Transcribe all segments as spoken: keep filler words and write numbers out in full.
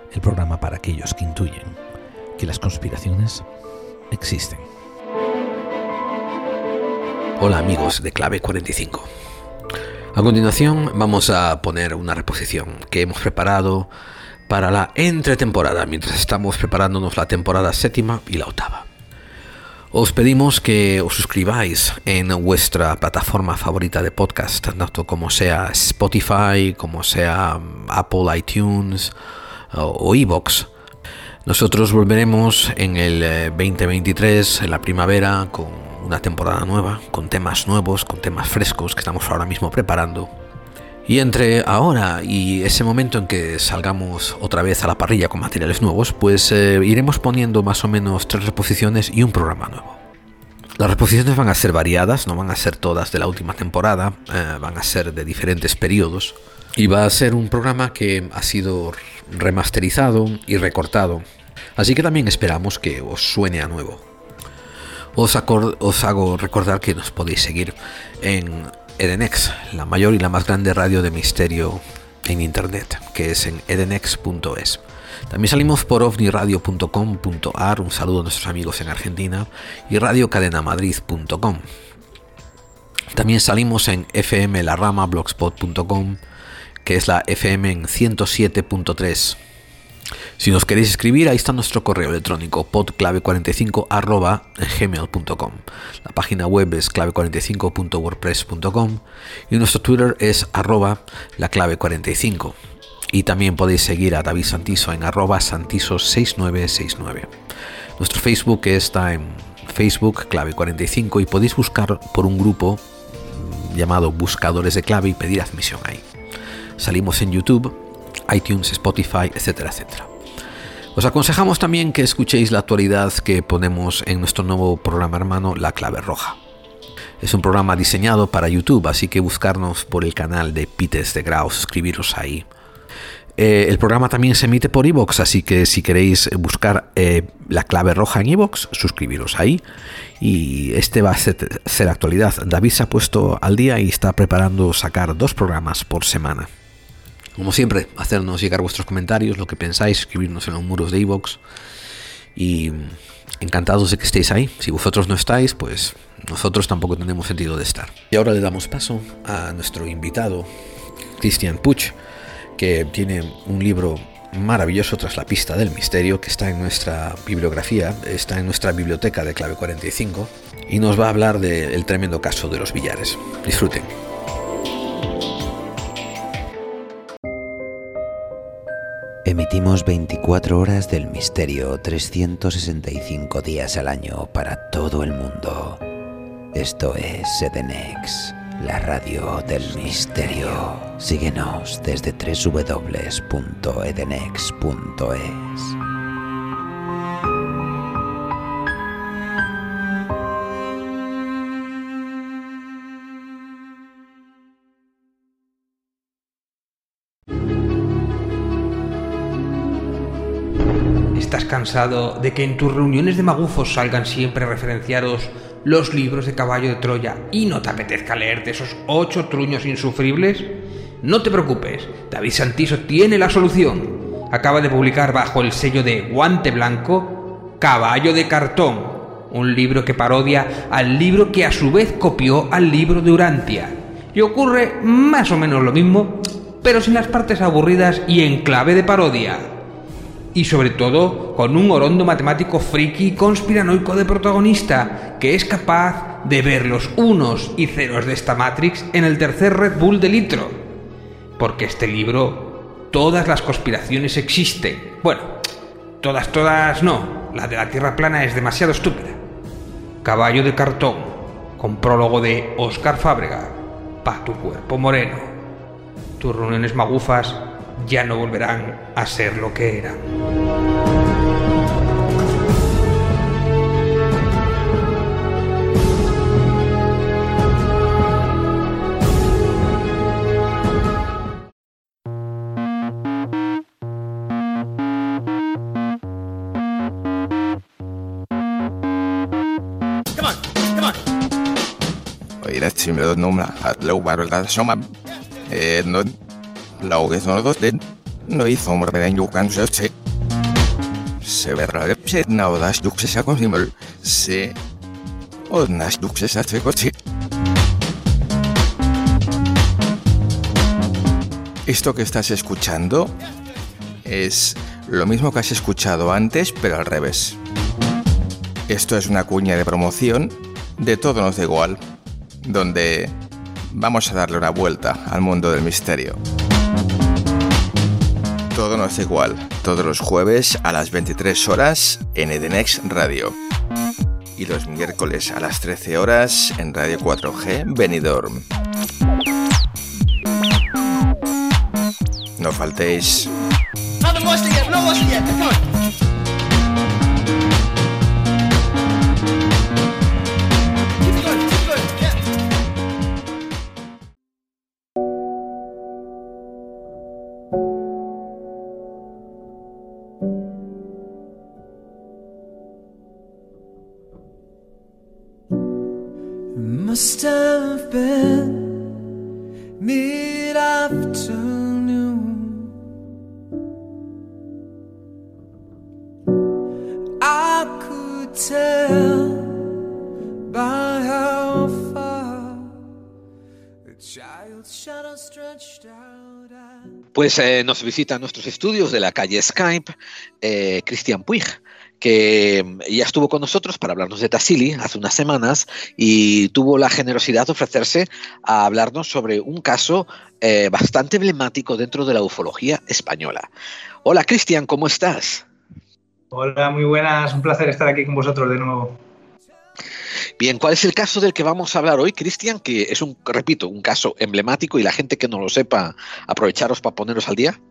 el programa para aquellos que intuyen que las conspiraciones existen. Hola amigos de Clave cuarenta y cinco. A continuación vamos a poner una reposición que hemos preparado para la entretemporada, mientras estamos preparándonos la temporada séptima y la octava. Os pedimos que os suscribáis en vuestra plataforma favorita de podcast, tanto como sea Spotify, como sea Apple iTunes o iVoox. Nosotros volveremos en el veinte veintitrés, en la primavera, con una temporada nueva, con temas nuevos, con temas frescos que estamos ahora mismo preparando. Y entre ahora y ese momento en que salgamos otra vez a la parrilla con materiales nuevos, pues eh, iremos poniendo más o menos tres reposiciones y un programa nuevo. Las reposiciones van a ser variadas, no van a ser todas de la última temporada, eh, van a ser de diferentes periodos. Y va a ser un programa que ha sido remasterizado y recortado, así que también esperamos que os suene a nuevo. Os, acord- os hago recordar que nos podéis seguir en Edenex, la mayor y la más grande radio de misterio en internet, que es en edenex punto es. También salimos por ovni radio punto com punto a r, un saludo a nuestros amigos en Argentina, y radio cadena madrid punto com. También salimos en f m la rama blogspot punto com, que es la F M en ciento siete punto tres. Si nos queréis escribir, ahí está nuestro correo electrónico podclave cuarenta y cinco arroba gmail punto com. La página web es clave cuarenta y cinco punto wordpress punto com y nuestro Twitter es arroba la clave cuarenta y cinco. Y también podéis seguir a David Santiso en arroba santiso seis nueve seis nueve. Nuestro Facebook está en Facebook clave cuarenta y cinco y podéis buscar por un grupo llamado Buscadores de Clave y pedir admisión ahí. Salimos en YouTube, iTunes, Spotify, etcétera, etcétera. Os aconsejamos también que escuchéis la actualidad que ponemos en nuestro nuevo programa hermano, La Clave Roja. Es un programa diseñado para YouTube, así que buscarnos por el canal de Pites de Grau, suscribiros ahí. Eh, el programa también se emite por iVoox, así que si queréis buscar eh, La Clave Roja en iVoox, suscribiros ahí. Y este va a ser, ser actualidad. David se ha puesto al día y está preparando sacar dos programas por semana. Como siempre, hacernos llegar vuestros comentarios, lo que pensáis, escribirnos en los muros de iVoox. Y encantados de que estéis ahí. Si vosotros no estáis, pues nosotros tampoco tenemos sentido de estar. Y ahora le damos paso a nuestro invitado, Christian Puig, que tiene un libro maravilloso, Tras la pista del misterio, que está en nuestra bibliografía, está en nuestra biblioteca de Clave cuarenta y cinco, y nos va a hablar del tremendo caso de los billares. Disfruten. Emitimos veinticuatro horas del misterio, trescientos sesenta y cinco días al año para todo el mundo. Esto es Edenex, la radio del misterio. Síguenos desde doble u doble u doble u punto edenex punto es. ¿Estás cansado de que en tus reuniones de magufos salgan siempre referenciados los libros de Caballo de Troya y no te apetezca leerte esos ocho truños insufribles? No te preocupes, David Santiso tiene la solución. Acaba de publicar bajo el sello de Guante Blanco Caballo de Cartón, un libro que parodia al libro que a su vez copió al libro de Urantia. Y ocurre más o menos lo mismo, pero sin las partes aburridas y en clave de parodia. Y sobre todo con un orondo matemático friki y conspiranoico de protagonista que es capaz de ver los unos y ceros de esta Matrix en el tercer Red Bull de litro. Porque este libro, todas las conspiraciones existen. Bueno, todas, todas no. La de la Tierra plana es demasiado estúpida. Caballo de Cartón, con prólogo de Óscar Fábrega. Pa' tu cuerpo moreno. Tus reuniones magufas ya no volverán a ser lo que eran. Oiratsi med nummer att lovbarulta som är nåd. Laget något det. No hizo morder en yukan se. Se verá se naudas duxes a consimol. Se odnas duxes a trecochi. Esto que estás escuchando es lo mismo que has escuchado antes, pero al revés. Esto es una cuña de promoción de Todo Nos Da Igual, donde vamos a darle una vuelta al mundo del misterio. Todo Nos Da Igual, todos los jueves a las veintitrés horas en Edenex Radio. Y los miércoles a las trece horas en Radio cuatro G Benidorm. No faltéis. No, no muestre yet, no muestre yet, come on. Keep going, keep going, yeah. Must have been mid-afternoon. I could tell by how far the child's shadow stretched out. Pues eh, nos visita en nuestros estudios de la calle Skype eh, Cristian Puig, que ya estuvo con nosotros para hablarnos de Tassili hace unas semanas y tuvo la generosidad de ofrecerse a hablarnos sobre un caso eh, bastante emblemático dentro de la ufología española. Hola Cristian, ¿cómo estás? Hola, muy buenas, un placer estar aquí con vosotros de nuevo. Bien, ¿cuál es el caso del que vamos a hablar hoy, Cristian? Que es un, repito, un caso emblemático y la gente que no lo sepa, aprovecharos para poneros al día.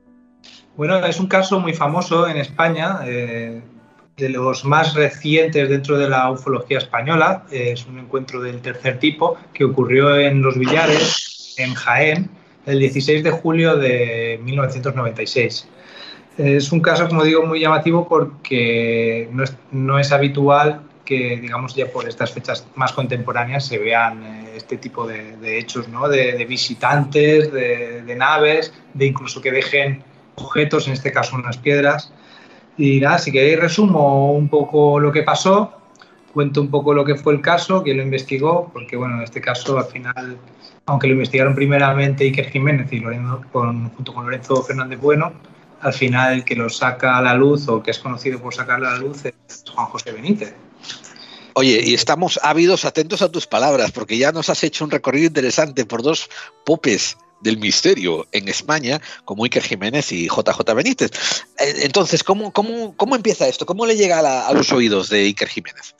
Bueno, es un caso muy famoso en España, eh, de los más recientes dentro de la ufología española. Eh, es un encuentro del tercer tipo que ocurrió en Los Villares, en Jaén, el dieciséis de julio de mil novecientos noventa y seis. Es un caso, como digo, muy llamativo porque no es, no es habitual que, digamos, ya por estas fechas más contemporáneas se vean eh, este tipo de, de hechos, ¿no? De, de visitantes, de, de naves, de incluso que dejen objetos, en este caso unas piedras. Y nada, si queréis resumo un poco lo que pasó, cuento un poco lo que fue el caso, quién lo investigó, porque bueno, en este caso al final, aunque lo investigaron primeramente Iker Jiménez y Lorenzo, con, junto con Lorenzo Fernández Bueno, al final el que lo saca a la luz o que es conocido por sacarlo a la luz es Juan José Benítez. Oye, y estamos ávidos, atentos a tus palabras, porque ya nos has hecho un recorrido interesante por dos popes del misterio en España, como Iker Jiménez y J J Benítez. Entonces, ¿cómo, cómo, cómo empieza esto? ¿Cómo le llega a, la, a los oídos de Iker Jiménez?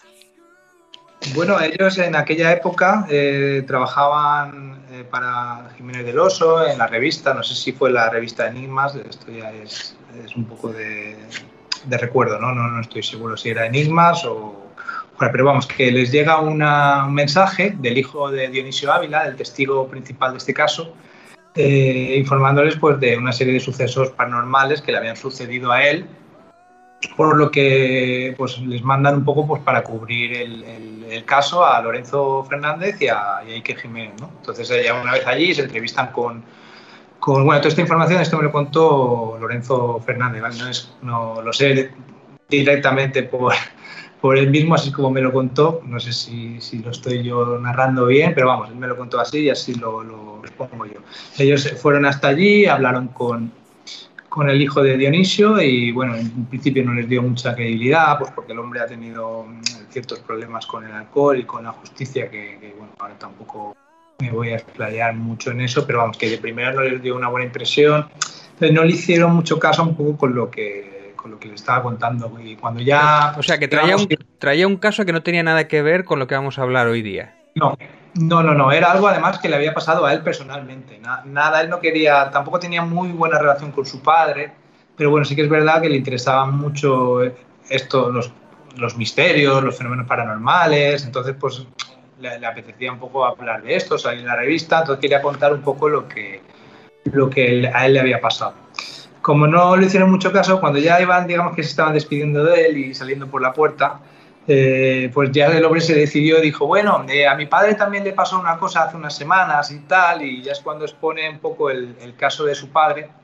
Bueno, ellos en aquella época eh, trabajaban eh, para Jiménez del Oso en la revista, no sé si fue la revista Enigmas, esto ya es, es un poco de, de recuerdo, ¿no? ¿no? No estoy seguro si era Enigmas o... Bueno, pero vamos, que les llega una, un mensaje del hijo de Dionisio Ávila, el testigo principal de este caso, eh, informándoles pues, de una serie de sucesos paranormales que le habían sucedido a él, por lo que pues, les mandan un poco pues, para cubrir el, el, el caso a Lorenzo Fernández y a, y a Iker Jiménez, ¿no? Entonces ya una vez allí se entrevistan con, con... Bueno, toda esta información, esto me lo contó Lorenzo Fernández, ¿vale? No, es, no lo sé directamente por, por él mismo, así como me lo contó. No sé si, si lo estoy yo narrando bien, pero vamos, él me lo contó así y así lo, lo expongo yo. Ellos fueron hasta allí, hablaron con... con el hijo de Dionisio y bueno, en principio no les dio mucha credibilidad, pues porque el hombre ha tenido ciertos problemas con el alcohol y con la justicia que, que bueno, ahora tampoco me voy a explayar mucho en eso, pero vamos, que de primera no les dio una buena impresión, entonces no le hicieron mucho caso un poco con lo que, con lo que le estaba contando y cuando ya... O sea, que traía un, traía un caso que no tenía nada que ver con lo que vamos a hablar hoy día. No, no, no, no, era algo además que le había pasado a él personalmente, nada, nada, él no quería, tampoco tenía muy buena relación con su padre, pero bueno, sí que es verdad que le interesaban mucho esto, los, los misterios, los fenómenos paranormales, entonces pues le, le apetecía un poco hablar de esto, salir en la revista, entonces quería contar un poco lo que, lo que a él le había pasado. Como no le hicieron mucho caso, cuando ya iban, digamos que se estaban despidiendo de él y saliendo por la puerta, Eh, pues ya el hombre se decidió, dijo, bueno, eh, a mi padre también le pasó una cosa hace unas semanas y tal, y ya es cuando expone un poco el, el caso de su padre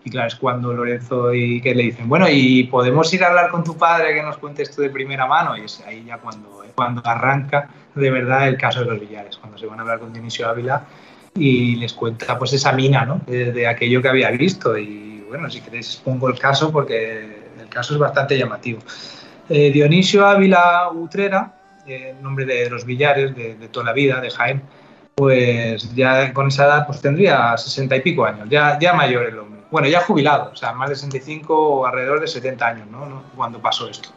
Y claro, es cuando Lorenzo y que le dicen, bueno, ¿y podemos ir a hablar con tu padre que nos cuente esto de primera mano? Y es ahí ya cuando, cuando arranca de verdad el caso de los Villares, cuando se van a hablar con Dionisio Ávila y les cuenta pues esa mina, ¿no? de, de aquello que había visto. Y bueno, si queréis pongo el caso porque el caso es bastante llamativo. Eh, Dionisio Ávila Utrera, eh, nombre de los Villares, de, de toda la vida, de Jaén, pues ya con esa edad pues tendría sesenta y pico años, ya, ya mayor el hombre. Bueno, ya jubilado, o sea, más de sesenta y cinco o alrededor de setenta años, ¿no? ¿no? Cuando pasó esto.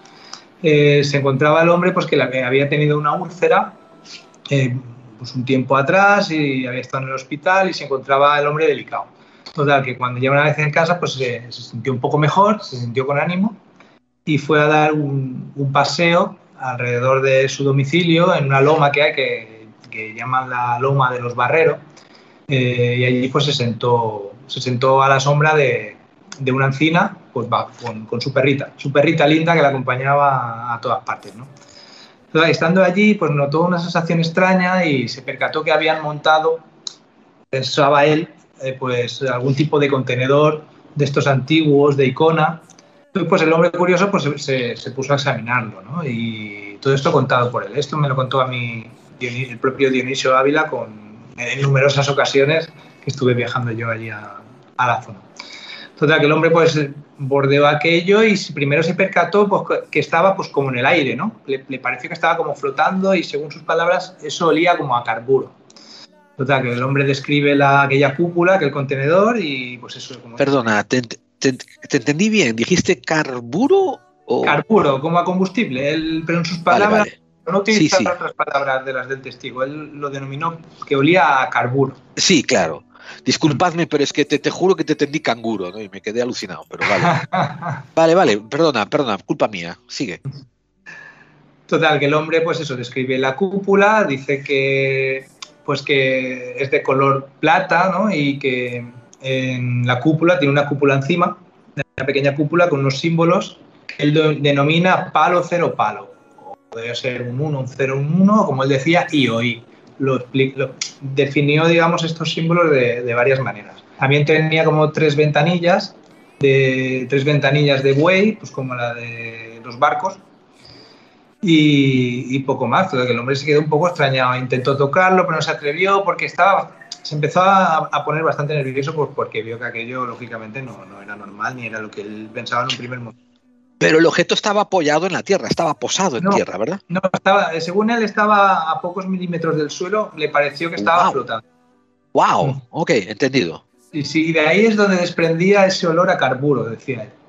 Eh, se encontraba el hombre pues que había tenido una úlcera eh, pues un tiempo atrás y había estado en el hospital y se encontraba el hombre delicado. Total, que cuando ya una vez en casa pues se, se sintió un poco mejor, se sintió con ánimo y fue a dar un, un paseo alrededor de su domicilio en una loma que hay que, que llaman la Loma de los Barreros eh, y allí pues se sentó se sentó a la sombra de, de una encina pues va, con, con su perrita, su perrita linda que la acompañaba a todas partes, ¿no? Entonces, estando allí, pues notó una sensación extraña y se percató que habían montado, pensaba él, eh, pues algún tipo de contenedor de estos antiguos, de icona. Entonces, pues el hombre curioso pues, se, se puso a examinarlo, ¿no? Y todo esto contado por él. Esto me lo contó a mí el propio Dionisio Ávila con, en numerosas ocasiones que estuve viajando yo allí a, a la zona. Total, que el hombre pues bordeó aquello y primero se percató pues, que estaba pues como en el aire, ¿no? Le, le pareció que estaba como flotando y según sus palabras eso olía como a carburo. Total, que el hombre describe la, aquella cúpula, aquel contenedor y pues eso... Como Perdona, te, te, te entendí bien, ¿dijiste carburo o...? Carburo, como a combustible, él, pero en sus palabras... Vale, vale. No utilizaba sí, sí. otras palabras de las del testigo, él lo denominó que olía a carburo. Sí, claro. Disculpadme, pero es que te, te juro que te entendí canguro, ¿no? Y me quedé alucinado, pero vale. Vale, vale, perdona, perdona, culpa mía, sigue. Total, que el hombre, pues eso, describe la cúpula, dice que, pues que es de color plata, ¿no? Y que en la cúpula, tiene una cúpula encima, una pequeña cúpula con unos símbolos que él denomina palo, cero, palo. Podría ser un uno, un cero, un uno, como él decía, I o I. Lo, lo definió, digamos, estos símbolos de, de varias maneras. También tenía como tres ventanillas, de, tres ventanillas de buey, pues como la de los barcos, y, y poco más. Todo que el hombre se quedó un poco extrañado. Intentó tocarlo, pero no se atrevió porque estaba, se empezó a, a poner bastante nervioso pues, porque vio que aquello, lógicamente, no, no era normal ni era lo que él pensaba en un primer momento. Pero el objeto estaba apoyado en la tierra, estaba posado en no, tierra, ¿verdad? No, estaba, según él estaba a pocos milímetros del suelo, le pareció que estaba wow. flotando. ¡Wow! Mm. Ok, entendido. Y sí, y de ahí es donde desprendía ese olor a carburo, decía él.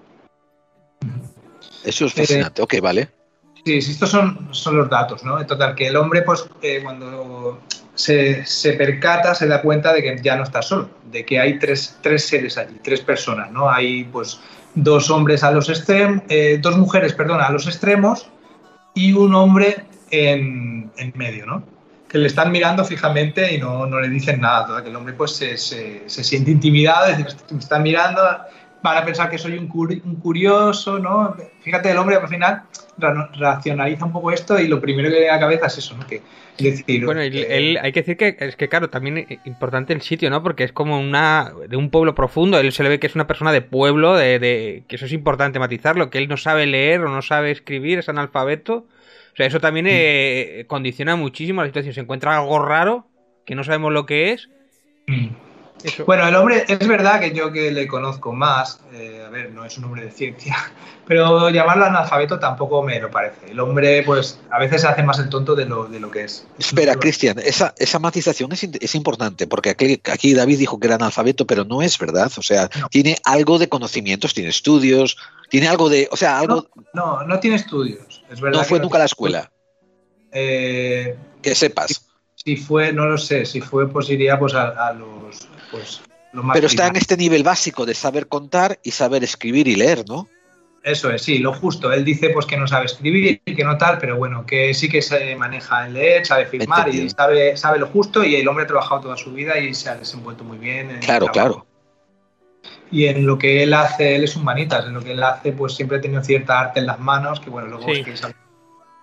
Eso es fascinante, eh, ok, vale. Sí, sí, estos son, son los datos, ¿no? En total, que el hombre, pues, eh, cuando se, se percata, se da cuenta de que ya no está solo, de que hay tres, tres seres allí, tres personas, ¿no? Hay, pues, dos hombres a los extremos, eh, dos mujeres, perdona, a los extremos y un hombre en, en medio, ¿no? Que le están mirando fijamente y no, no le dicen nada. Todo que el hombre pues se, se, se siente intimidado, es decir, me están mirando, van a pensar que soy un, curi un curioso, ¿no? Fíjate, el hombre al final racionaliza un poco esto y lo primero que le viene a la cabeza es eso, ¿no? Que, decir, bueno, él, eh, él, hay que decir que es que claro, también es importante el sitio, ¿no? Porque es como una de un pueblo profundo, él se le ve que es una persona de pueblo, de, de que eso es importante matizarlo, que él no sabe leer o no sabe escribir, es analfabeto. O sea, eso también eh, condiciona muchísimo la situación. Se encuentra algo raro, que no sabemos lo que es. Eso. Bueno, el hombre, es verdad que yo que le conozco más, eh, a ver, no es un hombre de ciencia, pero llamarlo analfabeto tampoco me lo parece. El hombre, pues, a veces se hace más el tonto de lo, de lo que es. Espera, Cristian, esa, esa matización es, es importante, porque aquí, aquí David dijo que era analfabeto, pero no es verdad. O sea, no. Tiene algo de conocimientos, tiene estudios, tiene algo de... O sea, algo... No, no, no tiene estudios. Es verdad no fue que nunca no a la escuela. Eh, que sepas. Si, si fue, no lo sé, si fue, pues iría pues a, a los... Pues, lo más pero está primario. En este nivel básico de saber contar y saber escribir y leer, ¿no? Eso es, sí, lo justo. Él dice pues que no sabe escribir y que no tal, pero bueno, que sí que se maneja en leer, sabe firmar Entendido. y sabe, sabe lo justo, y el hombre ha trabajado toda su vida y se ha desenvuelto muy bien. En claro, claro. Y en lo que él hace, él es un manitas, en lo que él hace pues siempre ha tenido cierta arte en las manos, que bueno, luego sí. es que es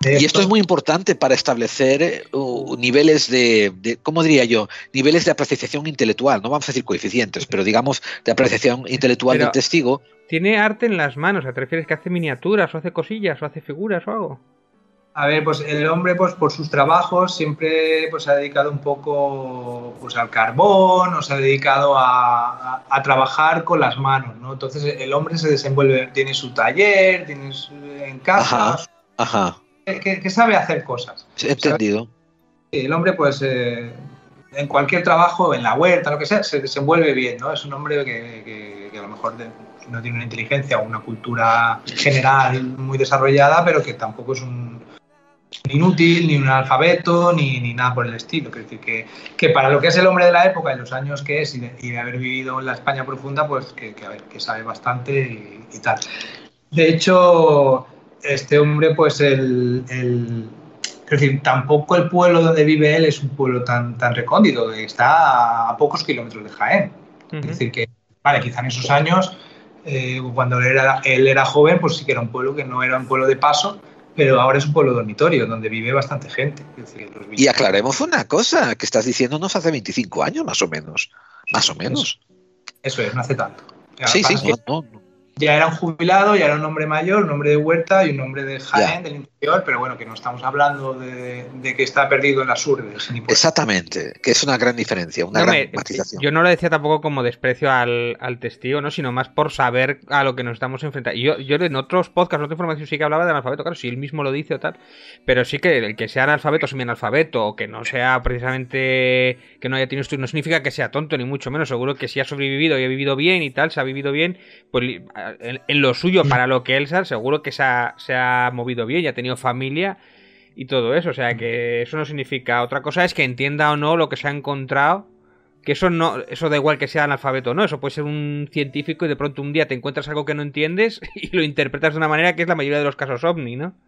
Y esto es muy importante para establecer uh, niveles de, de, ¿cómo diría yo? Niveles de apreciación intelectual, no vamos a decir coeficientes, pero digamos de apreciación intelectual Pero del testigo. ¿tiene arte en las manos? ¿Te refieres que hace miniaturas o hace cosillas o hace figuras o algo? A ver, pues el hombre, pues por sus trabajos siempre pues, se ha dedicado un poco pues, al carbón, o se ha dedicado a, a, a trabajar con las manos, ¿no? Entonces el hombre se desenvuelve, tiene su taller, tiene su, en casa, Ajá, ajá. Que, que sabe hacer cosas. Entendido. El hombre, pues, eh, en cualquier trabajo, en la huerta, lo que sea, se desenvuelve bien, ¿no? Es un hombre que, que, que a lo mejor de, no tiene una inteligencia o una cultura general muy desarrollada, pero que tampoco es un inútil, ni un analfabeto, ni, ni nada por el estilo. Es decir, que, que para lo que es el hombre de la época, en los años que es, y de, y de haber vivido en la España profunda, pues que, que, a ver, que sabe bastante y, y tal. De hecho, este hombre, pues el, el es decir, tampoco el pueblo donde vive él es un pueblo tan, tan recóndito, está a pocos kilómetros de Jaén. Uh-huh. Es decir, que, vale, quizá en esos años, eh, cuando él era, él era joven, pues sí que era un pueblo que no era un pueblo de paso, pero ahora es un pueblo dormitorio, donde vive bastante gente. Es decir, los y aclaremos una cosa, que estás diciéndonos hace veinticinco años, más o menos. Más o menos. Eso, eso es, no hace tanto. Sí, sí, no, no. Ya era un jubilado, ya era un hombre mayor, un hombre de huerta y un hombre de Jaén, ya. Del interior, pero bueno, que no estamos hablando de, de que está perdido en la sur. Exactamente, que es una gran diferencia, una no, gran me, matización. Yo no lo decía tampoco como desprecio al, al testigo, ¿no? Sino más por saber a lo que nos estamos enfrentando. Y yo, yo en otros podcasts, en otra información sí que hablaba de analfabeto, claro, si él mismo lo dice o tal, pero sí que el que sea analfabeto o semi-analfabeto, o que no sea precisamente, que no haya tenido estudios, no significa que sea tonto, ni mucho menos. Seguro que si ha sobrevivido y ha vivido bien y tal, se ha vivido bien, pues En, en lo suyo, para lo que él sabe, seguro que se ha, se ha movido bien y ha tenido familia y todo eso, o sea que eso no significa, otra cosa es que entienda o no lo que se ha encontrado, que eso no, eso da igual que sea analfabeto o no, eso puede ser un científico y de pronto un día te encuentras algo que no entiendes y lo interpretas de una manera que es la mayoría de los casos ovni, ¿no?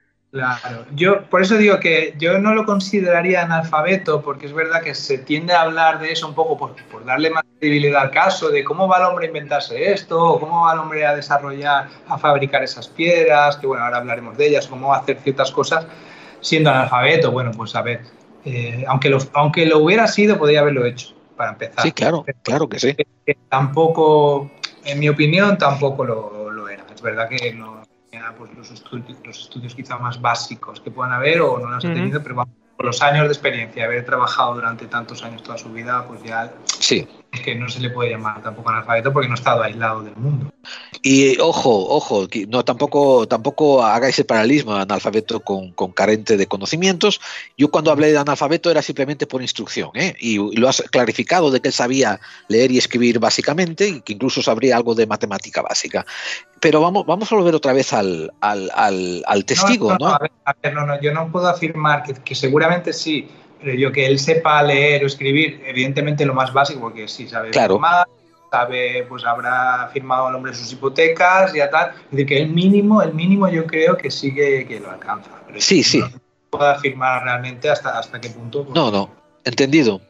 Claro, yo por eso digo que yo no lo consideraría analfabeto, porque es verdad que se tiende a hablar de eso un poco por, por darle más credibilidad al caso, de cómo va el hombre a inventarse esto, o cómo va el hombre a desarrollar, a fabricar esas piedras, que bueno, ahora hablaremos de ellas, cómo va a hacer ciertas cosas siendo analfabeto. Bueno, pues a ver, eh, aunque, lo, aunque lo hubiera sido, podría haberlo hecho, para empezar. Sí, claro, Pero, claro que sí. Que, que tampoco, en mi opinión, tampoco lo, lo era. Es verdad que no... Pues los, estudios, los estudios quizá más básicos que puedan haber o no los he tenido, uh-huh. Pero vamos, por los años de experiencia, haber trabajado durante tantos años toda su vida, pues ya sí. Es que no se le puede llamar tampoco analfabeto porque no ha estado aislado del mundo. Y ojo, ojo, no tampoco, tampoco hagáis el paralelismo de analfabeto con, con carente de conocimientos. Yo cuando hablé de analfabeto era simplemente por instrucción, ¿eh? Y, y lo has clarificado de que él sabía leer y escribir básicamente y que incluso sabría algo de matemática básica. Pero vamos, vamos a volver otra vez al, al, al, al testigo, ¿no? No, no, no, a ver, a ver, no, no, yo no puedo afirmar que, que seguramente sí, pero yo que él sepa leer o escribir, evidentemente lo más básico, porque sí sabe claro. Firmar, sabe, pues habrá firmado el hombre sus hipotecas y ya tal. Es decir, que el mínimo, el mínimo yo creo que sí que, que lo alcanza. Pero sí, sí. No puedo afirmar realmente hasta, hasta qué punto. Pues, no, no, entendido.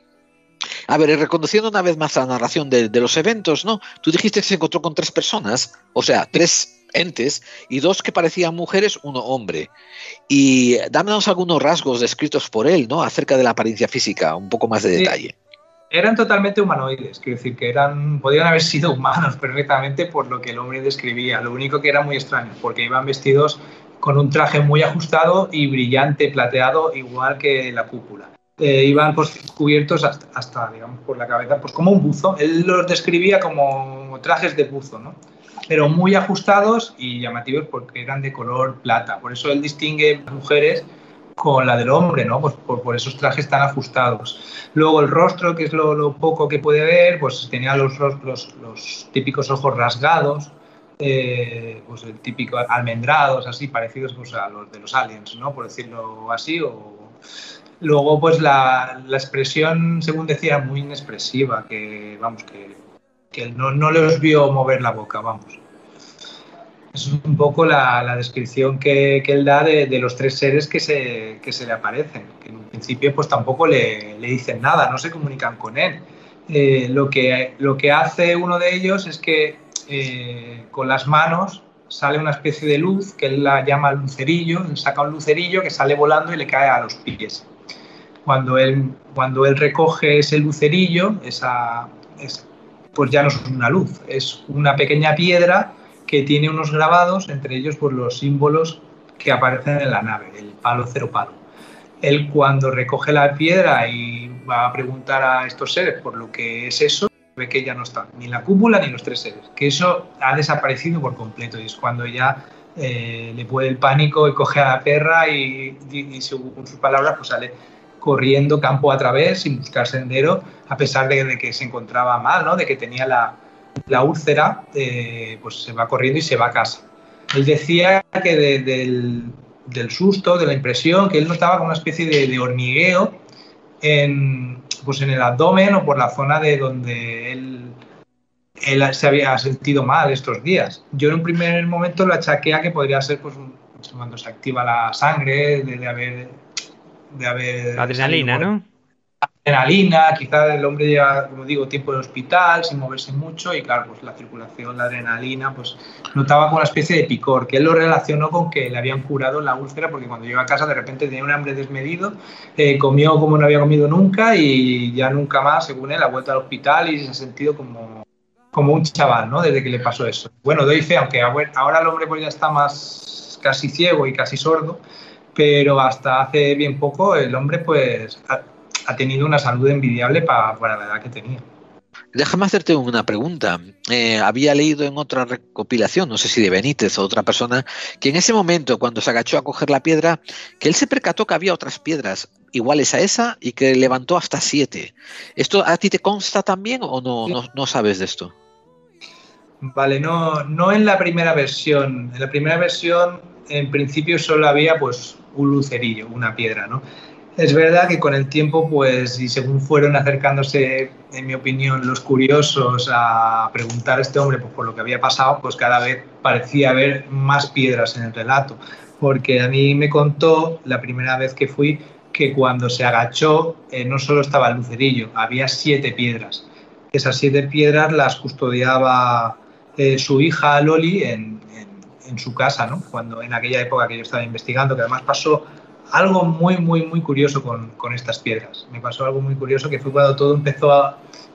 A ver, reconociendo una vez más la narración de, de los eventos, ¿no? Tú dijiste que se encontró con tres personas, o sea, tres entes, y dos que parecían mujeres, uno hombre. Y dámonos algunos rasgos descritos por él, ¿no? Acerca de la apariencia física, un poco más de sí. detalle. Eran totalmente humanoides, quiero decir que eran, podían haber sido humanos perfectamente por lo que el hombre describía. Lo único que era muy extraño, porque iban vestidos con un traje muy ajustado y brillante, plateado, igual que la cúpula. Eh, iban pues, cubiertos hasta, hasta, digamos, por la cabeza, pues como un buzo. Él los describía como trajes de buzo, ¿no? Pero muy ajustados y llamativos porque eran de color plata. Por eso él distingue las mujeres con la del hombre, ¿no? Pues por, por esos trajes tan ajustados. Luego el rostro, que es lo, lo poco que puede ver, pues tenía los, los, los típicos ojos rasgados, eh, pues el típico almendrados, así, parecidos pues, a los de los aliens, ¿no? Por decirlo así. O... Luego, pues la, la expresión, según decía, muy inexpresiva, que, vamos, que, que no, no les vio mover la boca, vamos. Es un poco la, la descripción que, que él da de, de los tres seres que se, que se le aparecen, que en un principio pues tampoco le, le dicen nada, no se comunican con él. Eh, lo, que, lo que hace uno de ellos es que eh, con las manos sale una especie de luz que él la llama lucerillo, él saca un lucerillo que sale volando y le cae a los pies. Cuando él, cuando él recoge ese lucerillo, esa, es, pues ya no es una luz, es una pequeña piedra que tiene unos grabados, entre ellos pues, los símbolos que aparecen en la nave, el palo cero palo. Él cuando recoge la piedra y va a preguntar a estos seres por lo que es eso, ve que ya no está, ni la cúpula ni los tres seres, que eso ha desaparecido por completo y es cuando ya eh, le puede el pánico y coge a la perra y, y, y según sus palabras pues sale corriendo campo a través sin buscar sendero, a pesar de, de que se encontraba mal, ¿no? De que tenía la, la úlcera, eh, pues se va corriendo y se va a casa. Él decía que de, del, del susto, de la impresión, que él notaba como una especie de, de hormigueo en, pues en el abdomen o por la zona de donde él, él se había sentido mal estos días. Yo en un primer momento lo achaqué a que podría ser pues, un, cuando se activa la sangre, de, de haber... de haber la adrenalina, ¿no? Adrenalina, quizás el hombre lleva, como digo, tiempo en el hospital sin moverse mucho y claro, pues la circulación, la adrenalina, pues notaba como una especie de picor, que él lo relacionó con que le habían curado la úlcera porque cuando llegó a casa de repente tenía un hambre desmedido, eh, comió como no había comido nunca y ya nunca más, según él, ha vuelto al hospital y se ha sentido como, como un chaval, ¿no? Desde que le pasó eso. Bueno, doy fe, aunque ahora el hombre pues ya está más casi ciego y casi sordo, pero hasta hace bien poco el hombre pues ha, ha tenido una salud envidiable para, para la edad que tenía. Déjame hacerte una pregunta. Eh, había leído en otra recopilación, no sé si de Benítez o otra persona, que en ese momento, cuando se agachó a coger la piedra, que él se percató que había otras piedras iguales a esa y que levantó hasta siete. ¿Esto a ti te consta también o no, no, no sabes de esto? Vale, no, no en la primera versión. En la primera versión, en principio, solo había pues un lucerillo, una piedra, ¿no? Es verdad que con el tiempo, pues, y según fueron acercándose, en mi opinión, los curiosos a preguntar a este hombre pues, por lo que había pasado, pues cada vez parecía haber más piedras en el relato. Porque a mí me contó, la primera vez que fui, que cuando se agachó, eh, no solo estaba el lucerillo, había siete piedras. Esas siete piedras las custodiaba eh, su hija Loli en, en, en su casa, ¿no? Cuando en aquella época que yo estaba investigando, que además pasó algo muy, muy, muy curioso con, con estas piedras. Me pasó algo muy curioso que fue cuando todo empezó a...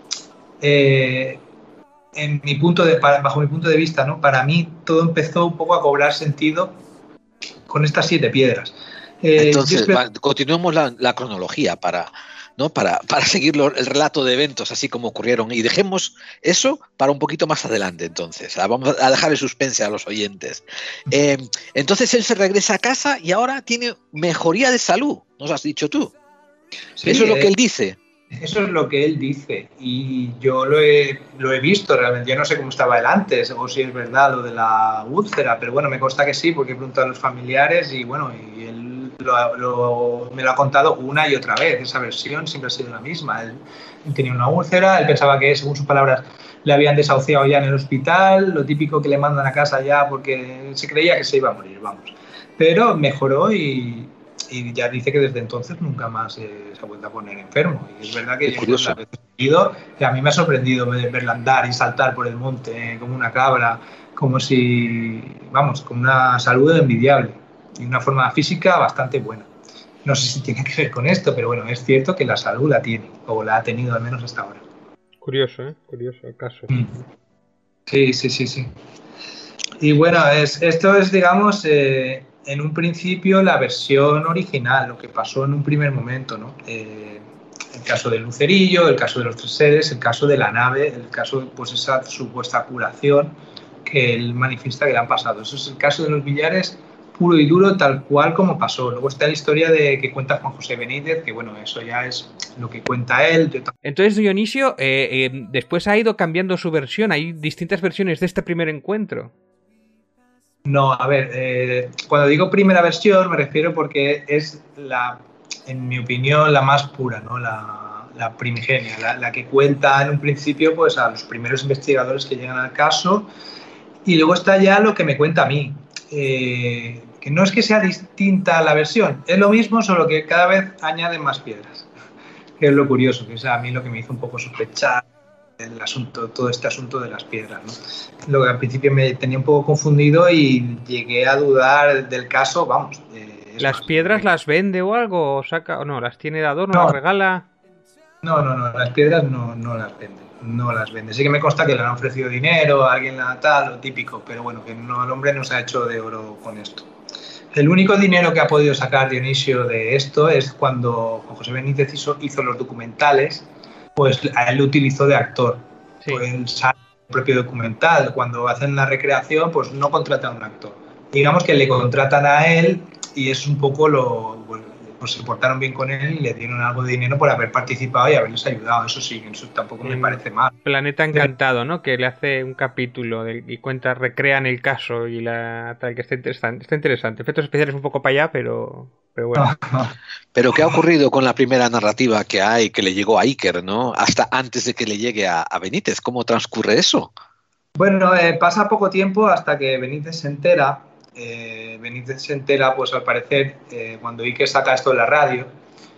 Eh, en mi punto de, bajo mi punto de vista, ¿no? Para mí todo empezó un poco a cobrar sentido con estas siete piedras. Eh, Entonces, espero... va, continuemos la, la cronología para... ¿no? Para, para seguir lo, el relato de eventos así como ocurrieron y dejemos eso para un poquito más adelante entonces, vamos a dejar el suspense a los oyentes. Eh, entonces él se regresa a casa y ahora tiene mejoría de salud, nos has dicho tú. Sí, eso es lo eh, que él dice. Eso es lo que él dice y yo lo he, lo he visto realmente, yo no sé cómo estaba él antes o si es verdad lo de la úlcera, pero bueno, me consta que sí porque he preguntado a los familiares y bueno, y él Lo, lo, me lo ha contado una y otra vez. Esa versión siempre ha sido la misma. Él tenía una úlcera, él pensaba que, según sus palabras, le habían desahuciado ya en el hospital, lo típico que le mandan a casa ya porque se creía que se iba a morir, vamos. Pero mejoró y, y ya dice que desde entonces nunca más eh, se ha vuelto a poner enfermo. Y es verdad que, yo, que a mí me ha sorprendido verla andar y saltar por el monte eh, como una cabra, como si, vamos, con una salud envidiable y una forma física bastante buena. No sé si tiene que ver con esto, pero bueno, es cierto que la salud la tiene, o la ha tenido al menos hasta ahora. Curioso, ¿eh? Curioso el caso. Mm. Sí, sí, sí, sí. Y bueno, es, esto es, digamos, eh, en un principio la versión original, lo que pasó en un primer momento, ¿no? Eh, el caso del lucerillo, el caso de los tres seres, el caso de la nave, el caso, pues esa supuesta curación que él manifiesta que le han pasado. Eso es el caso de los Villares puro y duro, tal cual como pasó. Luego está la historia de que cuenta Juan José Benítez, que bueno, eso ya es lo que cuenta él. Entonces, Dionisio, eh, eh, después ha ido cambiando su versión. Hay distintas versiones de este primer encuentro. No, a ver, eh, cuando digo primera versión me refiero porque es la, en mi opinión, la más pura, ¿no? La, la primigenia, la, la que cuenta en un principio pues a los primeros investigadores que llegan al caso, y luego está ya lo que me cuenta a mí. Eh, que no es que sea distinta la versión, es lo mismo, solo que cada vez añaden más piedras, que es lo curioso, que es a mí lo que me hizo un poco sospechar el asunto, todo este asunto de las piedras, ¿no? Lo que al principio me tenía un poco confundido y llegué a dudar del caso, vamos. Eh, ¿Las más, piedras me... las vende o algo? ¿O saca? ¿O no? ¿Las tiene de adorno? No. ¿Las regala? No, no, no, las piedras no, no las vende, no las vende. Sí que me consta que le han ofrecido dinero a alguien la tal, lo típico, pero bueno, que no, el hombre no se ha hecho de oro con esto. El único dinero que ha podido sacar Dionisio de esto es cuando Juan José Benítez hizo, hizo los documentales, pues a él lo utilizó de actor. Sí. Pues él sale el propio documental. Cuando hacen la recreación, pues no contratan a un actor. Digamos que le contratan a él y es un poco lo... pues se portaron bien con él y le dieron algo de dinero por haber participado y haberles ayudado. Eso sí, eso tampoco me parece mal. Planeta Encantado, ¿no? Que le hace un capítulo de, y cuenta, recrean el caso y la tal, que está interesante. Está interesante. Efectos especiales un poco para allá, pero, pero bueno. No, no. Pero ¿qué ha ocurrido con la primera narrativa que hay, que le llegó a Iker, ¿no? Hasta antes de que le llegue a, a Benítez. ¿Cómo transcurre eso? Bueno, eh, pasa poco tiempo hasta que Benítez se entera. Eh, Benítez se entera, pues al parecer, eh, cuando Iker saca esto de la radio,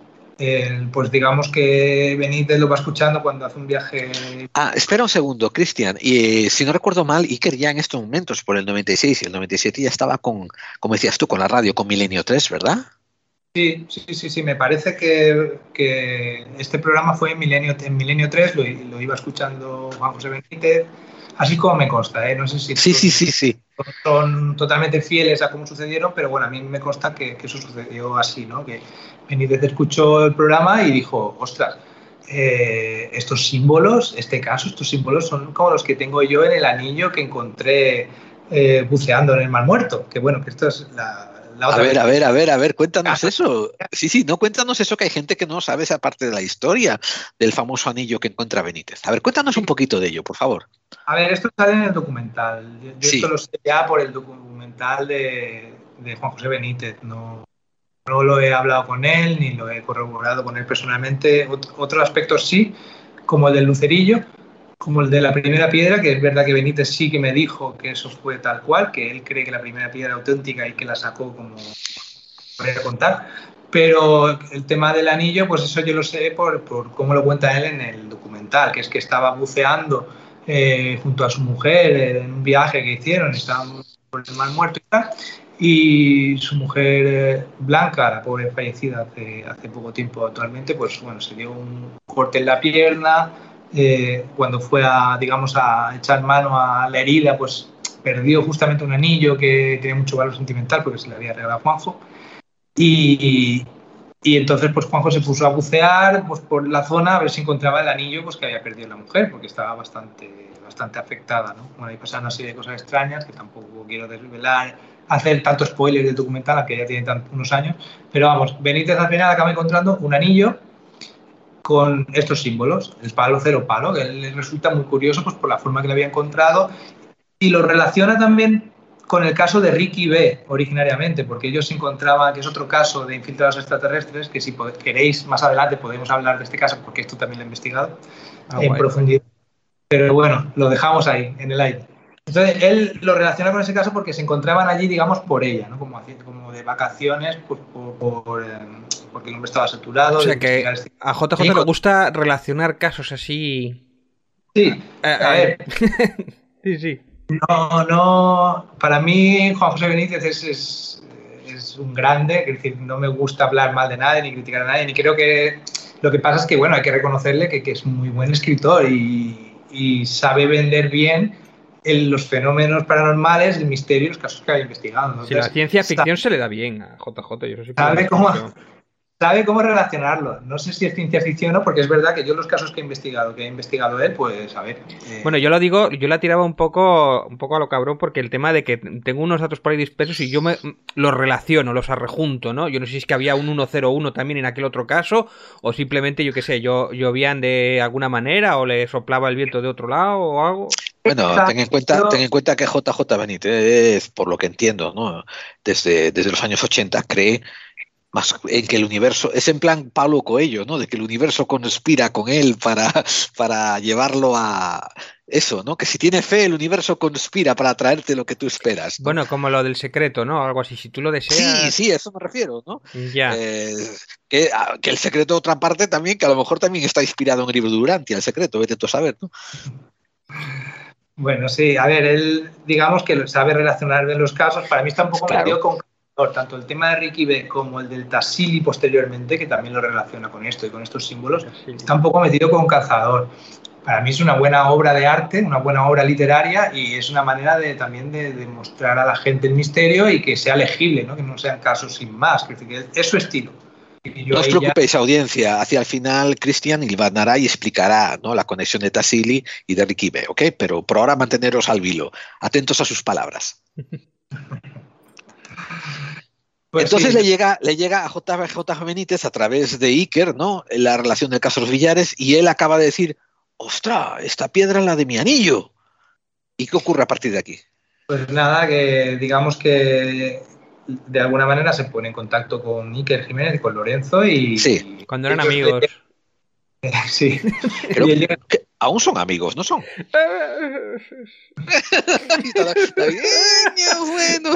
eh, pues digamos que Benítez lo va escuchando cuando hace un viaje. Ah, espera un segundo, Cristian. Y eh, si no recuerdo mal, Iker ya en estos momentos, por el noventa y seis y el noventa y siete, ya estaba con, como decías tú, con la radio, con Milenio tres, ¿verdad? Sí, sí, sí, sí. Me parece que, que este programa fue en Milenio, en Milenio tres, lo, lo iba escuchando Juan José Benítez, así como me consta, ¿eh? No sé si sí, sí, sí, sí. son totalmente fieles a cómo sucedieron, pero bueno, a mí me consta que, que eso sucedió así, ¿no? Que Benítez escuchó el programa y dijo, ostras, eh, estos símbolos, este caso, estos símbolos son como los que tengo yo en el anillo que encontré eh, buceando en el Mar Muerto, que bueno, que esto es la... A ver, a ver, a ver, a ver, cuéntanos eso. Sí, sí, no, cuéntanos eso, que hay gente que no sabe esa parte de la historia del famoso anillo que encuentra Benítez. A ver, cuéntanos un poquito de ello, por favor. A ver, esto sale en el documental. Yo, yo sí. esto lo sé ya por el documental de, de Juan José Benítez. No, no lo he hablado con él, ni lo he corroborado con él personalmente. Ot- otros aspectos sí, como el del lucerillo, como el de la primera piedra, que es verdad que Benítez sí que me dijo que eso fue tal cual, que él cree que la primera piedra auténtica y que la sacó como voy a contar, pero el tema del anillo, pues eso yo lo sé por, por cómo lo cuenta él en el documental, que es que estaba buceando eh, junto a su mujer eh, en un viaje que hicieron, estaban por el Mar Muerto y tal, y su mujer eh, Blanca, la pobre fallecida hace, hace poco tiempo actualmente, pues bueno, se dio un corte en la pierna. Eh, cuando fue a, digamos, a echar mano a la herida, pues perdió justamente un anillo que tenía mucho valor sentimental porque se le había regalado a Juanjo. Y, y entonces pues Juanjo se puso a bucear pues, por la zona a ver si encontraba el anillo pues, que había perdido la mujer, porque estaba bastante, bastante afectada, ¿no? Bueno, ahí pasaron una serie de cosas extrañas que tampoco quiero desvelar, hacer tanto spoiler del documental, que ya tiene tantos, unos años, pero vamos, Benítez al final acaba encontrando un anillo con estos símbolos, el palo cero palo, que le resulta muy curioso pues, por la forma que le había encontrado, y lo relaciona también con el caso de Ricky B, originariamente, porque ellos se encontraban, que es otro caso de infiltrados extraterrestres, que si queréis más adelante podemos hablar de este caso, porque esto también lo he investigado ah, en guay, profundidad. Guay. Pero bueno, lo dejamos ahí, en el aire. Entonces, él lo relaciona con ese caso porque se encontraban allí, digamos, por ella, ¿no? Como, como de vacaciones, pues, por, por, eh, porque el hombre estaba saturado. O sea, que este... a J J le gusta relacionar casos así... Sí, a, a ver. sí, sí. No, no, para mí Juan José Benítez es, es, es un grande, es decir, no me gusta hablar mal de nadie, ni criticar a nadie, ni creo que... Lo que pasa es que, bueno, hay que reconocerle que, que es un muy buen escritor y, y sabe vender bien el, los fenómenos paranormales, el misterio y los casos que ha investigado. Entonces, sí, la ciencia ficción sabe, se le da bien a J J. Yo eso sí sabe, cómo, sabe cómo relacionarlo. No sé si es ciencia ficción o no, porque es verdad que yo los casos que he investigado, que ha investigado él, pues a ver... Eh... Bueno, yo lo digo, yo la tiraba un poco, un poco a lo cabrón porque el tema de que tengo unos datos por ahí dispersos y yo me los relaciono, los arrejunto, ¿no? Yo no sé si es que había un uno cero uno también en aquel otro caso o simplemente, yo qué sé, yo llovían de alguna manera o le soplaba el viento de otro lado o algo... Bueno, ten en cuenta, ten en cuenta que J J Benítez, por lo que entiendo, ¿no? Desde, desde los años ochenta cree más en que el universo, es en plan Paulo Coelho, ¿no? De que el universo conspira con él para, para llevarlo a eso, ¿no? Que si tiene fe, el universo conspira para traerte lo que tú esperas, ¿no? Bueno, como lo del secreto, ¿no? Algo así, si tú lo deseas... Sí, sí, a eso me refiero, ¿no? Ya. Eh, que, que el secreto, otra parte también, que a lo mejor también está inspirado en el libro de Durantia, el secreto, vete tú a saber, ¿no? Bueno, sí, a ver, él digamos que sabe relacionar bien los casos. Para mí está un poco Claro. metido con tanto el tema de Ricky B como el del Tassili posteriormente, que también lo relaciona con esto y con estos símbolos, está un poco metido con Cazador. Para mí es una buena obra de arte, una buena obra literaria y es una manera de, también de, de mostrar a la gente el misterio y que sea legible, ¿no? Que no sean casos sin más, que es su estilo. Y yo No os ahí preocupéis, ya... audiencia, hacia el final Cristian hilvanará y explicará, ¿no?, la conexión de Tassili y de Ricky B, ¿ok? Pero por ahora manteneros al vilo, atentos a sus palabras. Pues Entonces sí. le llega, le llega a J J Benítez a través de Iker, ¿no?, la relación del caso de los Villares, y él acaba de decir: ¡ostras! Esta piedra es la de mi anillo. ¿Y qué ocurre a partir de aquí? Pues nada, que digamos que de alguna manera se pone en contacto con Iker Jiménez y con Lorenzo y... Sí. Cuando eran amigos. Le... Sí. Creo que, llega... que aún son amigos, ¿no son? Bueno.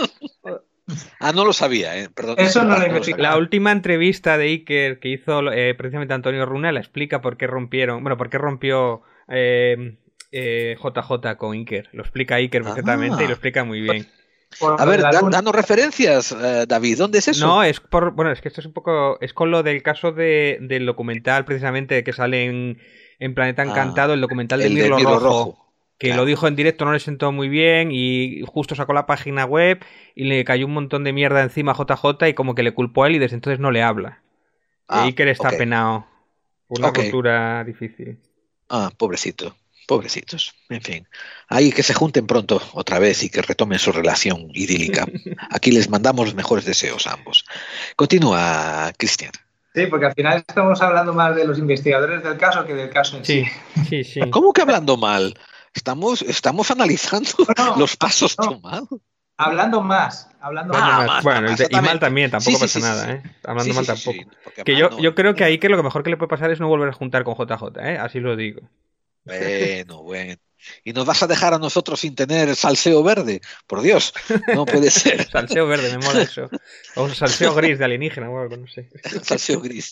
Ah, no lo sabía, eh. Perdón. Eso no lo investigué. La última entrevista de Iker que hizo eh, precisamente Antonio Runa la explica por qué rompieron, bueno, por qué rompió eh, eh, J J con Iker. Lo explica Iker perfectamente ah. y lo explica muy bien. A ver, dan, danos referencias, eh, David, ¿dónde es eso? No, es por, bueno, es que esto es un poco, es con lo del caso de, del documental precisamente que sale en, en Planeta Encantado, ah, el documental de el Mirlo, de Mirlo Rojo. Rojo. Que claro. Lo dijo en directo, no le sentó muy bien y justo sacó la página web y le cayó un montón de mierda encima a J J y como que le culpó a él y desde entonces no le habla. Ah, y Iker está okay. penado por una okay. ruptura difícil. Ah, pobrecito, pobrecitos. En fin, ahí que se junten pronto otra vez y que retomen su relación idílica. Aquí les mandamos los mejores deseos a ambos. Continúa, Cristian. Sí, porque al final estamos hablando más de los investigadores del caso que del caso en sí. Sí, sí. ¿Cómo que hablando mal? Estamos, estamos analizando no, los pasos no. tomados. Hablando más, hablando ah, más. más. Bueno, más, y mal también, tampoco sí, pasa sí, nada, sí, ¿eh? Hablando sí, mal sí, tampoco. Sí, que yo, no, yo creo que ahí que lo que mejor que le puede pasar es no volver a juntar con J J, ¿eh? Así lo digo. Bueno, bueno. ¿Y nos vas a dejar a nosotros sin tener salseo verde? Por Dios, no puede ser. Salseo verde, me mola eso. O salseo gris de alienígena o algo, no sé. Salseo gris.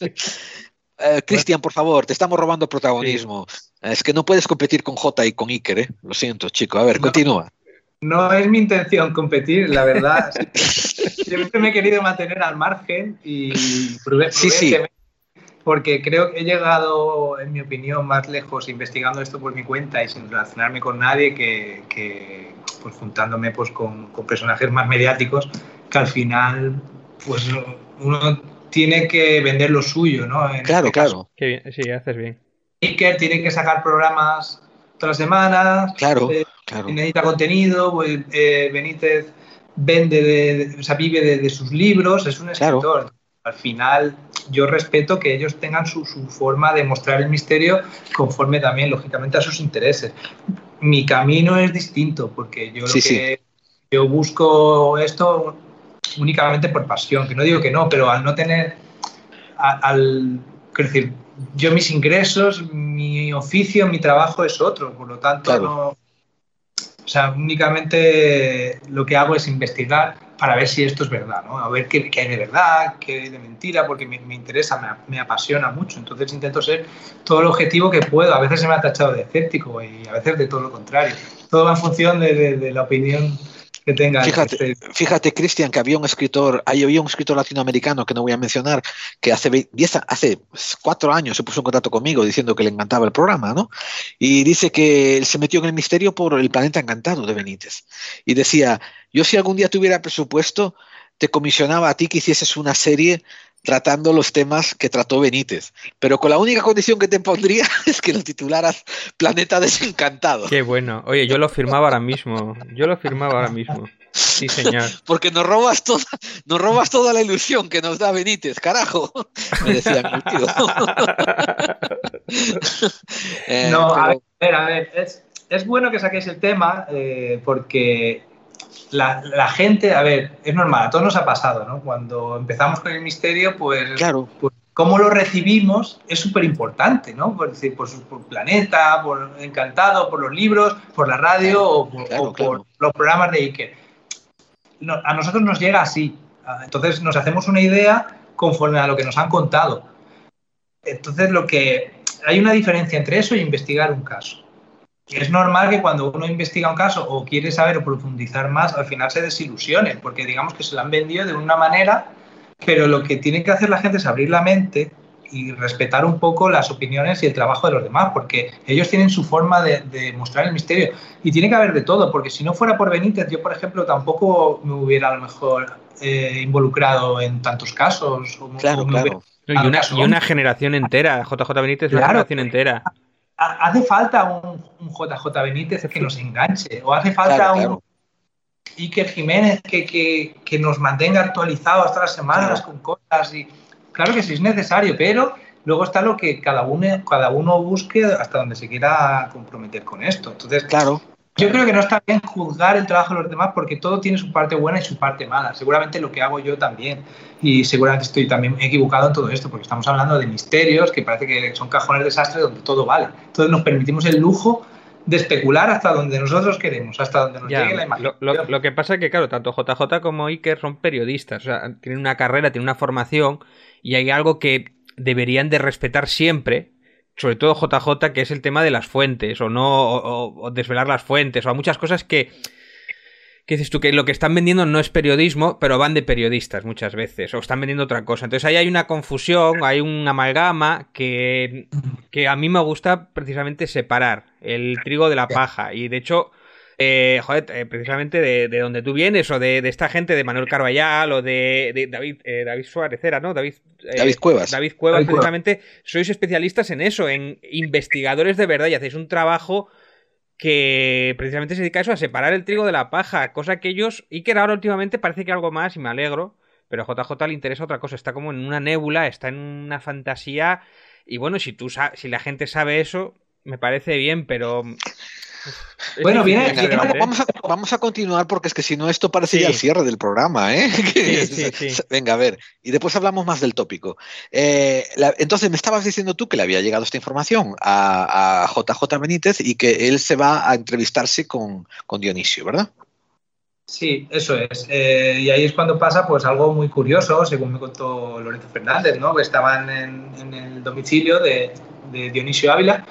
Eh, Cristian, por favor, te estamos robando protagonismo. Sí. Es que no puedes competir con J y con Iker, ¿eh? Lo siento, chico. A ver, no, continúa. No es mi intención competir, la verdad. Siempre me he querido mantener al margen y prudentemente, sí, sí. porque creo que he llegado, en mi opinión, más lejos investigando esto por mi cuenta y sin relacionarme con nadie que, que pues, juntándome pues, con, con personajes más mediáticos que al final pues uno tiene que vender lo suyo, ¿no? En claro, este claro. Qué bien, sí, haces bien. Iker tiene que sacar programas todas las semanas. Claro, eh, claro. Necesita contenido. Pues, eh, Benítez vende, de, de, o sea, vive de, de sus libros, es un escritor. Claro. Al final, yo respeto que ellos tengan su, su forma de mostrar el misterio conforme también, lógicamente, a sus intereses. Mi camino es distinto, porque yo lo sí, que sí. yo busco esto únicamente por pasión, que no digo que no, pero al no tener, al, al quiero decir, yo mis ingresos, mi oficio, mi trabajo es otro, por lo tanto, claro. no, o sea, únicamente lo que hago es investigar para ver si esto es verdad, ¿no? A ver qué, qué hay de verdad, qué hay de mentira, porque me, me interesa, me, me apasiona mucho, entonces intento ser todo el objetivo que puedo. A veces se me ha tachado de escéptico y a veces de todo lo contrario. Todo va en función de, de, de la opinión que tenga. Fíjate, este... fíjate Cristian, que había un escritor, había un escritor latinoamericano que no voy a mencionar, que hace diez, hace cuatro años se puso en contacto conmigo diciendo que le encantaba el programa, ¿no? Y dice que él se metió en el misterio por El Planeta Encantado de Benítez. Y decía, yo si algún día tuviera presupuesto, te comisionaba a ti que hicieses una serie tratando los temas que trató Benítez, pero con la única condición que te pondría es que lo titularas Planeta Desencantado. Qué bueno. Oye, yo lo firmaba ahora mismo. Yo lo firmaba ahora mismo. Sí, señor. Porque nos robas toda, nos robas toda la ilusión que nos da Benítez, carajo. Me decía mi tío. eh, no, pero... a ver, a ver, es, es bueno que saquéis el tema eh, porque la, la gente, a ver, es normal, a todos nos ha pasado, ¿no? Cuando empezamos con el misterio, pues, claro. pues cómo lo recibimos es súper importante, ¿no? Por decir, por, por Planeta, por Encantado, por los libros, por la radio claro, o, por, claro, o por claro. los programas de Iker. No, a nosotros nos llega así. Entonces nos hacemos una idea conforme a lo que nos han contado. Entonces lo que hay una diferencia entre eso y investigar un caso. Es normal que cuando uno investiga un caso o quiere saber o profundizar más, al final se desilusione, porque digamos que se lo han vendido de una manera, pero lo que tiene que hacer la gente es abrir la mente y respetar un poco las opiniones y el trabajo de los demás, porque ellos tienen su forma de, de mostrar el misterio. Y tiene que haber de todo, porque si no fuera por Benítez, yo, por ejemplo, tampoco me hubiera a lo mejor eh, involucrado en tantos casos. O, claro, o claro. Y una, y una generación entera, J J Benítez es una claro, generación entera. Hace falta un, un J J Benítez que nos enganche, o hace falta claro, claro. un Iker Jiménez que, que, que nos mantenga actualizados todas las semanas claro. con cosas. Y claro que sí es necesario, pero luego está lo que cada uno, cada uno busque hasta donde se quiera comprometer con esto. Entonces, claro. Yo creo que no está bien juzgar el trabajo de los demás porque todo tiene su parte buena y su parte mala. Seguramente lo que hago yo también. Y seguramente estoy también equivocado en todo esto porque estamos hablando de misterios que parece que son cajones de desastre donde todo vale. Entonces nos permitimos el lujo de especular hasta donde nosotros queremos, hasta donde nos ya, llegue la imaginación. Lo, lo, lo que pasa es que, claro, tanto J J como Iker son periodistas. O sea, tienen una carrera, tienen una formación y hay algo que deberían de respetar siempre. Sobre todo J J, que es el tema de las fuentes, o no, o, o desvelar las fuentes, o a muchas cosas que, que dices tú, que lo que están vendiendo no es periodismo, pero van de periodistas muchas veces, o están vendiendo otra cosa. Entonces ahí hay una confusión, hay un amalgama que, que a mí me gusta precisamente separar el trigo de la paja, y de hecho... Eh, joder, eh, precisamente de, de donde tú vienes, o de, de esta gente de Manuel Carballal, o de, de David, eh, David Suárez era, ¿no? David, eh, David Cuevas. David Cuevas, David precisamente, Cuevas. Sois especialistas en eso, en investigadores de verdad, y hacéis un trabajo que precisamente se dedica a eso, a separar el trigo de la paja, cosa que ellos, y que ahora últimamente parece que algo más, y me alegro, pero a J J le interesa otra cosa, está como en una nébula, está en una fantasía, y bueno, si tú si la gente sabe eso, me parece bien, pero... Es bueno, viene, venga, venga, vamos, a, vamos a continuar porque es que si no esto parecería sí. el cierre del programa, ¿eh? Sí, sí, sí. Venga, a ver, y después hablamos más del tópico. Eh, la, entonces me estabas diciendo tú que le había llegado esta información a, a J J Benítez y que él se va a entrevistarse con, con Dionisio, ¿verdad? Sí, eso es. Eh, y ahí es cuando pasa pues algo muy curioso, según me contó Lorenzo Fernández, ¿no? Que estaban en, en el domicilio de, de Dionisio Ávila.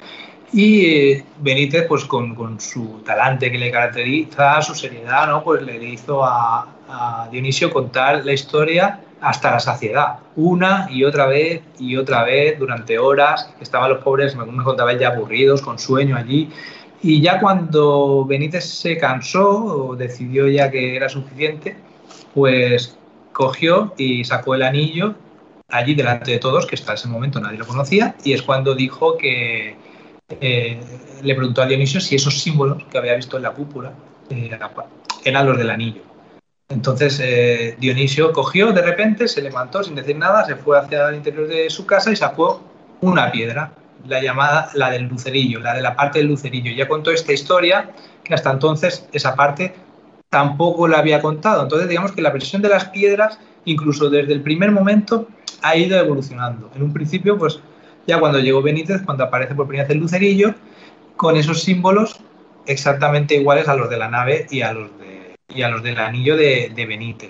Y Benítez, pues con, con su talante que le caracteriza, su seriedad, ¿no? Pues le hizo a, a Dionisio contar la historia hasta la saciedad, una y otra vez y otra vez, durante horas. Estaban los pobres, me, me contaba él, ya aburridos, con sueño allí. Y ya cuando Benítez se cansó o decidió ya que era suficiente, pues cogió y sacó el anillo allí delante de todos, que hasta ese momento nadie lo conocía, y es cuando dijo que Eh, le preguntó a Dionisio si esos símbolos que había visto en la cúpula eh, eran los del anillo. Entonces eh, Dionisio cogió de repente, se levantó sin decir nada, se fue hacia el interior de su casa y sacó una piedra, la llamada la del lucerillo, la de la parte del lucerillo. Ya contó esta historia que hasta entonces esa parte tampoco la había contado. Entonces digamos que la versión de las piedras, incluso desde el primer momento, ha ido evolucionando. En un principio, pues ya cuando llegó Benítez, cuando aparece por primera vez el lucerillo, con esos símbolos exactamente iguales a los de la nave y a los, de, y a los del anillo de, de Benítez.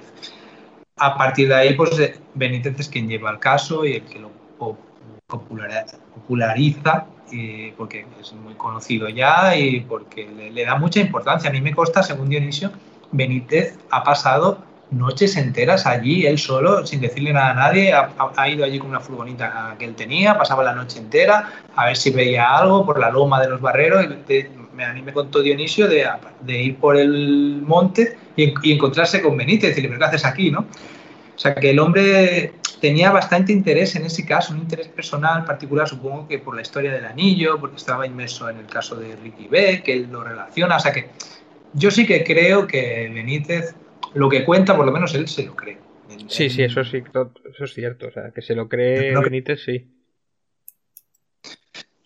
A partir de ahí, pues Benítez es quien lleva el caso y el que lo populariza, eh, porque es muy conocido ya y porque le, le da mucha importancia. A mí me consta, según Dionisio, Benítez ha pasado noches enteras allí, él solo, sin decirle nada a nadie, ha, ha ido allí con una furgoneta que él tenía, pasaba la noche entera a ver si veía algo por la loma de los barreros. De, a mí me contó Dionisio de, de ir por el monte y, y encontrarse con Benítez y decirle, ¿pero qué haces aquí, no? O sea, que el hombre tenía bastante interés en ese caso, un interés personal particular, supongo que por la historia del anillo, porque estaba inmerso en el caso de Ricky B, que él lo relaciona. O sea, que yo sí que creo que Benítez, lo que cuenta, por lo menos él se lo cree. Sí, sí, eso sí, eso es cierto. O sea, que se lo cree no, Benítez, sí.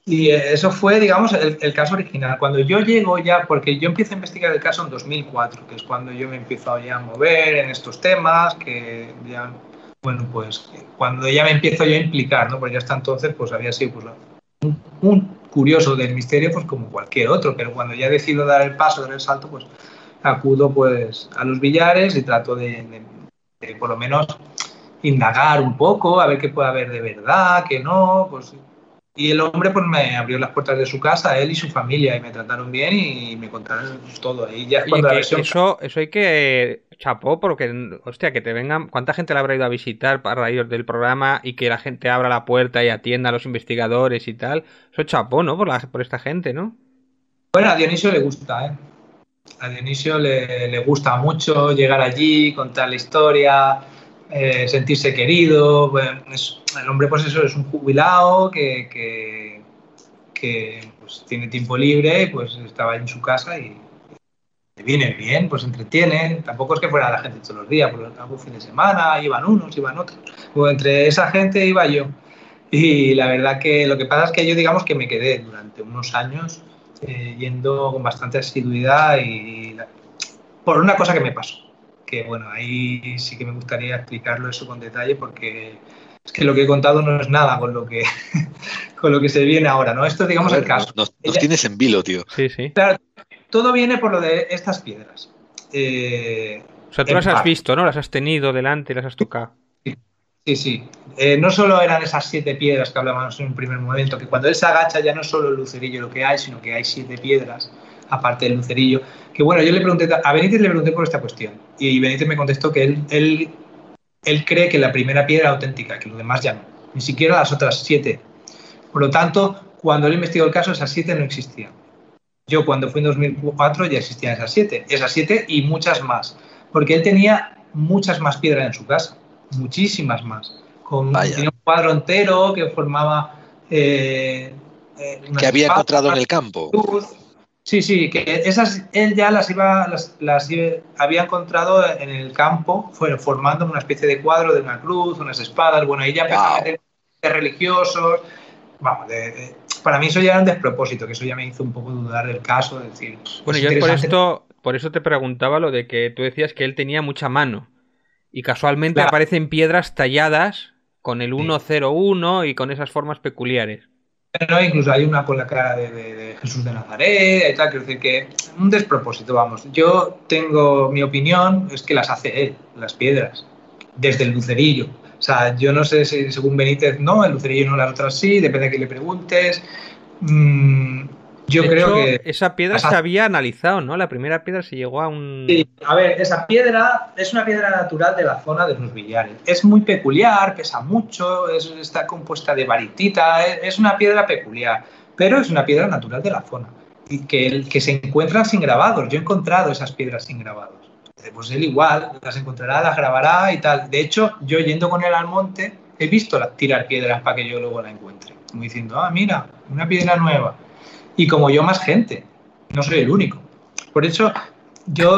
Y eso fue, digamos, el, el caso original. Cuando yo llego ya, porque yo empiezo a investigar el caso en dos mil cuatro, que es cuando yo me empiezo ya a mover en estos temas, que ya, bueno, pues cuando ya me empiezo yo a implicar, ¿no? Porque ya hasta entonces pues había sido pues, un, un curioso del misterio, pues como cualquier otro, pero cuando ya decido dar el paso, dar el salto, pues acudo pues a los billares y trato de, de, de por lo menos indagar un poco, a ver qué puede haber de verdad, qué no, pues... Y el hombre pues me abrió las puertas de su casa, él y su familia, y me trataron bien y me contaron todo. Y ya es Oye, cuando la que versión... eso, eso hay que chapó, porque, hostia, que te vengan. ¿Cuánta gente le habrá ido a visitar para raíz del programa y que la gente abra la puerta y atienda a los investigadores y tal? Eso chapó, ¿no? Por, la, por esta gente, ¿no? Bueno, a Dionisio le gusta, ¿eh? A Dionisio le, le gusta mucho llegar allí, contar la historia, eh, sentirse querido. Bueno, es, el hombre, pues eso, es un jubilado que, que, que pues, tiene tiempo libre y pues estaba en su casa y le viene bien, pues entretiene. Tampoco es que fuera la gente todos los días, pues algún fin de semana iban unos, iban otros. Pues entre esa gente iba yo. Y la verdad que lo que pasa es que yo, digamos, que me quedé durante unos años eh, yendo con bastante asiduidad y la, por una cosa que me pasó. Que bueno, ahí sí que me gustaría explicarlo eso con detalle porque es que lo que he contado no es nada con lo que, con lo que se viene ahora, ¿no? Esto es, digamos, ver, el caso. Nos, nos Ella, tienes en vilo, tío. Sí, sí. Claro, todo viene por lo de estas piedras. Eh, o sea, tú las has visto, ¿no? Las has tenido delante y las has tocado. Sí, sí. Eh, no solo eran esas siete piedras que hablábamos en un primer momento, que cuando él se agacha ya no es solo el lucerillo lo que hay, sino que hay siete piedras, aparte del lucerillo. Que bueno, yo le pregunté, a Benítez le pregunté por esta cuestión, y Benítez me contestó que él, él, él cree que la primera piedra era auténtica, que lo demás ya no, ni siquiera las otras siete. Por lo tanto, cuando él investigó el caso, esas siete no existían. Yo cuando fui en dos mil cuatro ya existían esas siete, esas siete y muchas más, porque él tenía muchas más piedras en su casa. Muchísimas más. Con tenía un cuadro entero que formaba. Eh, eh, que había espadas, encontrado en el campo. Luz. Sí, sí, que esas él ya las iba, las, las iba, había encontrado en el campo, fue formando una especie de cuadro de una cruz, unas espadas. Bueno, ahí ya empezó wow. a meter religiosos. Vamos, de, de, para mí eso ya era un despropósito, que eso ya me hizo un poco dudar del caso. De decir, bueno, yo por esto, por eso te preguntaba lo de que tú decías que él tenía mucha mano. Y casualmente claro. aparecen piedras talladas con el uno cero uno y con esas formas peculiares. No, incluso hay una con la cara de, de, de Jesús de Nazaret y tal, quiero decir que un despropósito, vamos. Yo tengo mi opinión, es que las hace él, las piedras, desde el lucerillo. O sea, yo no sé si según Benítez no, el lucerillo no, las otras sí, depende de que le preguntes. Mm, Yo de creo hecho, que... esa piedra se había analizado, ¿no? La primera piedra se llegó a un... Sí, a ver, esa piedra es una piedra natural de la zona de los billares. Es muy peculiar, pesa mucho, es, está compuesta de baritita, es, es una piedra peculiar, pero es una piedra natural de la zona. Y que, el, que se encuentran sin grabados. Yo he encontrado esas piedras sin grabados. Pues él igual, las encontrará, las grabará y tal. De hecho, yo yendo con él al monte, he visto tirar piedras para que yo luego la encuentre. Como diciendo, ah, mira, una piedra nueva. Y como yo, más gente. No soy el único. Por eso, yo...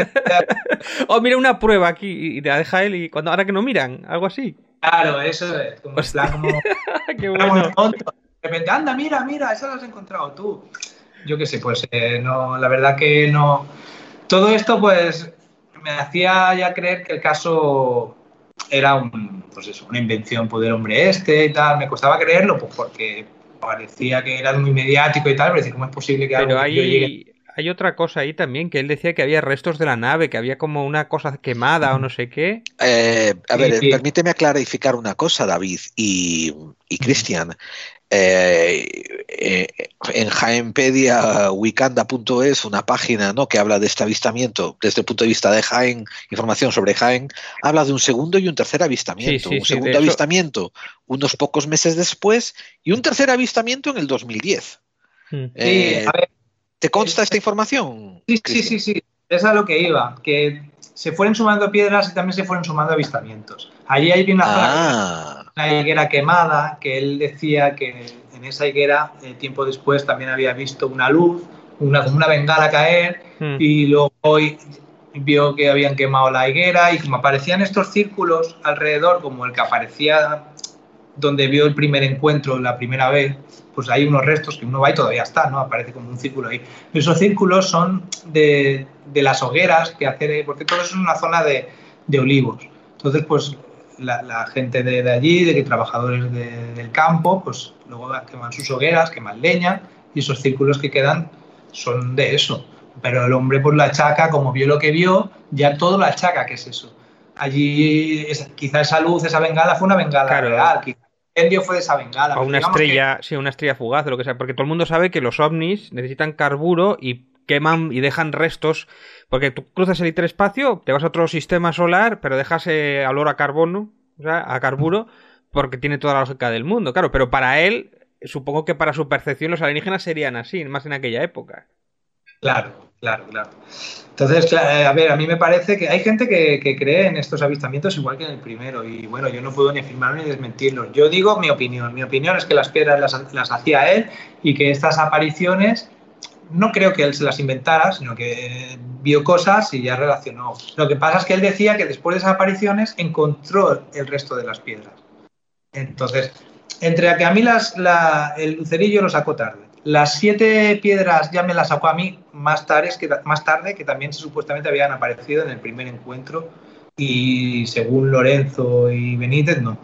oh, mira una prueba aquí y te la deja él y cuando ahora que no miran, algo así. Claro, eso es. Como, plan, como, Qué bueno. Como de repente, anda, mira, mira, esa la has encontrado tú. Yo qué sé, pues eh, no, la verdad que no... Todo esto, pues, me hacía ya creer que el caso era un, pues eso, una invención pues, del hombre este y tal. Me costaba creerlo, pues porque... parecía que era muy mediático y tal, pero decir, ¿cómo es posible que algo pero hay, que yo llegue... hay otra cosa ahí también, que él decía que había restos de la nave, que había como una cosa quemada o no sé qué. Eh, a ver, sí, sí. Permíteme clarificar una cosa, David y, y Cristian. Eh, eh, en Jaenpedia, wikanda punto es, una página, ¿no?, que habla de este avistamiento desde el punto de vista de Jaén, información sobre Jaén, habla de un segundo y un tercer avistamiento. Sí, sí, un segundo sí, avistamiento eso... unos pocos meses después y un tercer avistamiento en el dos mil diez. Sí, eh, a ver, ¿Te consta esta información? Sí, sí, sí, sí. Es a lo que iba, que se fueron sumando piedras y también se fueron sumando avistamientos. Allí hay una, ah. una higuera quemada, que él decía que en esa higuera, eh, tiempo después, también había visto una luz, una, como una bengala caer, mm. y luego hoy vio que habían quemado la higuera, y como aparecían estos círculos alrededor, como el que aparecía donde vio el primer encuentro la primera vez, pues hay unos restos que uno va y todavía está, ¿no? Aparece como un círculo ahí. Esos círculos son de, de las hogueras que hacen, porque todo eso es una zona de, de olivos. Entonces, pues la, la gente de, de allí, de que trabajadores de, del campo, pues luego queman sus hogueras, queman leña, y esos círculos que quedan son de eso. Pero el hombre pues la achaca, como vio lo que vio, ya todo lo achaca, ¿qué es eso? Allí es, quizá esa luz, esa bengala fue una bengala Claro. real, quizá el incendio fue de esa bengala. O una Digamos estrella, que... sí, una estrella fugaz o lo que sea, porque todo el mundo sabe que los ovnis necesitan carburo y queman y dejan restos, porque tú cruzas el hiperespacio, te vas a otro sistema solar, pero dejas eh, olor a carbono, o sea, a carburo, porque tiene toda la lógica del mundo, claro, pero para él, supongo que para su percepción los alienígenas serían así, más en aquella época. Claro, claro, claro. Entonces, a ver, a mí me parece que hay gente que, que cree en estos avistamientos igual que en el primero, y bueno, yo no puedo ni afirmarlo ni desmentirlo. Yo digo mi opinión. Mi opinión es que las piedras las, las hacía él y que estas apariciones no creo que él se las inventara, sino que vio cosas y ya relacionó. Lo que pasa es que él decía que después de esas apariciones encontró el resto de las piedras. Entonces, entre que a mí las, la, el lucerillo lo sacó tarde, las siete piedras ya me las sacó a mí más tarde, que, más tarde, que también supuestamente habían aparecido en el primer encuentro, y según Lorenzo y Benítez, no.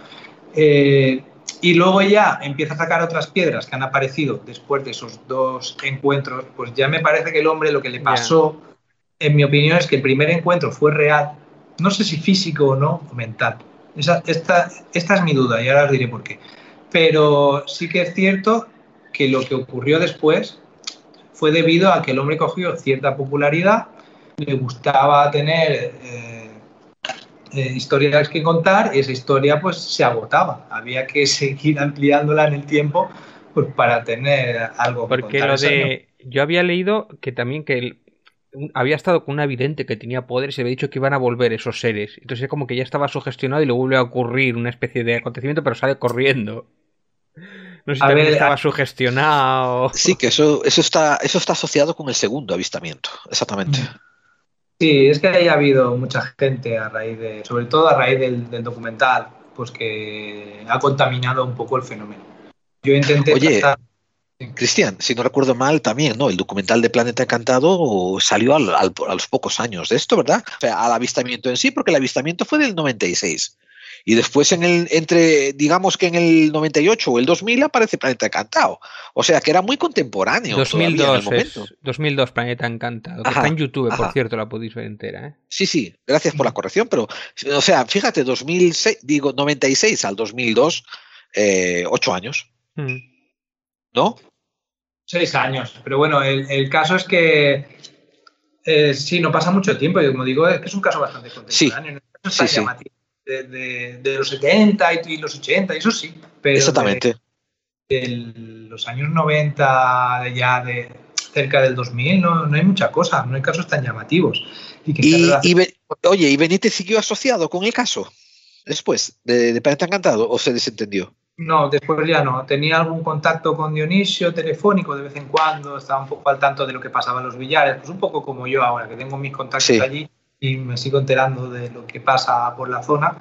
Eh, y luego ya empieza a sacar otras piedras que han aparecido después de esos dos encuentros. Pues ya me parece que el hombre lo que le pasó, yeah. en mi opinión, es que el primer encuentro fue real, no sé si físico o no, o mental. Esa, esta, esta es mi duda y ahora os diré por qué. Pero sí que es cierto que lo que ocurrió después fue debido a que el hombre cogió cierta popularidad, le gustaba tener eh, eh, historias que contar, y esa historia pues se agotaba. Había que seguir ampliándola en el tiempo pues para tener algo que Porque contar. Lo de... Yo había leído que también que el... había estado con una vidente que tenía poder y se había dicho que iban a volver esos seres. Entonces como que ya estaba sugestionado y le vuelve a ocurrir una especie de acontecimiento, pero sale corriendo. No sé si a también ver, estaba a... sugestionado. Sí, que eso, eso, está, eso está asociado con el segundo avistamiento, exactamente. Sí, es que ahí ha habido mucha gente a raíz de, sobre todo a raíz del, del documental, pues que ha contaminado un poco el fenómeno. Yo intenté Oye, tratar... Cristian, si no recuerdo mal también, ¿no? El documental de Planeta Encantado salió al, al, a los pocos años de esto, ¿verdad? O sea, al avistamiento en sí, porque el avistamiento fue del noventa y seis. Y después, en el, entre, digamos que en el noventa y ocho o el dos mil aparece Planeta Encantado. O sea, que era muy contemporáneo. dos mil dos, en el momento. Es dos mil dos Planeta Encantado. Que está en YouTube, ajá. Por cierto, la podéis ver entera. ¿eh? Sí, sí, gracias por la corrección. Pero, o sea, fíjate, dos mil seis, digo, noventa y seis al dos mil dos, eh, ocho años. Mm. ¿No? Seis años. Pero bueno, el, el caso es que eh, sí, no pasa mucho tiempo. Y como digo, es que es un caso bastante contemporáneo. Sí, no está sí, llamativo. Sí. De, de, de los setenta y los ochenta, eso sí, pero exactamente. De, de los años noventa, ya de cerca del dos mil, no, no hay mucha cosa, no hay casos tan llamativos. Y, que y, y ben, oye, ¿y Benítez siguió asociado con el caso después de, de Planeta Encantado o se desentendió? No, después ya no. Tenía algún contacto con Dionisio telefónico de vez en cuando, estaba un poco al tanto de lo que pasaba en los billares, pues un poco como yo ahora, que tengo mis contactos sí. allí. Y me sigo enterando de lo que pasa por la zona,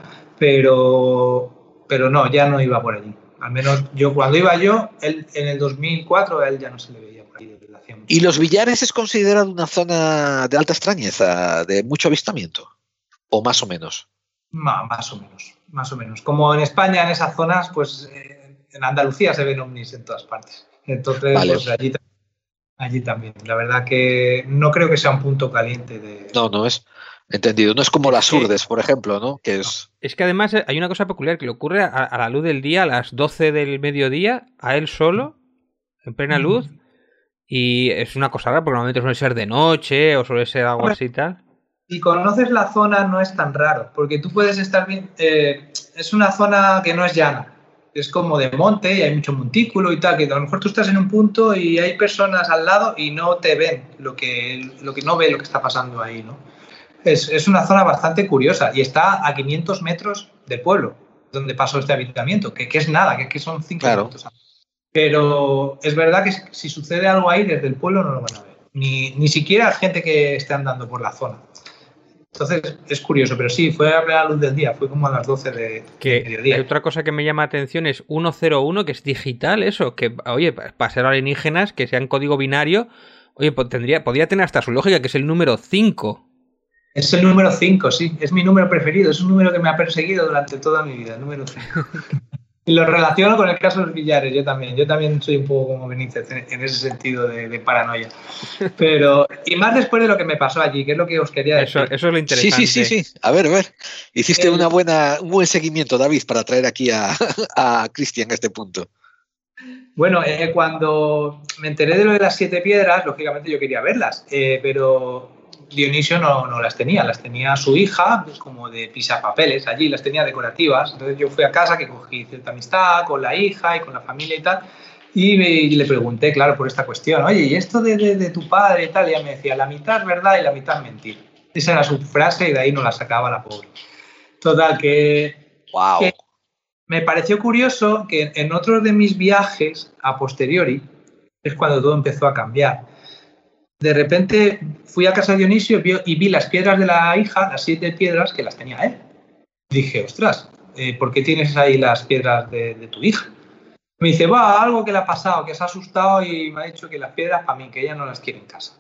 pero, pero no, ya no iba por allí. Al menos yo cuando iba yo, él, en el dos mil cuatro, a él ya no se le veía por ahí. ¿Y los billares es considerado una zona de alta extrañeza, de mucho avistamiento? ¿O más o menos? No, más o menos, más o menos. Como en España, en esas zonas, pues eh, en Andalucía se ven ovnis en todas partes. Entonces, vale. pues allí, allí también. La verdad que no creo que sea un punto caliente de... No, no es... Entendido, no es como las Urdes, por ejemplo, ¿no? Que es... es que además hay una cosa peculiar que le ocurre a, a la luz del día, a las doce del mediodía, a él solo, en plena luz, y es una cosa rara porque normalmente suele ser de noche o suele ser algo así y tal. Si conoces la zona no es tan raro, porque tú puedes estar bien... Eh, es una zona que no es llana, es como de monte y hay mucho montículo y tal, que a lo mejor tú estás en un punto y hay personas al lado y no te ven, lo que, lo que no ve lo que está pasando ahí, ¿no? Es, es una zona bastante curiosa y está a quinientos metros del pueblo donde pasó este avistamiento, que, que es nada, que, que son cinco claro. minutos. Pero es verdad que si sucede algo ahí desde el pueblo no lo van a ver, ni, ni siquiera gente que esté andando por la zona. Entonces es curioso, pero sí, fue a plena luz del día, fue como a las doce de Que mediodía. hay otra cosa que me llama la atención, es ciento uno, que es digital, eso, que, oye, para ser alienígenas, que sean código binario, oye, pues tendría, podría tener hasta su lógica, que es el número cinco. Es el número cinco, sí, es mi número preferido, es un número que me ha perseguido durante toda mi vida, el número cinco. Y lo relaciono con el caso de los billares, yo también, yo también soy un poco como Benítez en, en ese sentido de, de paranoia. Pero, y más después de lo que me pasó allí, que es lo que os quería decir. Eso, eso es lo interesante. Sí, sí, sí, sí. A ver, a ver. Hiciste El... una buena, un buen seguimiento, David, para traer aquí a, a Cristian a este punto. Bueno, eh, cuando me enteré de lo de las siete piedras, lógicamente yo quería verlas, eh, pero Dionisio no, no las tenía, las tenía su hija, pues como de pisapapeles allí, las tenía decorativas. Entonces yo fui a casa, que cogí cierta amistad con la hija y con la familia y tal, y, me, y le pregunté, claro, por esta cuestión, oye, ¿y esto de, de, de tu padre y tal? Y ella me decía, la mitad es verdad y la mitad es mentira. Esa era su frase y de ahí no la sacaba la pobre. Total, que... Wow. que me pareció curioso que en otros de mis viajes, a posteriori, es cuando todo empezó a cambiar. De repente fui a casa de Dionisio y vi las piedras de la hija, las siete piedras, que las tenía él. Dije, ostras, eh, ¿por qué tienes ahí las piedras de, de tu hija? Me dice, va, algo que le ha pasado, que se ha asustado y me ha dicho que las piedras para mí, que ella no las quiere en casa.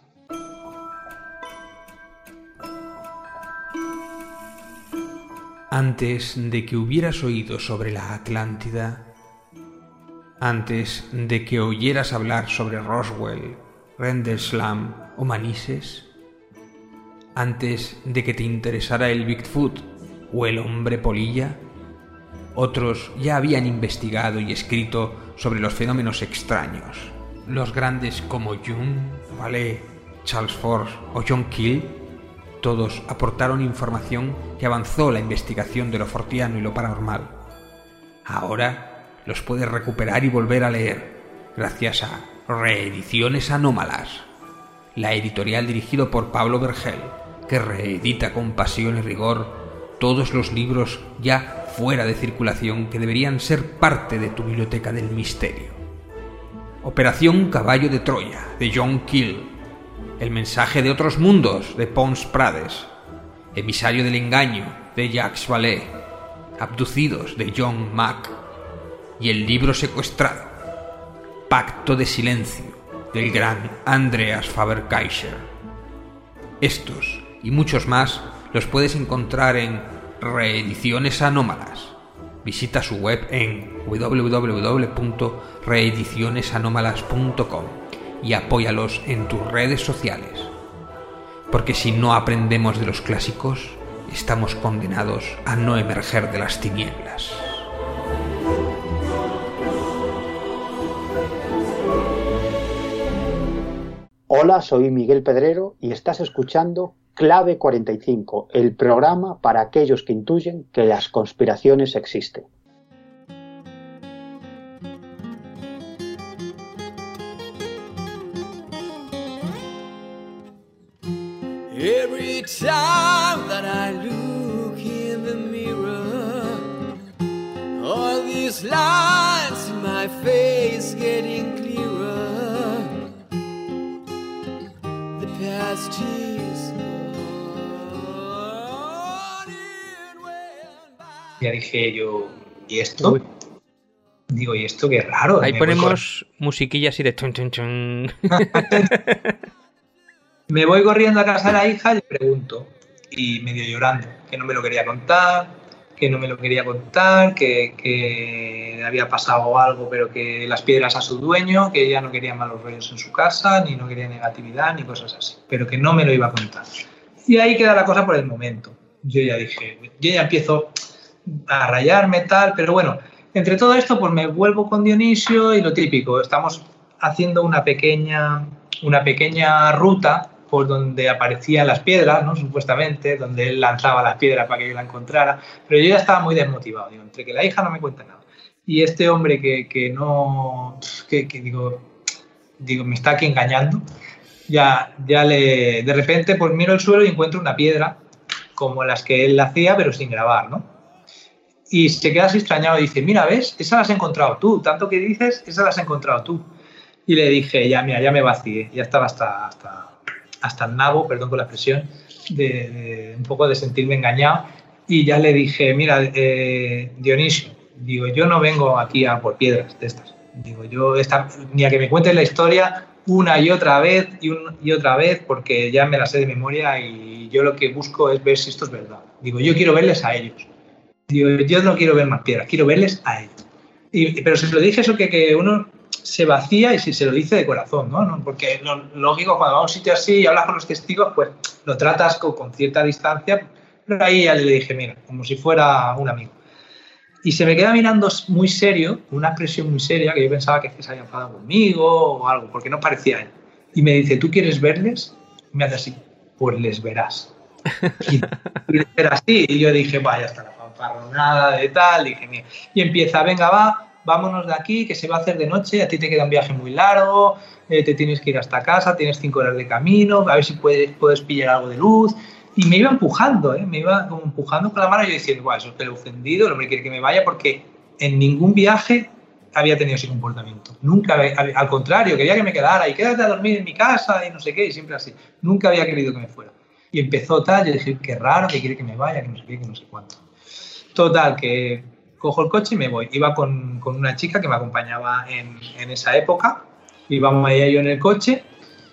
Antes de que hubieras oído sobre la Atlántida, antes de que oyeras hablar sobre Roswell, Rendlesham o Manises, antes de que te interesara el Bigfoot o el hombre polilla, otros ya habían investigado y escrito sobre los fenómenos extraños. Los grandes como Jung, Vallée, Charles Force o John Keel, todos aportaron información que avanzó la investigación de lo forteano y lo paranormal. Ahora los puedes recuperar y volver a leer gracias a Reediciones Anómalas, la editorial dirigido por Pablo Vergel, que reedita con pasión y rigor todos los libros ya fuera de circulación que deberían ser parte de tu biblioteca del misterio. Operación Caballo de Troya, de John Keel, El mensaje de otros mundos, de Pons Prades, Emisario del engaño, de Jacques Vallée, Abducidos, de John Mack, y El libro secuestrado, Pacto de silencio, del gran Andreas Faber-Kaiser. Estos y muchos más los puedes encontrar en Reediciones Anómalas. Visita su web en w w w punto reediciones anómalas punto com y apóyalos en tus redes sociales. Porque si no aprendemos de los clásicos, estamos condenados a no emerger de las tinieblas. Hola, soy Miguel Pedrero y estás escuchando Clave cuarenta y cinco, el programa para aquellos que intuyen que las conspiraciones existen. Every time that I look in the mirror, all these lines in my face getting clearer. The past is gone. Ya dije yo, ¿y esto? Uy. Digo, ¿y esto qué raro? Ahí ponemos musiquilla así de chun chun chun. Me voy corriendo a casa de la hija y le pregunto, y medio llorando, que no me lo quería contar, que no me lo quería contar, que, que había pasado algo, pero que las piedras a su dueño, que ella no quería malos rollos en su casa, ni no quería negatividad, ni cosas así, pero que no me lo iba a contar. Y ahí queda la cosa por el momento. Yo ya dije, yo ya empiezo a rayarme tal, pero bueno, entre todo esto pues me vuelvo con Dionisio y lo típico, estamos haciendo una pequeña, una pequeña ruta por donde aparecían las piedras, ¿no? Supuestamente, donde él lanzaba las piedras para que yo la encontrara, pero yo ya estaba muy desmotivado, digo, entre que la hija no me cuenta nada y este hombre que, que no, que, que digo, digo, me está aquí engañando, ya, ya le, de repente pues miro el suelo y encuentro una piedra como las que él hacía, pero sin grabar, ¿no? Y se queda así extrañado y dice, mira, ¿ves? Esa la has encontrado tú, tanto que dices, esa la has encontrado tú. Y le dije, ya, mira, ya me vacié, ya estaba hasta, hasta, hasta el nabo, perdón por la expresión, de, de un poco de sentirme engañado. Y ya le dije, mira, eh, Dionisio, digo, yo no vengo aquí a por piedras de estas. Digo, yo esta, ni a que me cuentes la historia una y otra vez y, un, y otra vez, porque ya me la sé de memoria y yo lo que busco es ver si esto es verdad. Digo, yo quiero verles a ellos. Digo, yo no quiero ver más piedras, quiero verles a ellos. Y, pero se lo dije eso que, que uno se vacía y si se lo dice de corazón, ¿no? ¿no? Porque lo lógico, cuando vas a un sitio así y hablas con los testigos, pues lo tratas con, con cierta distancia. Pero ahí ya le dije, mira, como si fuera un amigo. Y se me queda mirando muy serio, con una expresión muy seria, que yo pensaba que se había enfadado conmigo o algo, porque no parecía él. Y me dice, ¿tú quieres verles? Y me hace así, pues les verás. Y, y era así. Y yo dije, vaya, hasta la fanfarronada de tal. Dije, mira. Y empieza, venga, va, vámonos de aquí, que se va a hacer de noche, a ti te queda un viaje muy largo, eh, te tienes que ir hasta casa, tienes cinco horas de camino, a ver si puedes, puedes pillar algo de luz. Y me iba empujando, ¿eh? me iba como empujando con la mano y yo diciendo, guau, eso es que lo he ofendido, el hombre quiere que me vaya, porque en ningún viaje había tenido ese comportamiento. Nunca, al contrario, quería que me quedara y quédate a dormir en mi casa y no sé qué, y siempre así. Nunca había querido que me fuera. Y empezó tal, yo dije, qué raro, que quiere que me vaya, que no sé qué, que no sé cuánto. Total, que cojo el coche y me voy. Iba con, con una chica que me acompañaba en, en esa época, íbamos ella y yo en el coche,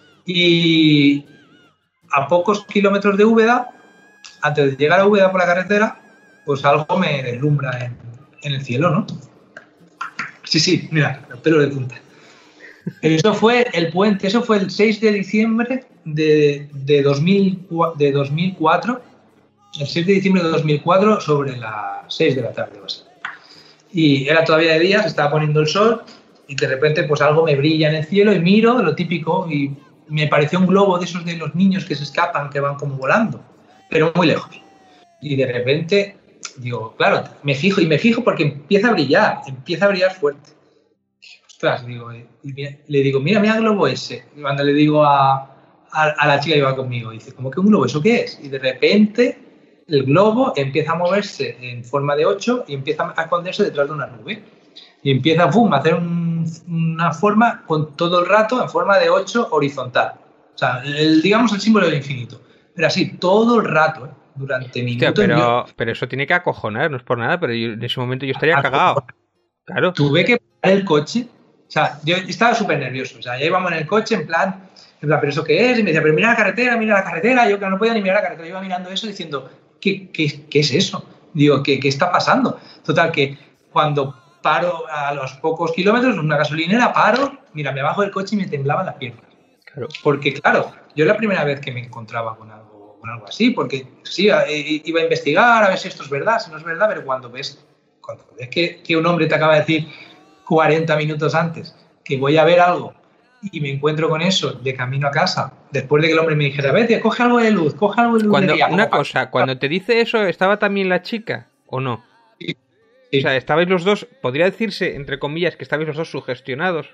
y a pocos kilómetros de Úbeda, antes de llegar a Úbeda por la carretera, pues algo me deslumbra en, en el cielo, ¿no? Sí, sí, mira, los pelos de punta. Eso fue el puente, eso fue el seis de diciembre de, de, dos mil, de dos mil cuatro, el seis de diciembre de dos mil cuatro, sobre las seis de la tarde. ¿Vas? Y era todavía de día, se estaba poniendo el sol, y de repente pues algo me brilla en el cielo, y miro, lo típico, y me pareció un globo de esos de los niños que se escapan, que van como volando, pero muy lejos. Y de repente, digo, claro, me fijo, y me fijo porque empieza a brillar, empieza a brillar fuerte. Ostras, digo, y le digo, mira, mira el globo ese. Y cuando le digo a, a, a la chica que iba conmigo, dice, ¿cómo que un globo? ¿Eso qué es? Y de repente el globo empieza a moverse en forma de ocho y empieza a esconderse detrás de una nube. Y empieza, pum, a hacer un, una forma con todo el rato en forma de ocho horizontal. O sea, el, digamos el símbolo del infinito. Pero así, todo el rato, ¿eh? Durante minutos. Hostia, pero, yo, pero eso tiene que acojonar, no es por nada, pero yo, en ese momento yo estaría cagado. Claro. Tuve que parar el coche. O sea, yo estaba súper nervioso. O sea, ya íbamos en el coche en plan, en plan, ¿pero eso qué es? Y me decía, pero mira la carretera, mira la carretera. Yo que no podía ni mirar la carretera. Yo iba mirando eso diciendo, ¿qué, qué, qué es eso? Digo, ¿qué, ¿qué está pasando? Total, que cuando paro a los pocos kilómetros, en una gasolinera, paro, mira, me bajo del coche y me temblaban las piernas. Claro. Porque, claro, yo es la primera vez que me encontraba con algo, con algo así, porque sí, iba a investigar a ver si esto es verdad, si no es verdad, pero cuando ves, cuando ves que, que un hombre te acaba de decir cuarenta minutos antes que voy a ver algo y me encuentro con eso de camino a casa, después de que el hombre me dijera, vete, coge algo de luz, coge algo de luz. Cuando, de día, una cosa, cuando te dice eso, ¿estaba también la chica o no? Sí. Sí. O sea, estabais los dos, podría decirse, entre comillas, que estabais los dos sugestionados.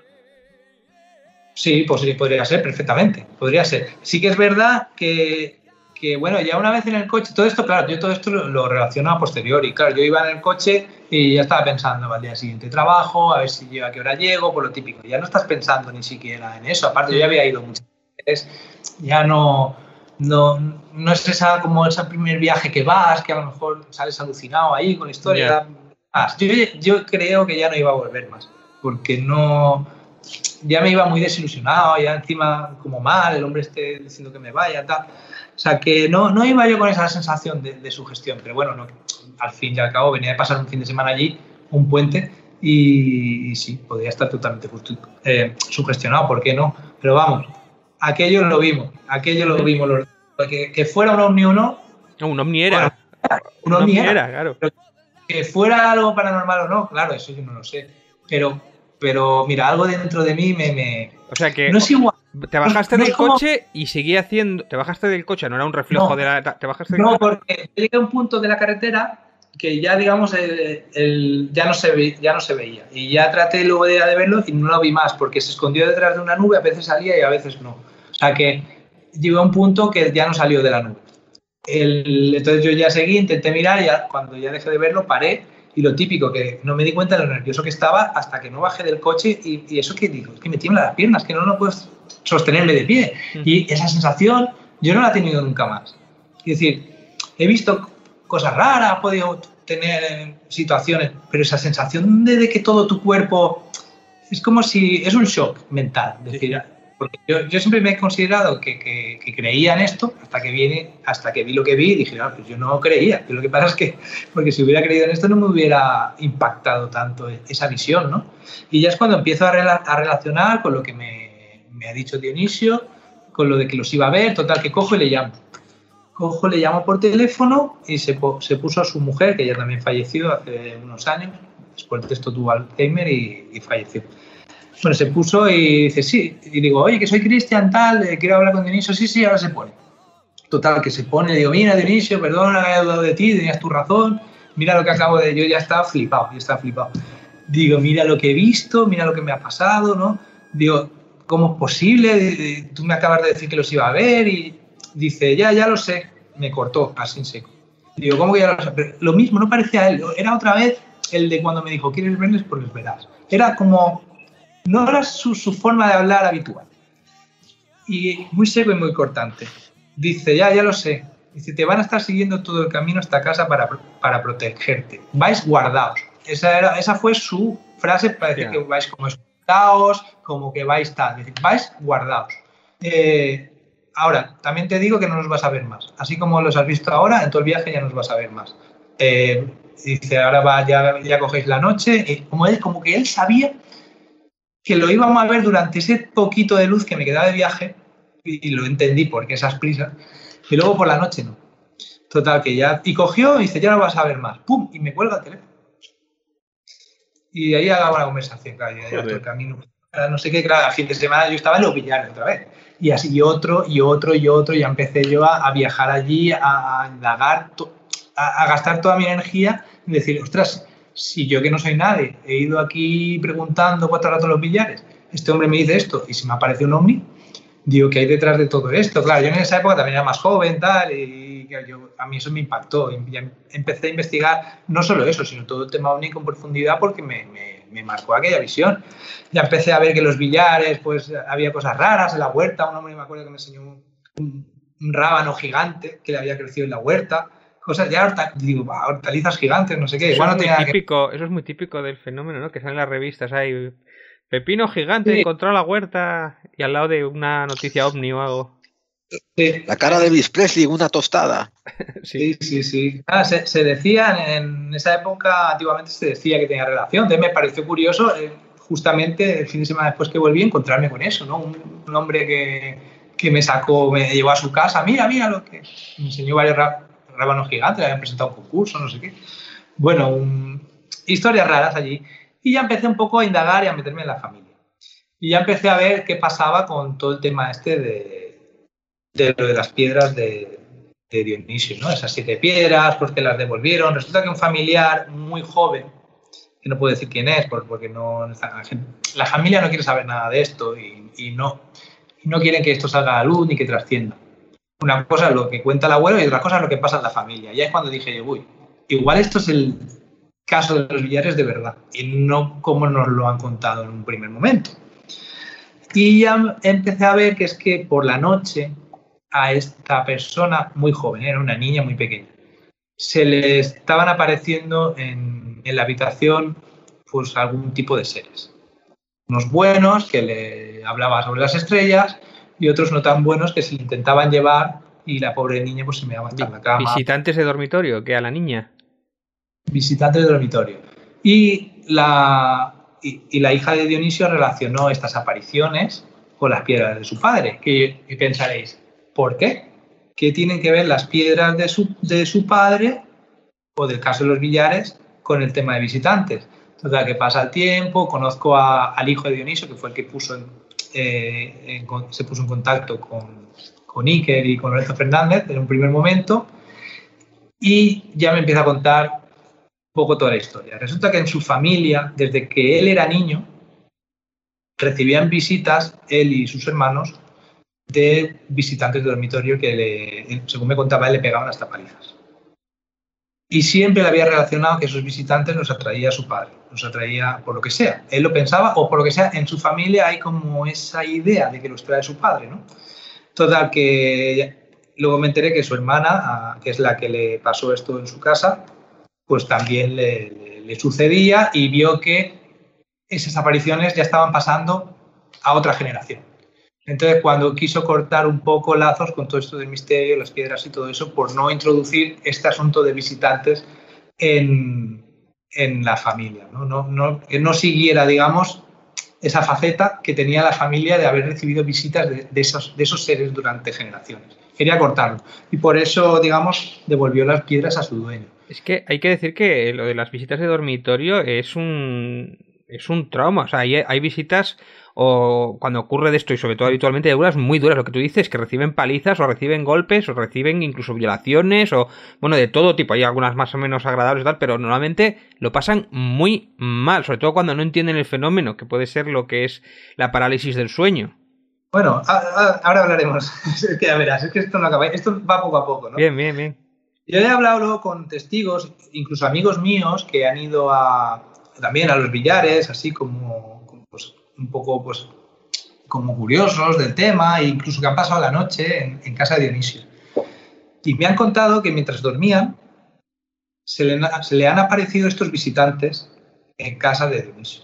Sí, pues sí, podría ser, perfectamente, podría ser. Sí que es verdad que, que, bueno, ya una vez en el coche, todo esto, claro, yo todo esto lo, lo relaciono a posteriori. Claro, yo iba en el coche y ya estaba pensando al día siguiente trabajo, a ver si yo a qué hora llego, por lo típico. Ya no estás pensando ni siquiera en eso. Aparte, yo ya había ido muchas veces, ya no, no, no es esa, como ese primer viaje que vas, que a lo mejor sales alucinado ahí con la historia. Yeah. Ah, yo, yo creo que ya no iba a volver más, porque no... Ya me iba muy desilusionado, ya encima como mal, el hombre esté diciendo que me vaya, tal. O sea, que no, no iba yo con esa sensación de, de sugestión, pero bueno, no, al fin y al cabo venía de pasar un fin de semana allí, un puente, y, y sí, podría estar totalmente justo, eh, sugestionado, ¿por qué no? Pero vamos, aquello lo vimos, aquello lo vimos, los, que, que fuera un ovni o no... No, un ovni era. Bueno, un un ovni ovni era, era, claro. Pero que fuera algo paranormal o no, claro, eso yo no lo sé, pero... Pero mira, algo dentro de mí me... me... O sea que... No es igual. Te bajaste no, no del como... coche y seguía haciendo... Te bajaste del coche, no era un reflejo no, de la... Te bajaste del no, coche. porque llegué a un punto de la carretera que ya, digamos, el, el, ya, no se ve, ya no se veía. Y ya traté luego de, de verlo y no lo vi más, porque se escondió detrás de una nube, a veces salía y a veces no. O sea que llegó a un punto que ya no salió de la nube. El, entonces yo ya seguí, intenté mirar y ya, cuando ya dejé de verlo, paré Y lo típico, que no me di cuenta de lo nervioso que estaba hasta que no bajé del coche y, y eso que digo, es que me tiemblan las piernas, que no, no puedo sostenerme de pie. Uh-huh. Y esa sensación yo no la he tenido nunca más. Es decir, he visto cosas raras, he podido tener situaciones, pero esa sensación de, de que todo tu cuerpo es como si es un shock mental. Es decir, porque yo, yo siempre me he considerado que, que, que creía en esto hasta que viene, hasta que vi lo que vi y dije, no, pues yo no creía. Pero lo que pasa es que, porque si hubiera creído en esto no me hubiera impactado tanto esa visión, ¿no? Y ya es cuando empiezo a, rela a relacionar con lo que me, me ha dicho Dionisio, con lo de que los iba a ver, total, que cojo y le llamo. Cojo, le llamo por teléfono y se, se puso a su mujer, que ya también falleció hace unos años, después de esto tuvo Alzheimer y, y falleció. Bueno, se puso y dice, sí, y digo, oye, que soy Cristian, tal, eh, quiero hablar con Dionisio, sí, sí, ahora se pone. Total, que se pone, digo, mira, Dionisio, perdona, he dudado de ti, tenías tu razón, mira lo que acabo de... Yo ya estaba flipado, ya estaba flipado. Digo, mira lo que he visto, mira lo que me ha pasado, ¿no? Digo, ¿cómo es posible? Tú me acabas de decir que los iba a ver y dice, ya, ya lo sé. Me cortó así en seco. Digo, ¿cómo que ya lo sé? Pero lo mismo, no parecía él, era otra vez el de cuando me dijo, ¿quieres verles? Pues les verás. Era como... No era su, su forma de hablar habitual. Y muy seco y muy cortante. Dice, ya, ya lo sé. Dice, te van a estar siguiendo todo el camino hasta casa para, para protegerte. Vais guardados. Esa, era, esa fue su frase para decir yeah. que vais como escoltados, como que vais tal. Dice, vais guardados. Eh, ahora, también te digo que no nos vas a ver más. Así como los has visto ahora, en todo el viaje ya nos vas a ver más. Eh, dice, ahora va, ya, ya cogéis la noche. Y como, él, como que él sabía que lo íbamos a ver durante ese poquito de luz que me quedaba de viaje, y, y lo entendí porque esas prisas, y luego por la noche no. Total, que ya... Y cogió y dice, ya no vas a ver más. ¡Pum! Y me cuelga el teléfono. Y ahí acaba la conversación, claro, ya, ya todo el camino. No sé qué, claro, a fin de semana yo estaba en los Villares otra vez. Y así, y otro, y otro, y otro, y ya empecé yo a, a viajar allí, a, a indagar, a, a gastar toda mi energía, y decir, ostras, si yo que no soy nadie, he ido aquí preguntando cuatro ratos los Villares, este hombre me dice esto y si me aparece un ovni, digo, ¿qué hay detrás de todo esto? Claro, yo en esa época también era más joven, tal, y yo, a mí eso me impactó. Y ya empecé a investigar no solo eso, sino todo el tema ovni con profundidad porque me, me, me marcó aquella visión. Ya empecé a ver que los Villares, pues había cosas raras en la huerta. Un hombre me acuerdo que me enseñó un, un, un rábano gigante que le había crecido en la huerta. Cosas ya, horta, digo, hortalizas gigantes, no sé qué. Eso, Igual es no muy tenía típico, que... eso es muy típico del fenómeno, ¿no? Que salen las revistas, hay pepino gigante, sí. encontró la huerta y al lado de una noticia ovni o algo. Sí. La cara de Elvis Presley en una tostada. Sí, sí, sí. sí. Ah, se, se decía, en esa época, antiguamente se decía que tenía relación. Entonces me pareció curioso, eh, justamente el fin de semana después que volví, encontrarme con eso, ¿no? Un, un hombre que, que me sacó, me llevó a su casa, mira, mira lo que... Me enseñó varios rábanos gigantes, le habían presentado un concurso, no sé qué. Bueno, un, historias raras allí. Y ya empecé un poco a indagar y a meterme en la familia. Y ya empecé a ver qué pasaba con todo el tema este de, de lo de las piedras de, de Dionisio, ¿no? Esas siete piedras, porque las devolvieron. Resulta que un familiar muy joven, que no puedo decir quién es, porque no, la familia no quiere saber nada de esto y, y, no, y no quieren que esto salga a la luz ni que trascienda. Una cosa es lo que cuenta el abuelo y otra cosa es lo que pasa en la familia. Y es cuando dije, uy, igual esto es el caso de los Villares de verdad y no como nos lo han contado en un primer momento. Y ya empecé a ver que es que por la noche a esta persona muy joven, era una niña muy pequeña, se le estaban apareciendo en, en la habitación pues algún tipo de seres. Unos buenos que le hablaban sobre las estrellas y otros no tan buenos que se le intentaban llevar y la pobre niña pues se me iba a estar en la cama. ¿Visitantes de dormitorio? ¿Que a la niña? Visitantes de dormitorio. Y la, y, y la hija de Dionisio relacionó estas apariciones con las piedras de su padre. Que, que pensaréis, ¿por qué? ¿Qué tienen que ver las piedras de su, de su padre o del caso de los Villares con el tema de visitantes? Total, que pasa el tiempo, conozco a, al hijo de Dionisio, que fue el que puso en, eh, en, se puso en contacto con, con Iker y con Lorenzo Fernández en un primer momento, y ya me empieza a contar un poco toda la historia. Resulta que en su familia, desde que él era niño, recibían visitas, él y sus hermanos, de visitantes de dormitorio que, le, según me contaba, él le pegaban hasta palizas. Y siempre le había relacionado que esos visitantes los atraía a su padre, los atraía por lo que sea. Él lo pensaba, o por lo que sea, en su familia hay como esa idea de que los trae su padre, ¿no? Total, que luego me enteré que su hermana, que es la que le pasó esto en su casa, pues también le, le, le sucedía y vio que esas apariciones ya estaban pasando a otra generación. Entonces, cuando quiso cortar un poco lazos con todo esto del misterio, las piedras y todo eso, por no introducir este asunto de visitantes en, en la familia, ¿no? No, no, que no siguiera, digamos, esa faceta que tenía la familia de haber recibido visitas de, de, esos, de esos seres durante generaciones. Quería cortarlo. Y por eso, digamos, devolvió las piedras a su dueño. Es que hay que decir que lo de las visitas de dormitorio es un, es un trauma. O sea, hay, hay visitas... o cuando ocurre de esto, y sobre todo habitualmente de duras muy duras, lo que tú dices, que reciben palizas o reciben golpes o reciben incluso violaciones o, bueno, de todo tipo. Hay algunas más o menos agradables y tal, pero normalmente lo pasan muy mal, sobre todo cuando no entienden el fenómeno, que puede ser lo que es la parálisis del sueño. Bueno, a, a, ahora hablaremos. Es que ya verás, es que esto no acaba, esto va poco a poco, ¿no? Bien, bien, bien. Yo he hablado luego con testigos, incluso amigos míos que han ido a, también a los billares, así como, como pues, un poco pues como curiosos del tema, e incluso que han pasado la noche en, en casa de Dionisio. Y me han contado que mientras dormían se le, se le han aparecido estos visitantes en casa de Dionisio,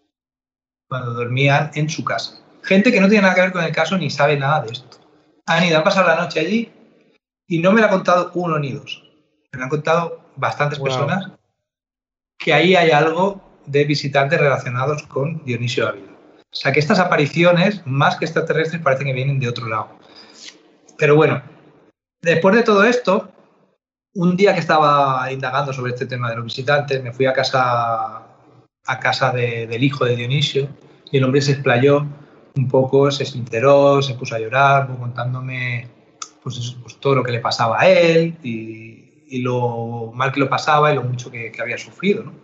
cuando dormían en su casa. Gente que no tiene nada que ver con el caso ni sabe nada de esto. Han ido, han pasado la noche allí y no me lo ha contado uno ni dos. Me lo han contado bastantes wow. personas que ahí hay algo de visitantes relacionados con Dionisio Ávila. O sea, que estas apariciones, más que extraterrestres, parecen que vienen de otro lado. Pero bueno, después de todo esto, un día que estaba indagando sobre este tema de los visitantes, me fui a casa, a casa de, del hijo de Dionisio y el hombre se explayó un poco, se sinceró, se puso a llorar, contándome pues eso, pues todo lo que le pasaba a él y, y lo mal que lo pasaba y lo mucho que, que había sufrido, ¿no?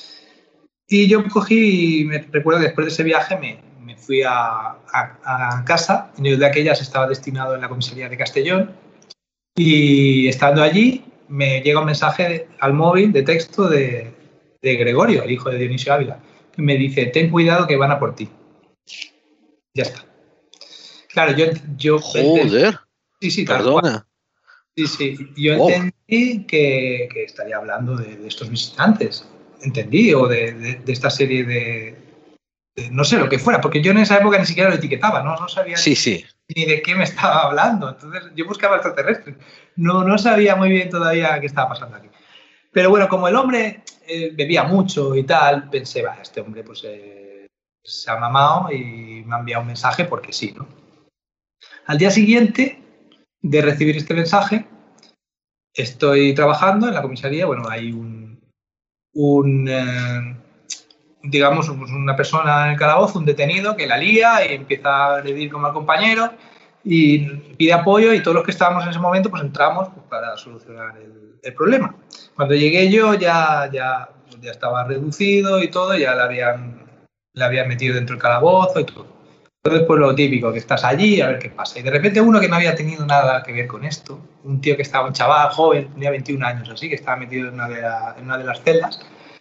Y yo cogí, y me recuerdo que después de ese viaje me, me fui a, a, a casa. Yo de aquellas estaba destinado en la comisaría de Castellón y estando allí me llega un mensaje al móvil de texto de, de Gregorio, el hijo de Dionisio Ávila, que me dice: ten cuidado que van a por ti. Ya está. Claro, yo... yo Joder. Sí, sí, perdona. Sí, sí. Yo oh. entendí que, que estaría hablando de, de estos visitantes. Entendí, o de, de, de esta serie de, de... no sé, lo que fuera, porque yo en esa época ni siquiera lo etiquetaba, ¿no? No sabía sí, ni, sí. ni de qué me estaba hablando. Entonces yo buscaba extraterrestres. No, no sabía muy bien todavía qué estaba pasando aquí. Pero bueno, como el hombre eh, bebía mucho y tal, pensé, va, este hombre pues eh, se ha mamado y me ha enviado un mensaje porque sí, ¿no? Al día siguiente de recibir este mensaje, estoy trabajando en la comisaría. Bueno, hay un, un eh, digamos, una persona en el calabozo, un detenido que la lía y empieza a agredir como al compañero y pide apoyo, y todos los que estábamos en ese momento pues entramos pues, para solucionar el, el problema. Cuando llegué yo ya, ya, ya estaba reducido y todo, ya le habían, le habían metido dentro del calabozo y todo. Entonces, pues lo típico, que estás allí a ver qué pasa. Y de repente uno que no había tenido nada que ver con esto, un tío que estaba, un chaval joven, tenía veintiún años así, que estaba metido en una de, la, en una de las celdas,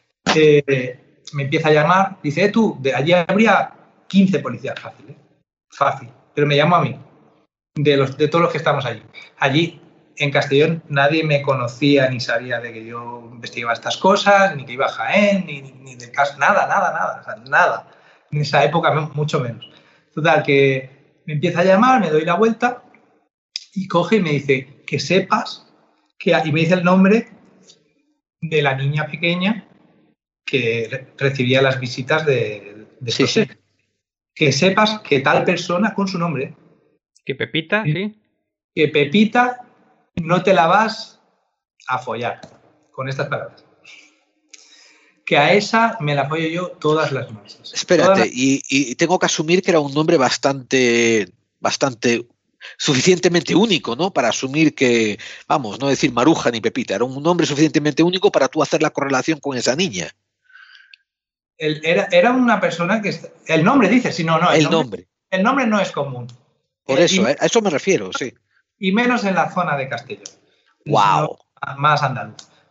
eh, me empieza a llamar, dice, eh, tú, de allí habría quince policías, fácil, ¿eh? Fácil. Pero me llamó a mí, de, los, de todos los que estamos allí. Allí, en Castellón, nadie me conocía ni sabía de que yo investigaba estas cosas, ni que iba a Jaén, ni, ni, ni del caso, nada, nada, nada, o sea, nada. En esa época, mucho menos. Total, que me empieza a llamar, me doy la vuelta y coge y me dice que sepas, que, y me dice el nombre de la niña pequeña que re recibía las visitas de, de estos sí, sí. Que sepas que tal persona, con su nombre. Que Pepita, sí. Que Pepita no te la vas a follar, con estas palabras. Que a esa me la follo yo todas las noches. Espérate, las... y, y tengo que asumir que era un nombre bastante, bastante, suficientemente único, ¿no? Para asumir que, vamos, no decir Maruja ni Pepita, era un nombre suficientemente único para tú hacer la correlación con esa niña. El, era, era una persona que... El nombre dice, sí, no, no. El, el nombre, nombre. El nombre no es común. Por eh, eso, y, a eso me refiero, sí. Y menos en la zona de Castellón. Wow. Más andaluz.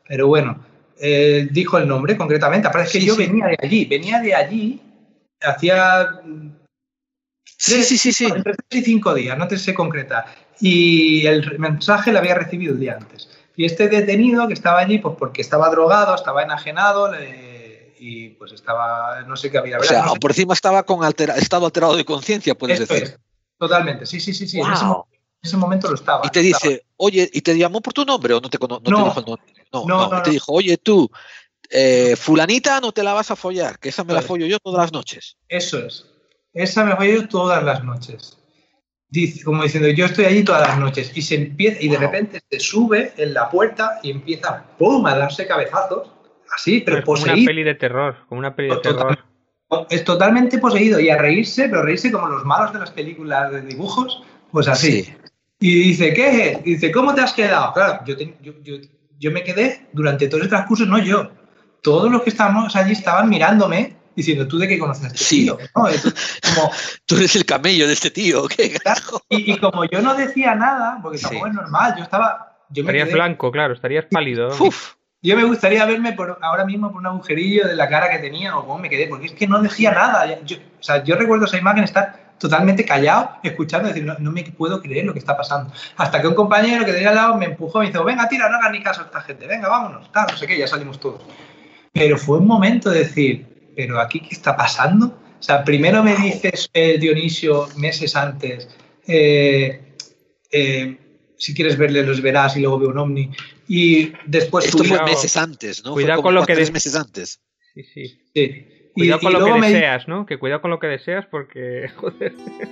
Pero bueno, eh, dijo el nombre concretamente. Aparte es que Sí, yo sí. venía de allí, venía de allí, hacía Sí, sí, sí, sí. entre tres y cinco días, no te sé concretar. Y el mensaje lo había recibido el día antes. Y este detenido que estaba allí, pues porque estaba drogado, estaba enajenado le- y pues estaba, no sé qué había. O ¿verdad? sea, No sé- por encima estaba con altera- estado alterado de conciencia, puedes Esto decir. es, totalmente, sí, sí, sí, sí. En, ese, Wow. mo- en ese momento lo estaba. Y te lo dice, estaba. oye, ¿y te llamó por tu nombre o no te, cono- no No. te dijo el nombre? No, No, no, no, y te no. dijo, oye, tú, eh, fulanita no te la vas a follar, que esa me la Eso es. follo yo todas las noches. Eso es. Esa me voy yo todas las noches. Dice, como diciendo, yo estoy allí todas las noches. Y se empieza, y de Wow. repente se sube en la puerta y empieza ¡pum! A darse cabezazos. Así, pero Es como una poseído. peli de terror, como una peli de Total- terror. Es totalmente poseído. Y a reírse, pero reírse como los malos de las películas de dibujos. Pues así. Sí. Y dice, ¿qué? Y dice, ¿cómo te has quedado? Claro, yo, te- yo, yo, yo me quedé durante todo el transcurso, no yo. Todos los que estábamos allí estaban mirándome diciendo, ¿tú de qué conoces a este Sí. tío? ¿No? Entonces, como, Tú eres el camello de este tío, ¿qué carajo? y, y como yo no decía nada, porque Sí. tampoco es normal, yo estaba... Yo, me Estarías quedé- blanco, claro, estarías pálido. Uf, yo me gustaría verme por, ahora mismo por un agujerillo de la cara que tenía o cómo me quedé, porque es que no decía nada. Yo, o sea, yo recuerdo esa imagen, estar totalmente callado, escuchando, decir, no, no me puedo creer lo que está pasando. Hasta que un compañero que tenía al lado me empujó y me dijo, venga, tira, no hagas ni caso a esta gente, venga, vámonos, tal, no sé qué, ya salimos todos. Pero fue un momento de decir, ¿pero aquí qué está pasando? O sea, primero me dices, eh, Dionisio, meses antes, eh, eh, si quieres verle los verás y luego veo un ovni. Y después esto tú- fue Cuidado. meses antes, ¿no? Cuidado fue con como lo que tres des- meses antes. Sí, sí. Sí. Y, Cuidado con y lo luego que me di- deseas, ¿no? Que cuidado con lo que deseas porque, joder.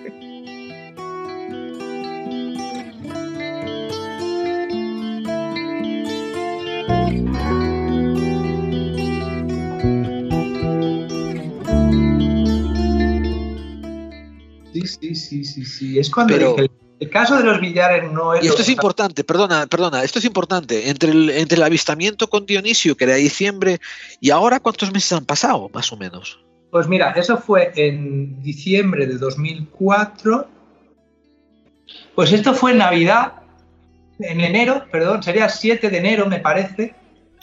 Sí, sí, sí, sí, sí. Es cuando Pero- dije, el, el caso de los billares no es... Y lo- esto es importante, perdona, perdona, esto es importante. Entre el, entre el avistamiento con Dionisio, que era diciembre, y ahora, ¿cuántos meses han pasado, más o menos? Pues mira, eso fue en diciembre de dos mil cuatro. Pues esto fue en Navidad, en enero, perdón, sería siete de enero, me parece,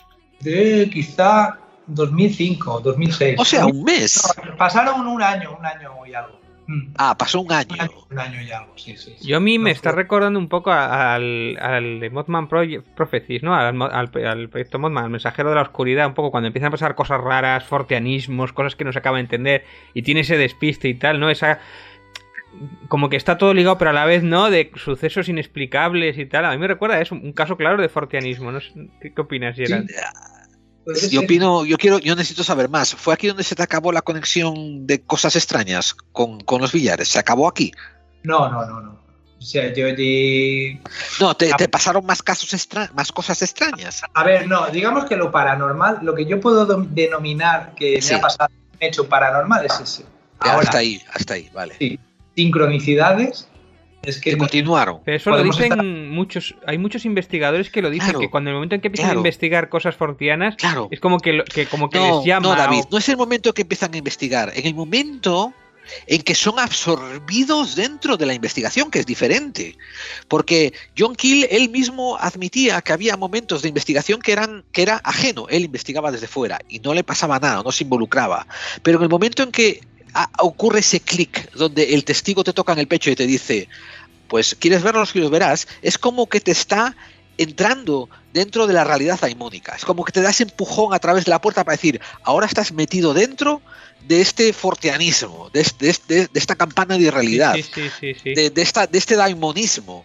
de quizá dos mil cinco, dos mil seis. O sea, un mes. No, pasaron un año, un año y algo. Mm, Ah, pasó un año. Un año, un año y algo, sí, sí. sí. Yo a mí me No, está fue- recordando un poco a- al, al de Mothman Proje- Prophecies, ¿no? Al, mo- al, al proyecto Mothman, al mensajero de la oscuridad, un poco cuando empiezan a pasar cosas raras, forteanismos, cosas que no se acaba de entender, y tiene ese despiste y tal, ¿no? Esa... Como que está todo ligado, pero a la vez, ¿no? De sucesos inexplicables y tal. A mí me recuerda, es un, un caso claro de forteanismo, ¿no? ¿Qué, qué opinas, Gerard? Puede Yo ser. opino, yo quiero, yo necesito saber más. ¿Fue aquí donde se te acabó la conexión de cosas extrañas con, con los billares? ¿Se acabó aquí? No, no, no, no. O sea, yo allí... No, te, Ah. te pasaron más casos extra, más cosas extrañas. A ver, no, digamos que lo paranormal, lo que yo puedo dom- denominar que Sí. me ha pasado un hecho paranormal es ese. Ya, Ahora, hasta ahí, hasta ahí, vale. sí, sincronicidades, es que Que no- continuaron. Pero eso lo Podemos dicen estar- muchos, hay muchos investigadores que lo dicen, Claro, que cuando en el momento en que empiezan claro. a investigar cosas fortianas, Claro. es como que, lo- que como que No, les llama. no, David, o- no es el momento que empiezan a investigar. En el momento en que son absorbidos dentro de la investigación, que es diferente. Porque John Keel, él mismo admitía que había momentos de investigación que eran que era ajeno. Él investigaba desde fuera y no le pasaba nada, no se involucraba. Pero en el momento en que a- ocurre ese clic donde el testigo te toca en el pecho y te dice, pues, ¿quieres verlos y los verás? Es como que te está entrando dentro de la realidad daimónica. Es como que te das empujón a través de la puerta para decir, ahora estás metido dentro de este forteanismo, de, este- de este- de esta campana de realidad, Sí, sí, sí, sí. de, de esta, de este daimonismo.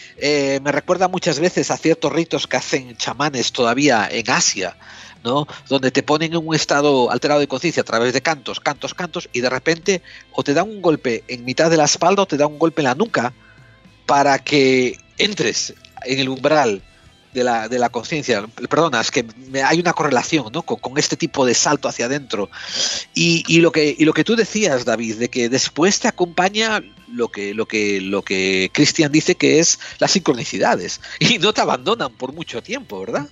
Eh, me recuerda muchas veces a ciertos ritos que hacen chamanes todavía en Asia, ¿no? Donde te ponen en un estado alterado de conciencia a través de cantos, cantos, cantos, y de repente o te dan un golpe en mitad de la espalda o te dan un golpe en la nuca para que entres en el umbral de la, de la conciencia. Perdona, es que me- hay una correlación, ¿no? con, con este tipo de salto hacia adentro. Y, y, lo que, y lo que tú decías, David, de que después te acompaña lo que, lo que, lo que Christian dice que es las sincronicidades. Y no te abandonan por mucho tiempo, ¿verdad?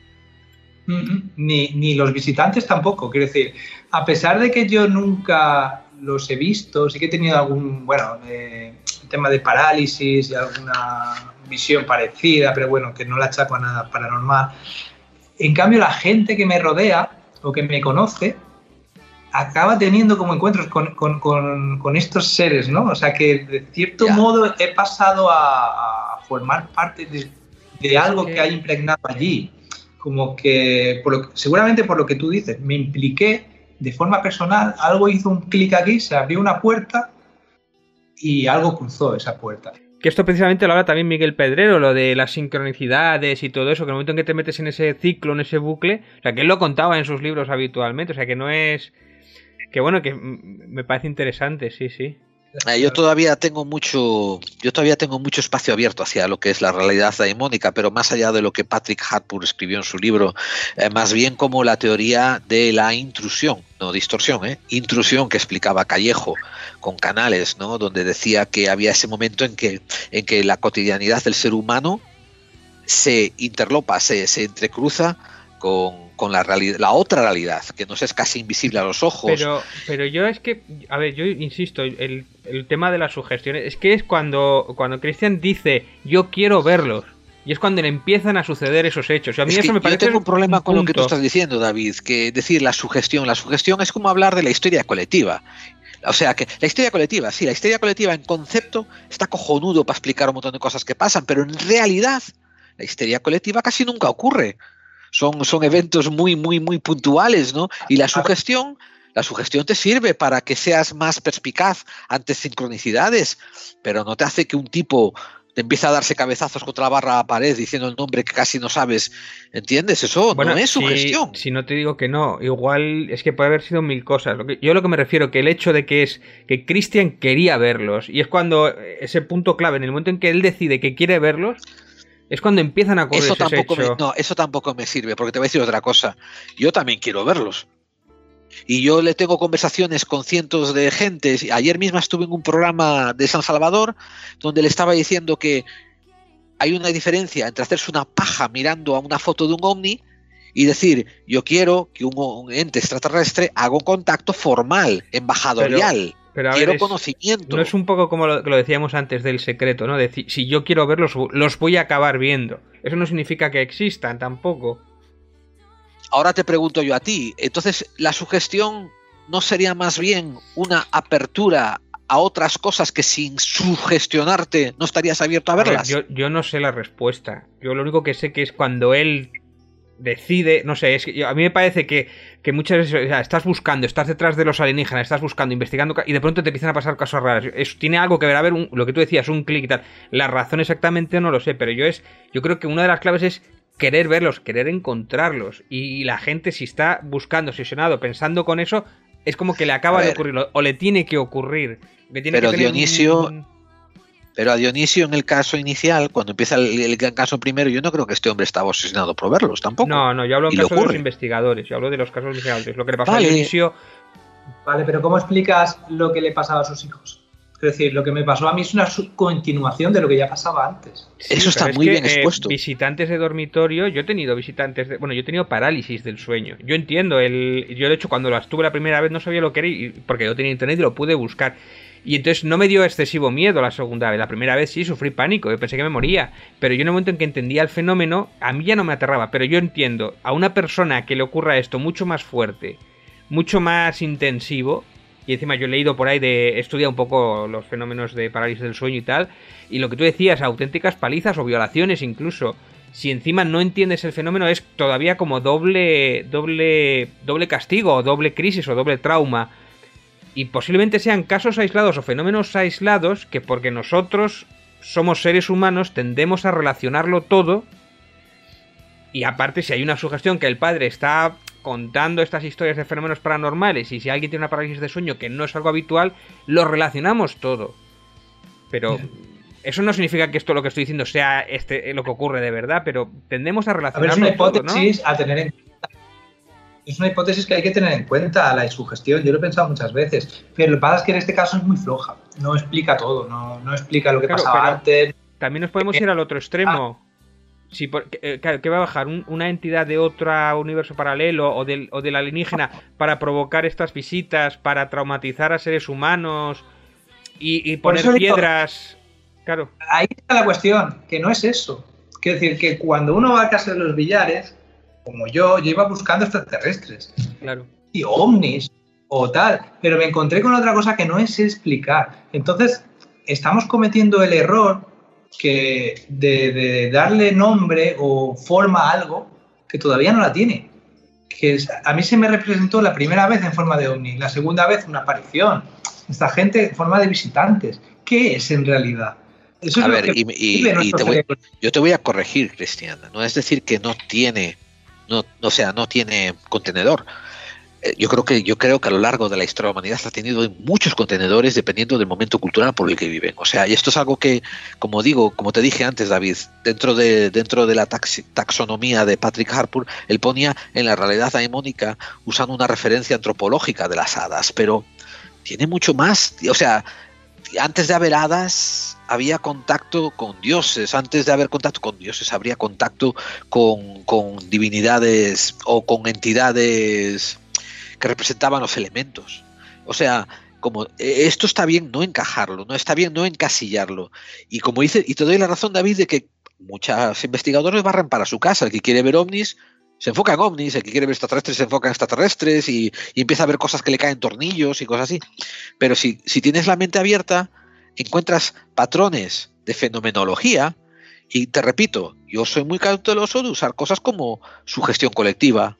Mm, Ni, ni los visitantes tampoco, quiero decir, a pesar de que yo nunca los he visto, sí que he tenido algún, bueno, eh, tema de parálisis y alguna visión parecida, pero bueno, que no la achaco a nada paranormal. En cambio, la gente que me rodea o que me conoce acaba teniendo como encuentros con, con, con, con estos seres, ¿no? O sea que de cierto yeah. modo he pasado a, a formar parte de, de algo que hay impregnado allí. Como que, por lo, seguramente por lo que tú dices, me impliqué de forma personal, algo hizo un clic aquí, se abrió una puerta y algo cruzó esa puerta. Que esto precisamente lo habla también Miguel Pedrero, lo de las sincronicidades y todo eso, que en el momento en que te metes en ese ciclo, en ese bucle, o sea, que él lo contaba en sus libros habitualmente, o sea, que no es... Que bueno, que me parece interesante, sí, sí. Eh, yo todavía tengo mucho, yo todavía tengo mucho espacio abierto hacia lo que es la realidad daimónica, pero más allá de lo que Patrick Harpur escribió en su libro, eh, más bien como la teoría de la intrusión, no distorsión, ¿eh? Intrusión que explicaba Callejo con Canales, ¿no? Donde decía que había ese momento en que, en que la cotidianidad del ser humano se interlopa, se, se entrecruza con, con la realidad, la otra realidad, que nos es casi invisible a los ojos. Pero, pero yo es que, a ver, yo insisto, el, el tema de las sugestiones, es que es cuando, cuando Christian dice, yo quiero verlos, y es cuando le empiezan a suceder esos hechos. A mí es eso que me parece yo tengo un problema un con punto. Lo que tú estás diciendo, David, que decir la sugestión, la sugestión es como hablar de la historia colectiva. O sea, que la historia colectiva, sí, la historia colectiva en concepto está cojonudo para explicar un montón de cosas que pasan, pero en realidad la histeria colectiva casi nunca ocurre. Son, son eventos muy, muy, muy puntuales, ¿no? Y la sugestión, la sugestión te sirve para que seas más perspicaz ante sincronicidades, pero no te hace que un tipo te empiece a darse cabezazos contra la barra a la pared diciendo el nombre que casi no sabes. ¿Entiendes? Eso bueno, no es si, sugestión. Si no te digo que no, igual es que puede haber sido mil cosas. Lo que, yo lo que me refiero que el hecho de que es que Christian quería verlos, y es cuando ese punto clave, en el momento en que él decide que quiere verlos, es cuando empiezan a ocurrir eso ese tampoco hecho. Me, no, eso tampoco me sirve, porque te voy a decir otra cosa. Yo también quiero verlos. Y yo le tengo conversaciones con cientos de gentes. Ayer misma estuve en un programa de San Salvador donde le estaba diciendo que hay una diferencia entre hacerse una paja mirando a una foto de un ovni y decir, yo quiero que un, un ente extraterrestre haga un contacto formal, embajadorial. Pero... Pero quiero ver, es, conocimiento. No es un poco como lo, lo decíamos antes del secreto, ¿no? Decir, si yo quiero verlos, los voy a acabar viendo. Eso no significa que existan tampoco. Ahora te pregunto yo a ti, entonces la sugestión no sería más bien una apertura a otras cosas que sin sugestionarte no estarías abierto a verlas. A ver, yo, yo no sé la respuesta. Yo lo único que sé que es cuando él decide, no sé, es que yo, a mí me parece que, que muchas veces, o sea, estás buscando, estás detrás de los alienígenas, estás buscando, investigando, y de pronto te empiezan a pasar cosas raras. Es, tiene algo que ver, a ver, un, lo que tú decías, un clic y tal. La razón exactamente no lo sé, pero yo es, yo creo que una de las claves es querer verlos, querer encontrarlos. Y la gente, si está buscando, obsesionado, pensando con eso, es como que le acaba de ocurrir, o le tiene que ocurrir. Que tiene pero que tener Dionisio... un... Pero a Dionisio en el caso inicial, cuando empieza el, el caso primero, yo no creo que este hombre estaba obsesionado por verlos tampoco. No, no, yo hablo en caso de los investigadores, yo hablo de los casos investigadores. Lo que le pasó vale. a Dionisio... Vale, pero ¿cómo explicas lo que le pasaba a sus hijos? Es decir, lo que me pasó a mí es una continuación de lo que ya pasaba antes. Sí, eso está muy que, bien expuesto. Eh, visitantes de dormitorio, yo he tenido visitantes de... Bueno, yo he tenido parálisis del sueño. Yo entiendo, el yo de hecho cuando las tuve la primera vez no sabía lo que era, y, porque yo tenía internet y lo pude buscar. Y entonces no me dio excesivo miedo la segunda vez. La primera vez sí sufrí pánico, yo pensé que me moría. Pero yo en el momento en que entendía el fenómeno, a mí ya no me aterraba. Pero yo entiendo, a una persona que le ocurra esto mucho más fuerte, mucho más intensivo, y encima yo he leído por ahí, de he estudiado un poco los fenómenos de parálisis del sueño y tal, y lo que tú decías, auténticas palizas o violaciones incluso. Si encima no entiendes el fenómeno, es todavía como doble, doble, doble castigo, o doble crisis o doble trauma. Y posiblemente sean casos aislados o fenómenos aislados que, porque nosotros somos seres humanos, tendemos a relacionarlo todo. Y aparte, si hay una sugestión que el padre está contando estas historias de fenómenos paranormales, y si alguien tiene una parálisis de sueño que no es algo habitual, lo relacionamos todo. Pero eso no significa que esto lo que estoy diciendo sea este lo que ocurre de verdad, pero tendemos a relacionarlo todo, ¿no? A ver, es una hipótesis a tener en cuenta. Es una hipótesis que hay que tener en cuenta, la sugestión. Yo lo he pensado muchas veces, pero lo que pasa es que en este caso es muy floja. No explica todo, no, no explica lo que claro, pasaba antes. También nos podemos ir al otro extremo. Si por, que, que va a bajar un, una entidad de otro universo paralelo o del, o del alienígena para provocar estas visitas, para traumatizar a seres humanos y, y poner por piedras. Digo, claro. Ahí está la cuestión, que no es eso. Quiero decir que cuando uno va a casa de los billares, como yo, yo iba buscando extraterrestres. Claro. Y ovnis o tal, pero me encontré con otra cosa que no es explicar. Entonces, estamos cometiendo el error que de, de darle nombre o forma a algo que todavía no la tiene. Que es, a mí se me representó la primera vez en forma de ovni, la segunda vez una aparición. Esta gente en forma de visitantes. ¿Qué es en realidad? Eso es a lo ver, que y, y, vive y nuestro te voy, cerebro. yo te voy a corregir, Cristiana. No es decir que no tiene, no, o sea, no tiene contenedor. Eh, Yo creo que yo creo que a lo largo de la historia de la humanidad ha tenido muchos contenedores dependiendo del momento cultural por el que viven. O sea, y esto es algo que, como digo, como te dije antes, David, dentro de dentro de la tax, taxonomía de Patrick Harpur, él ponía en la realidad daimónica usando una referencia antropológica de las hadas, pero tiene mucho más. O sea, antes de haber hadas había contacto con dioses, antes de haber contacto con dioses habría contacto con, con divinidades o con entidades que representaban los elementos. O sea, como esto está bien no encajarlo, no está bien no encasillarlo. Y como dice, y te doy la razón, David, de que muchos investigadores barren para su casa. El que quiere ver ovnis se enfoca en ovnis, el que quiere ver extraterrestres se enfoca en extraterrestres y, y empieza a ver cosas que le caen tornillos y cosas así. Pero si, si tienes la mente abierta, encuentras patrones de fenomenología y te repito, yo soy muy cauteloso de usar cosas como sugestión colectiva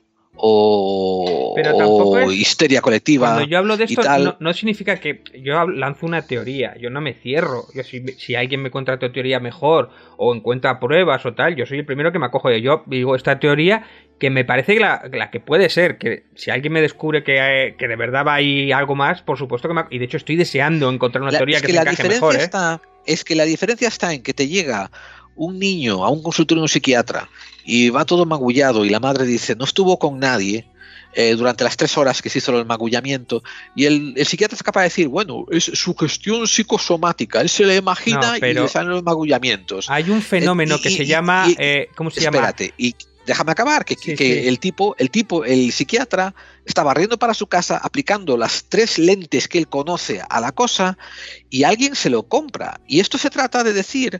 o, Pero tampoco o es- histeria colectiva. Cuando yo hablo de y esto, tal. no, no significa que yo hab- lanzo una teoría, yo no me cierro. Yo si, si alguien me encuentra otra teoría mejor o encuentra pruebas o tal, yo soy el primero que me acojo de yo. Digo esta teoría que me parece la, la que puede ser, que si alguien me descubre que, eh, que de verdad va ahí algo más, por supuesto que me... Y de hecho estoy deseando encontrar una La- teoría es que, que se la encaje diferencia mejor, ¿eh? está, es que la diferencia está en que te llega un niño a un consultorio de un psiquiatra y va todo magullado y la madre dice no estuvo con nadie eh, durante las tres horas que se hizo el magullamiento y el, el psiquiatra es capaz de decir bueno, es sugestión psicosomática, él se le imagina No, pero y le salen los magullamientos. Hay un fenómeno Eh, y- que se y- llama... y- eh, ¿Cómo se llama? Espérate, y déjame acabar, que, Sí, que sí. el tipo, el tipo, el psiquiatra estaba barriendo para su casa aplicando las tres lentes que él conoce a la cosa y alguien se lo compra. Y esto se trata de decir,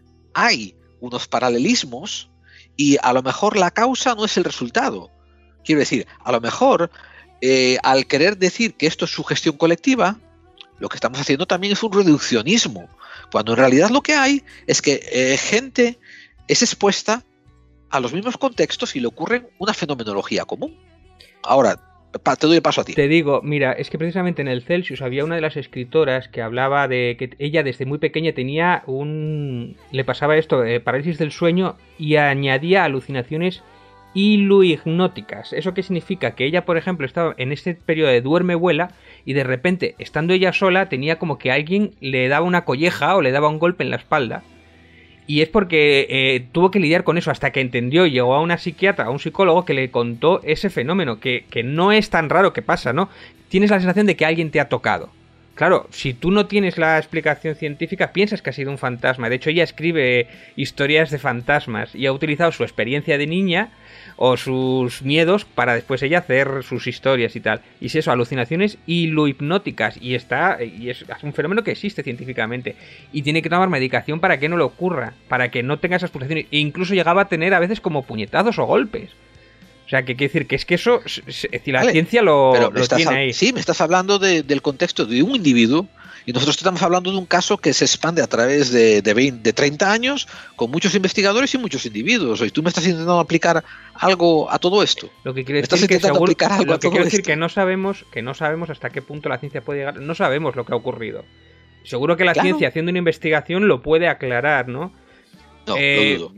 hay unos paralelismos y a lo mejor la causa no es el resultado. Quiero decir, a lo mejor eh, al querer decir que esto es sugestión colectiva, lo que estamos haciendo también es un reduccionismo, cuando en realidad lo que hay es que eh, gente es expuesta a los mismos contextos y le ocurre una fenomenología común. Ahora, pa- te doy el paso a ti. Te digo, mira, es que precisamente en el Celsius había una de las escritoras que hablaba de que ella desde muy pequeña tenía un... le pasaba esto, eh, parálisis del sueño y añadía alucinaciones iluhipnóticas. ¿Eso qué significa? Que ella, por ejemplo, estaba en este periodo de duerme-vuela y de repente, estando ella sola, tenía como que alguien le daba una colleja o le daba un golpe en la espalda. Y es porque eh, tuvo que lidiar con eso hasta que entendió y llegó a una psiquiatra, a un psicólogo que le contó ese fenómeno, que, que no es tan raro que pasa, ¿no? Tienes la sensación de que alguien te ha tocado. Claro, si tú no tienes la explicación científica, piensas que ha sido un fantasma. De hecho, ella escribe historias de fantasmas y ha utilizado su experiencia de niña o sus miedos para después ella hacer sus historias y tal. Y es eso, alucinaciones iluhipnóticas. Y está y es, es un fenómeno que existe científicamente. Y tiene que tomar medicación para que no le ocurra, para que no tenga esas pulsaciones. E incluso llegaba a tener a veces como puñetazos o golpes. O sea, que quiere decir que es que eso, es decir, la Vale, ciencia lo, pero me lo estás tiene hab- ahí. Sí, me estás hablando de- del contexto de un individuo y nosotros estamos hablando de un caso que se expande a través de, de, veinte, de treinta años con muchos investigadores y muchos individuos. Y tú me estás intentando aplicar algo a todo esto. Lo que quiere Me estás decir que intentando seguro, aplicar algo lo a que todo quiere decir esto. que no sabemos, que no sabemos hasta qué punto la ciencia puede llegar, no sabemos lo que ha ocurrido. Seguro que la Claro. ciencia haciendo una investigación lo puede aclarar, ¿no? No, Eh, lo dudo.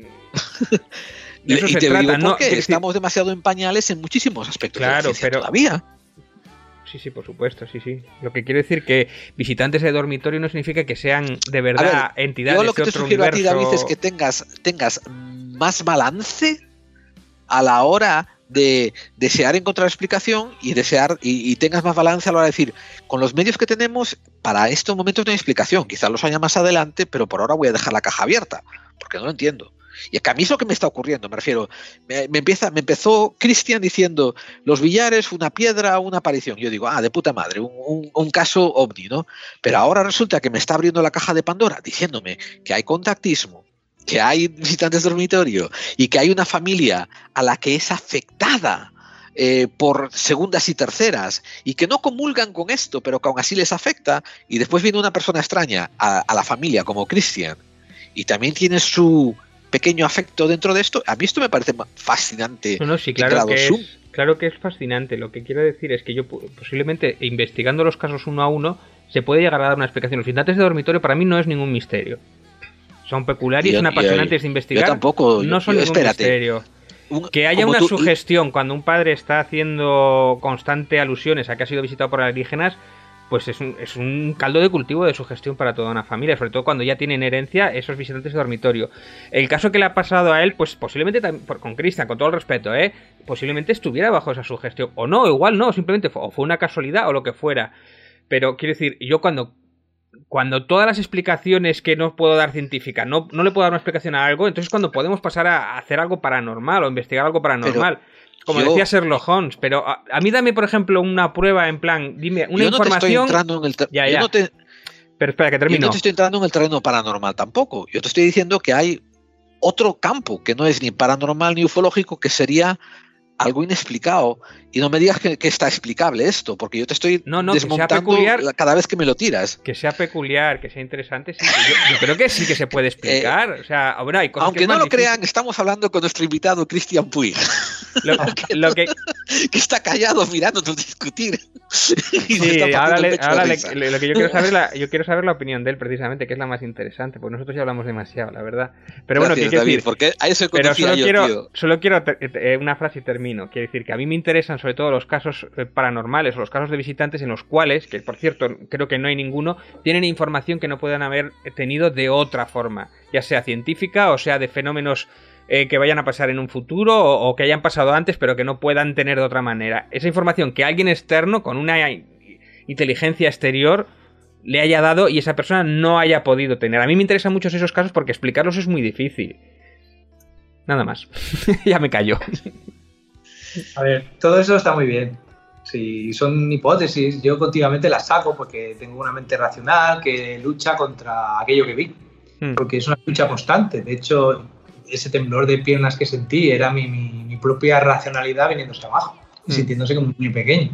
de eso y se te trata, digo ¿no? porque Quiere decir- estamos demasiado en pañales en muchísimos aspectos de Claro, la ciencia pero- todavía. Sí, sí, por supuesto, sí, sí. Lo que quiere decir que visitantes de dormitorio no significa que sean de A verdad ver, entidades yo lo que de te otro sugiero universo. a ti, David, es que tengas, tengas más balance a la hora de desear encontrar explicación y desear y, y tengas más balance a la hora de decir, con los medios que tenemos, para estos momentos no hay explicación, quizás los haya más adelante, pero por ahora voy a dejar la caja abierta, porque no lo entiendo. Y es que a mí es lo que me está ocurriendo, me refiero, me, me empieza, me empezó Cristian diciendo, los billares, una piedra, una aparición. Yo digo, ah, de puta madre, un, un, un caso ovni, ¿no? Pero ahora resulta que me está abriendo la caja de Pandora diciéndome que hay contactismo, que hay visitantes de dormitorio y que hay una familia a la que es afectada eh, por segundas y terceras y que no comulgan con esto, pero que aún así les afecta, y después viene una persona extraña a, a la familia como Christian y también tiene su pequeño afecto dentro de esto, a mí esto me parece fascinante. No, no, sí, claro que, es, claro que es fascinante. Lo que quiero decir es que yo posiblemente investigando los casos uno a uno se puede llegar a dar una explicación. Los visitantes de dormitorio para mí no es ningún misterio. Son peculiares, son apasionantes de investigar. Yo tampoco. No son yo, ningún espérate. misterio. Un, que haya una tú, sugestión cuando un padre está haciendo constante alusiones a que ha sido visitado por alienígenas, pues es un, es un caldo de cultivo de sugestión para toda una familia, sobre todo cuando ya tienen herencia esos visitantes de dormitorio. El caso que le ha pasado a él, pues posiblemente también, con Christian, con todo el respeto, ¿eh? posiblemente estuviera bajo esa sugestión. O no, igual no, simplemente fue, o fue una casualidad o lo que fuera. Pero quiero decir, yo cuando... Cuando todas las explicaciones que no puedo dar científica, no, no le puedo dar una explicación a algo, entonces cuando podemos pasar a hacer algo paranormal o investigar algo paranormal. Pero como yo, decía Sherlock Holmes, pero a, a mí dame, por ejemplo, una prueba en plan, dime una yo no información... Te estoy entrando en el ter- ya, yo ya. No te... Pero espera, que termino. Yo no te estoy entrando en el terreno paranormal tampoco. Yo te estoy diciendo que hay otro campo que no es ni paranormal ni ufológico, que sería algo inexplicado. Y no me digas que, que está explicable esto, porque yo te estoy no, no, desmontando peculiar, cada vez que me lo tiras. Que sea peculiar, que sea interesante, sí, yo, yo creo que sí que se puede explicar. Eh, o sea, ahora hay cosas aunque que no lo difícil. crean, estamos hablando con nuestro invitado Christian Puig. Lo, que, lo que... que está callado mirándonos discutir. Y sí, ahora, le, ahora le, le, lo que yo quiero saber la, yo quiero saber la opinión de él precisamente, que es la más interesante, porque nosotros ya hablamos demasiado, la verdad. Pero Gracias, bueno, ¿qué David, decir? Porque a eso Pero solo yo, quiero, tío. solo quiero te, una frase y termino. Quiero decir que a mí me interesan sobre todo los casos paranormales o los casos de visitantes en los cuales, que por cierto creo que no hay ninguno, tienen información que no puedan haber tenido de otra forma, ya sea científica o sea de fenómenos eh, que vayan a pasar en un futuro o, o que hayan pasado antes pero que no puedan tener de otra manera. Esa información que alguien externo con una inteligencia exterior le haya dado y esa persona no haya podido tener. A mí me interesan mucho esos casos porque explicarlos es muy difícil. Nada más. Ya me callo. A ver, todo eso está muy bien. Si son hipótesis, yo continuamente las saco porque tengo una mente racional que lucha contra aquello que vi. Mm. Porque es una lucha constante. De hecho, ese temblor de piernas que sentí era mi, mi, mi propia racionalidad viniéndose abajo, mm. sintiéndose como un niño pequeño.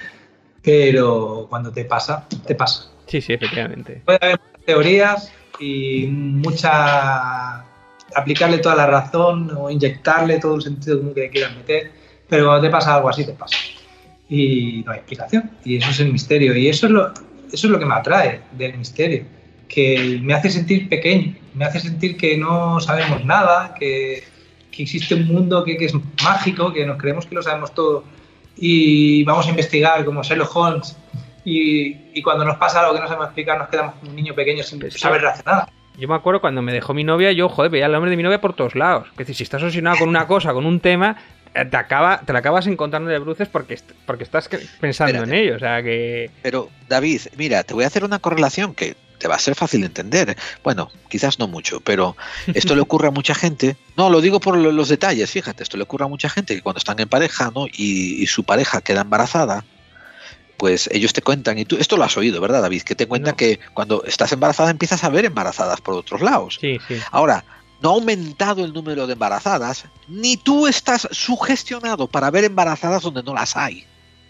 Pero cuando te pasa, te pasa. Sí, sí, efectivamente. Puede haber muchas teorías y mucha... aplicarle toda la razón o inyectarle todo el sentido común que le quieran meter, pero cuando te pasa algo así, te pasa. Y no hay explicación. Y eso es el misterio. Y eso es lo, eso es lo que me atrae del misterio. Que me hace sentir pequeño, me hace sentir que no sabemos nada, que, que existe un mundo que, que es mágico, que nos creemos que lo sabemos todo y vamos a investigar como Sherlock Holmes y, y cuando nos pasa algo que no sabemos explicar nos quedamos como un niño pequeño sin pues saber razonar. Yo me acuerdo cuando me dejó mi novia, yo, joder, veía al hombre de mi novia por todos lados. Es decir, si estás obsesionado con una cosa, con un tema, te acaba, te la acabas encontrando de bruces porque, porque estás pensando Espérate. en ello. O sea que. Pero, David, mira, te voy a hacer una correlación que te va a ser fácil de entender. Bueno, quizás no mucho, pero esto le ocurre a mucha gente. No, lo digo por los detalles, fíjate, esto le ocurre a mucha gente que cuando están en pareja, ¿no? Y, y su pareja queda embarazada. Pues ellos te cuentan, y tú esto lo has oído, ¿verdad, David? Que te cuentan no. que cuando estás embarazada empiezas a ver embarazadas por otros lados. Sí, sí. Ahora, no ha aumentado el número de embarazadas, ni tú estás sugestionado para ver embarazadas donde no las hay.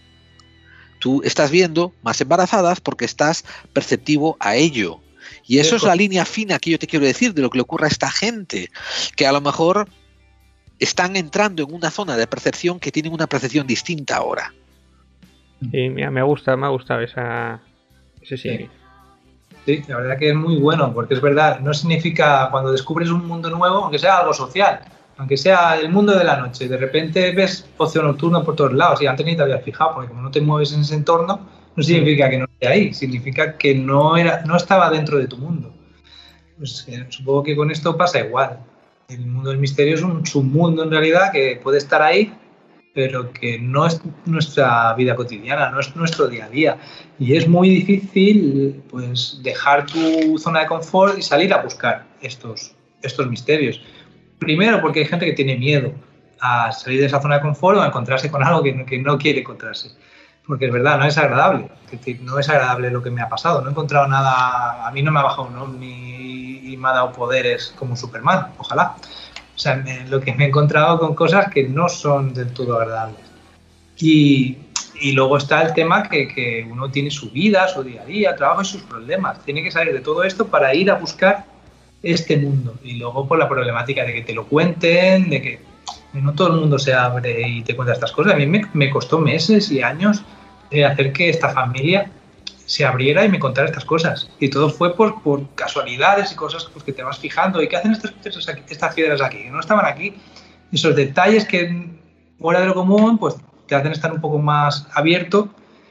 Tú estás viendo más embarazadas porque estás perceptivo a ello. Y eso es la línea fina que yo te quiero decir de lo que le ocurre a esta gente, que a lo mejor están entrando en una zona de percepción que tienen una percepción distinta ahora. Sí, mira, me gusta, me ha gustado esa, ese sí. Sí, la verdad que es muy bueno, porque es verdad, no significa cuando descubres un mundo nuevo, aunque sea algo social, aunque sea el mundo de la noche, de repente ves ocio nocturno por todos lados y antes ni te habías fijado, porque como no te mueves en ese entorno, no significa que no esté ahí, significa que no, era, no estaba dentro de tu mundo. Pues, eh, supongo que con esto pasa igual. El mundo del misterio es un submundo en realidad que puede estar ahí, pero que no es nuestra vida cotidiana, no es nuestro día a día. Y es muy difícil pues, dejar tu zona de confort y salir a buscar estos, estos misterios. Primero porque hay gente que tiene miedo a salir de esa zona de confort o a encontrarse con algo que no, que no quiere encontrarse. porque es verdad, no es agradable. Es decir, no es agradable lo que me ha pasado. No he encontrado nada, a mí no me ha bajado un ovni y me ha dado poderes como Superman, ojalá. O sea, me, lo que me he encontrado con cosas que no son del todo agradables. Y, y luego está el tema que, que uno tiene su vida, su día a día, trabajo y sus problemas. Tiene que salir de todo esto para ir a buscar este mundo. Y luego por la problemática de que te lo cuenten, de que no todo el mundo se abre y te cuenta estas cosas. A mí me, me costó meses y años de hacer que esta familia se abriera y me contara estas cosas. Y todo fue por, por casualidades y cosas pues, que te vas fijando. ¿Y qué hacen estas, estas piedras aquí? Que no estaban aquí. Esos detalles que fuera de lo común pues te hacen estar un poco más abierto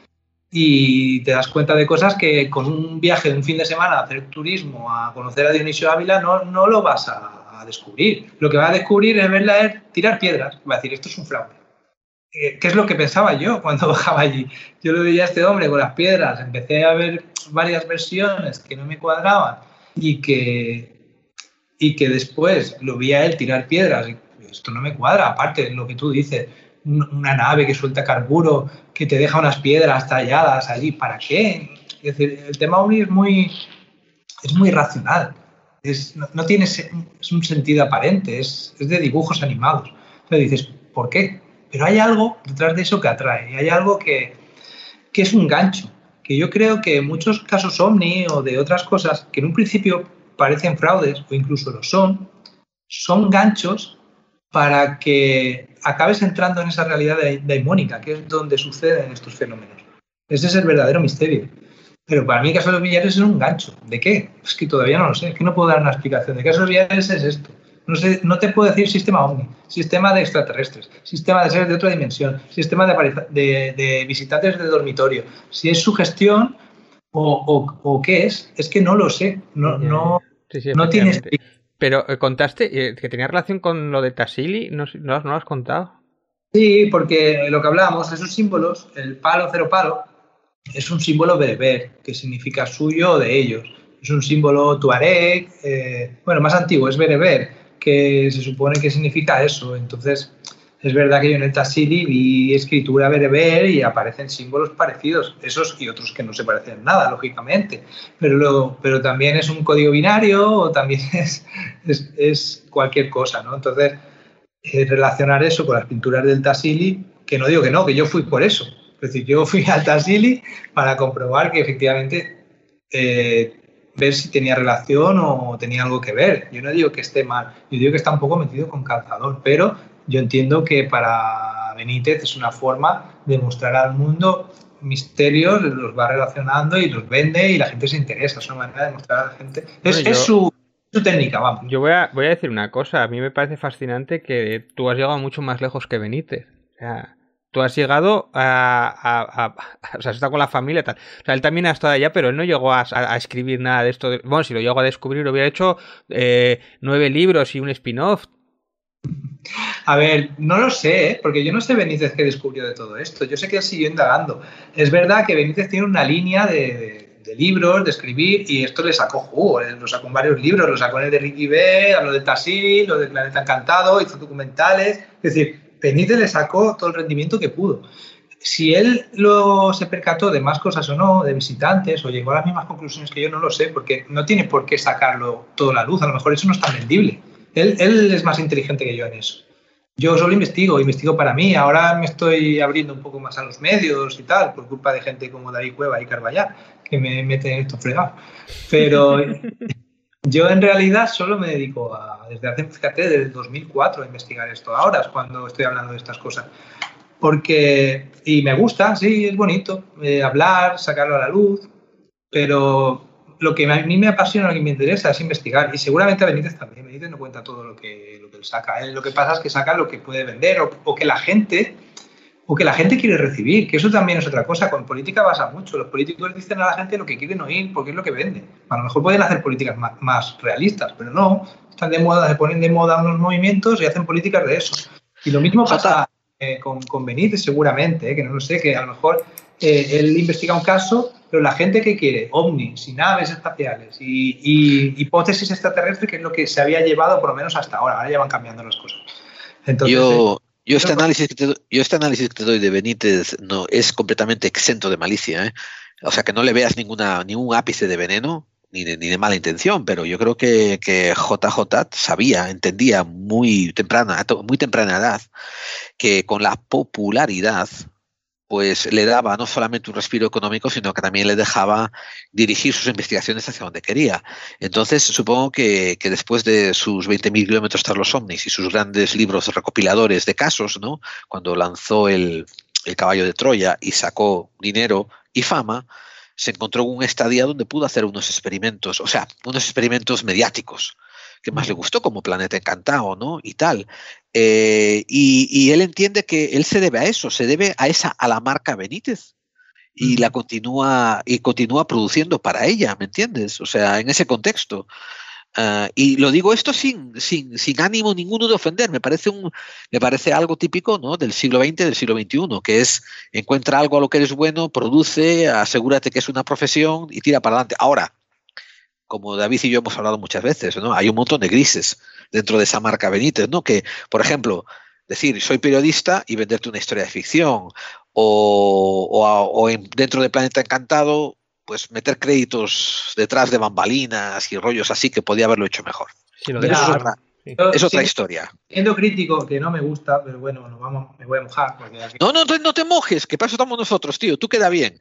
y te das cuenta de cosas que con un viaje de un fin de semana a hacer turismo, a conocer a Dionisio Ávila, no, no lo vas a, a descubrir. Lo que vas a descubrir es verla es tirar piedras. Va a decir, esto es un fraude. ¿Qué es lo que pensaba yo cuando bajaba allí? Yo lo veía a este hombre con las piedras, empecé a ver varias versiones que no me cuadraban y que, y que después lo vi a él tirar piedras y esto no me cuadra, aparte lo que tú dices, una nave que suelta carburo, que te deja unas piedras talladas allí, ¿para qué? Es decir, el tema ovni es muy, es muy racional, es, no, no tiene es un sentido aparente, es, es de dibujos animados. Entonces dices, ¿por qué? Pero hay algo detrás de eso que atrae, y hay algo que, que es un gancho, que yo creo que en muchos casos ovni o de otras cosas que en un principio parecen fraudes o incluso lo son, son ganchos para que acabes entrando en esa realidad daimónica, que es donde suceden estos fenómenos. Ese es el verdadero misterio. Pero para mí Caso de los Billares es un gancho. ¿De qué? Es que todavía no lo sé, es que no puedo dar una explicación. De Caso de los Billares es esto. No sé, no te puedo decir sistema ovni, sistema de extraterrestres, sistema de seres de otra dimensión, sistema de, de, de visitantes de dormitorio. Si es sugestión o, o, o qué es, es que no lo sé. No, no, sí, sí, no tienes. Pero eh, contaste eh, que tenía relación con lo de Tassili, ¿no, no, no lo has contado? Sí, porque lo que hablábamos, esos símbolos, el palo, cero palo, es un símbolo bereber, que significa suyo o de ellos. Es un símbolo tuareg, eh, bueno, más antiguo, es bereber, que se supone que significa eso. Entonces, es verdad que yo en el Tassili vi escritura bereber y aparecen símbolos parecidos, esos y otros que no se parecen en nada, lógicamente. Pero, lo, pero también es un código binario o también es, es, es cualquier cosa, ¿no? Entonces, eh, relacionar eso con las pinturas del Tassili, que no digo que no, que yo fui por eso. Es decir, yo fui al Tassili para comprobar que efectivamente eh, ver si tenía relación o tenía algo que ver. Yo no digo que esté mal, yo digo que está un poco metido con calzador, pero yo entiendo que para Benítez es una forma de mostrar al mundo misterios, los va relacionando y los vende y la gente se interesa. Es una manera de mostrar a la gente. Es, bueno, yo, es su, su técnica, vamos. Yo voy a, voy a decir una cosa. A mí me parece fascinante que tú has llegado mucho más lejos que Benítez. O sea, tú has llegado a, a, a, a... O sea, has estado con la familia y tal. O sea, él también ha estado allá, pero él no llegó a, a, a escribir nada de esto. De, bueno, si lo llegó a descubrir, lo hubiera hecho eh, nueve libros y un spin-off. A ver, no lo sé, ¿eh? Porque yo no sé Benítez qué descubrió de todo esto. Yo sé que él siguió indagando. Es verdad que Benítez tiene una línea de, de, de libros, de escribir, y esto le sacó jugo. Él lo sacó en varios libros, lo sacó en el de Ricky B, habló de Tassili, lo del Planeta Encantado, hizo documentales. Es decir, Benítez le sacó todo el rendimiento que pudo. Si él luego se percató de más cosas o no, de visitantes, o llegó a las mismas conclusiones que yo, no lo sé, porque no tiene por qué sacarlo todo a la luz. A lo mejor eso no es tan vendible. Él, él es más inteligente que yo en eso. Yo solo investigo, investigo para mí. Ahora me estoy abriendo un poco más a los medios y tal, por culpa de gente como David Cueva y Carballar, que me meten en esto fregado. Pero yo en realidad solo me dedico a, desde hace, fíjate, desde el dos mil cuatro a investigar esto. Ahora es cuando estoy hablando de estas cosas. Porque, y me gusta, sí, es bonito, eh, hablar, sacarlo a la luz, pero lo que a mí me apasiona, lo que me interesa es investigar, y seguramente a Benítez también. Benítez no cuenta todo lo que, lo que él saca. Él, lo que pasa es que saca lo que puede vender o, o que la gente o que la gente quiere recibir, que eso también es otra cosa. Con política pasa mucho. Los políticos dicen a la gente lo que quieren oír porque es lo que vende. A lo mejor pueden hacer políticas más, más realistas, pero no. Están de moda, se ponen de moda unos movimientos y hacen políticas de eso. Y lo mismo pasa eh, con, con Benítez seguramente, eh, que no lo sé, que a lo mejor eh, él investiga un caso, pero la gente que quiere ovnis y naves espaciales y, y hipótesis extraterrestres, que es lo que se había llevado por lo menos hasta ahora. Ahora ya van cambiando las cosas. Entonces, yo, Yo este, análisis que te, yo este análisis que te doy de Benítez no es completamente exento de malicia, ¿eh? O sea, que no le veas ninguna, ningún ápice de veneno ni de, ni de mala intención, pero yo creo que, que J J sabía, entendía muy temprana, muy temprana edad que con la popularidad pues le daba no solamente un respiro económico, sino que también le dejaba dirigir sus investigaciones hacia donde quería. Entonces, supongo que, que después de sus veinte mil kilómetros tras los ovnis y sus grandes libros recopiladores de casos, ¿no? Cuando lanzó el, el caballo de Troya y sacó dinero y fama, se encontró en un estadio donde pudo hacer unos experimentos, o sea, unos experimentos mediáticos, que más le gustó, como Planeta Encantado, ¿no? Y tal. Eh, y, y él entiende que él se debe a eso, se debe a esa a la marca Benítez y la continúa y continúa produciendo para ella, ¿me entiendes? O sea, en ese contexto. Uh, y lo digo esto sin, sin, sin ánimo ninguno de ofender, me parece un, me parece algo típico, ¿no? Del siglo veinte, del siglo veintiuno, que es encuentra algo a lo que eres bueno, produce, asegúrate que es una profesión y tira para adelante. Ahora, como David y yo hemos hablado muchas veces, ¿no? Hay un montón de grises dentro de esa marca Benítez, ¿no? Que, por ejemplo, decir soy periodista y venderte una historia de ficción, o, o, o en, dentro de Planeta Encantado, pues meter créditos detrás de bambalinas y rollos así que podía haberlo hecho mejor. Sí, lo pero eso es otra, sí. es otra sí, historia. Siendo crítico, que no me gusta, pero bueno, nos vamos, me voy a mojar. Porque aquí... No, no, no te mojes, que para eso estamos nosotros, tío, tú queda bien.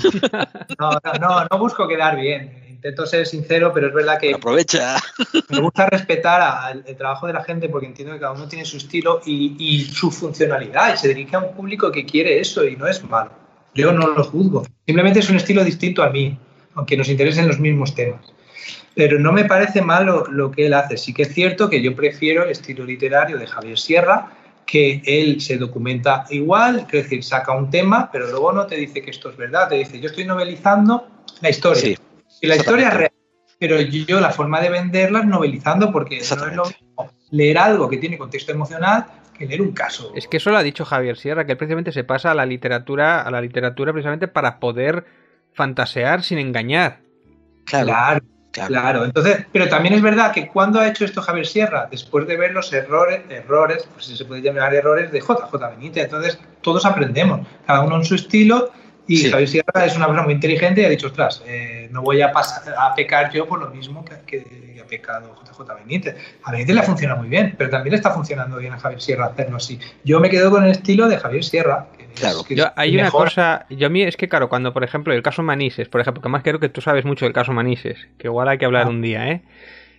No, no, no, no busco quedar bien. Intento ser sincero, pero es verdad que aprovecha. Me gusta respetar al el trabajo de la gente porque entiendo que cada uno tiene su estilo y, y su funcionalidad y se dirige a un público que quiere eso y no es malo. Yo no lo juzgo. Simplemente es un estilo distinto a mí, aunque nos interesen los mismos temas. Pero no me parece malo lo que él hace. Sí que es cierto que yo prefiero el estilo literario de Javier Sierra, que él se documenta igual, es decir, saca un tema, pero luego no te dice que esto es verdad, te dice yo estoy novelizando la historia. Sí. Y la historia es real, pero yo la forma de venderla es novelizando porque no es lo mismo leer algo que tiene contexto emocional que leer un caso. Es que eso lo ha dicho Javier Sierra, que él precisamente se pasa a la literatura, a la literatura precisamente para poder fantasear sin engañar. Claro, claro, claro. claro. Entonces, pero también es verdad que cuando ha hecho esto Javier Sierra, después de ver los errores, errores, pues si se puede llamar errores de J J Benítez, entonces todos aprendemos, cada uno en su estilo. Y sí. Javier Sierra es una persona muy inteligente y ha dicho, ostras, eh, no voy a, pasar, a pecar yo por lo mismo que, que ha pecado J J Benítez. A Benítez le funciona muy bien, pero también le está funcionando bien a Javier Sierra hacerlo así. Yo me quedo con el estilo de Javier Sierra. Que claro. Es, que yo, es hay mejor. Una cosa, yo a mí es que claro, cuando por ejemplo el caso Manises, por ejemplo, que más creo que tú sabes mucho del caso Manises, que igual hay que hablar ah. un día, ¿eh?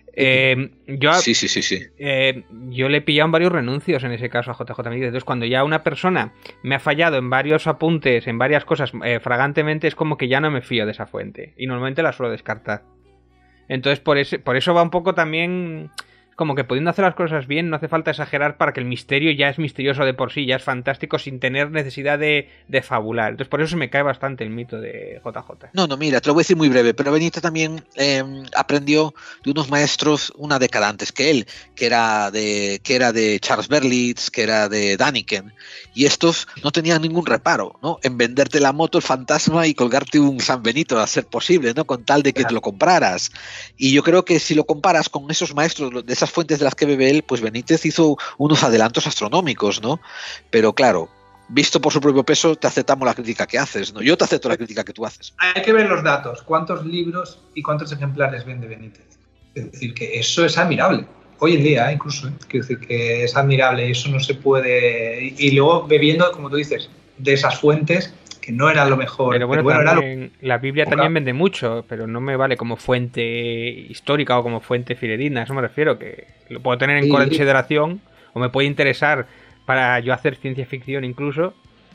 Eh, yo, sí, sí, sí, sí. Eh, yo le he pillado en varios renuncios en ese caso a J J Benítez. Entonces, cuando ya una persona me ha fallado en varios apuntes, en varias cosas, eh, fragantemente, es como que ya no me fío de esa fuente. Y normalmente la suelo descartar. Entonces, por, ese, por eso va un poco también... Como que pudiendo hacer las cosas bien, no hace falta exagerar para que el misterio ya es misterioso de por sí, ya es fantástico sin tener necesidad de, de fabular. Entonces por eso se me cae bastante el mito de J J. No, no, mira, te lo voy a decir muy breve, pero Benítez también eh, aprendió de unos maestros una década antes que él, que era de, que era de Charles Berlitz, que era de Daniken, y estos no tenían ningún reparo, ¿no? En venderte la moto, el fantasma y colgarte un San Benito a ser posible, ¿no? Con tal de que te lo compraras. Y yo creo que si lo comparas con esos maestros de esas fuentes de las que bebe él, pues Benítez hizo unos adelantos astronómicos, ¿no? Pero claro, visto por su propio peso, te aceptamos la crítica que haces, ¿no? Yo te acepto la crítica que tú haces. Hay que ver los datos, cuántos libros y cuántos ejemplares vende Benítez. Es decir, que eso es admirable. Hoy en día, ¿eh? incluso, ¿eh? Quiero decir que es admirable, eso no se puede... Y, y luego bebiendo, como tú dices, de esas fuentes... que no era lo mejor. Pero bueno, pero bueno también, era lo... la Biblia también vende mucho, pero no me vale como fuente histórica o como fuente fidedigna, a eso me refiero, que lo puedo tener en sí. consideración o me puede interesar para yo hacer ciencia ficción incluso,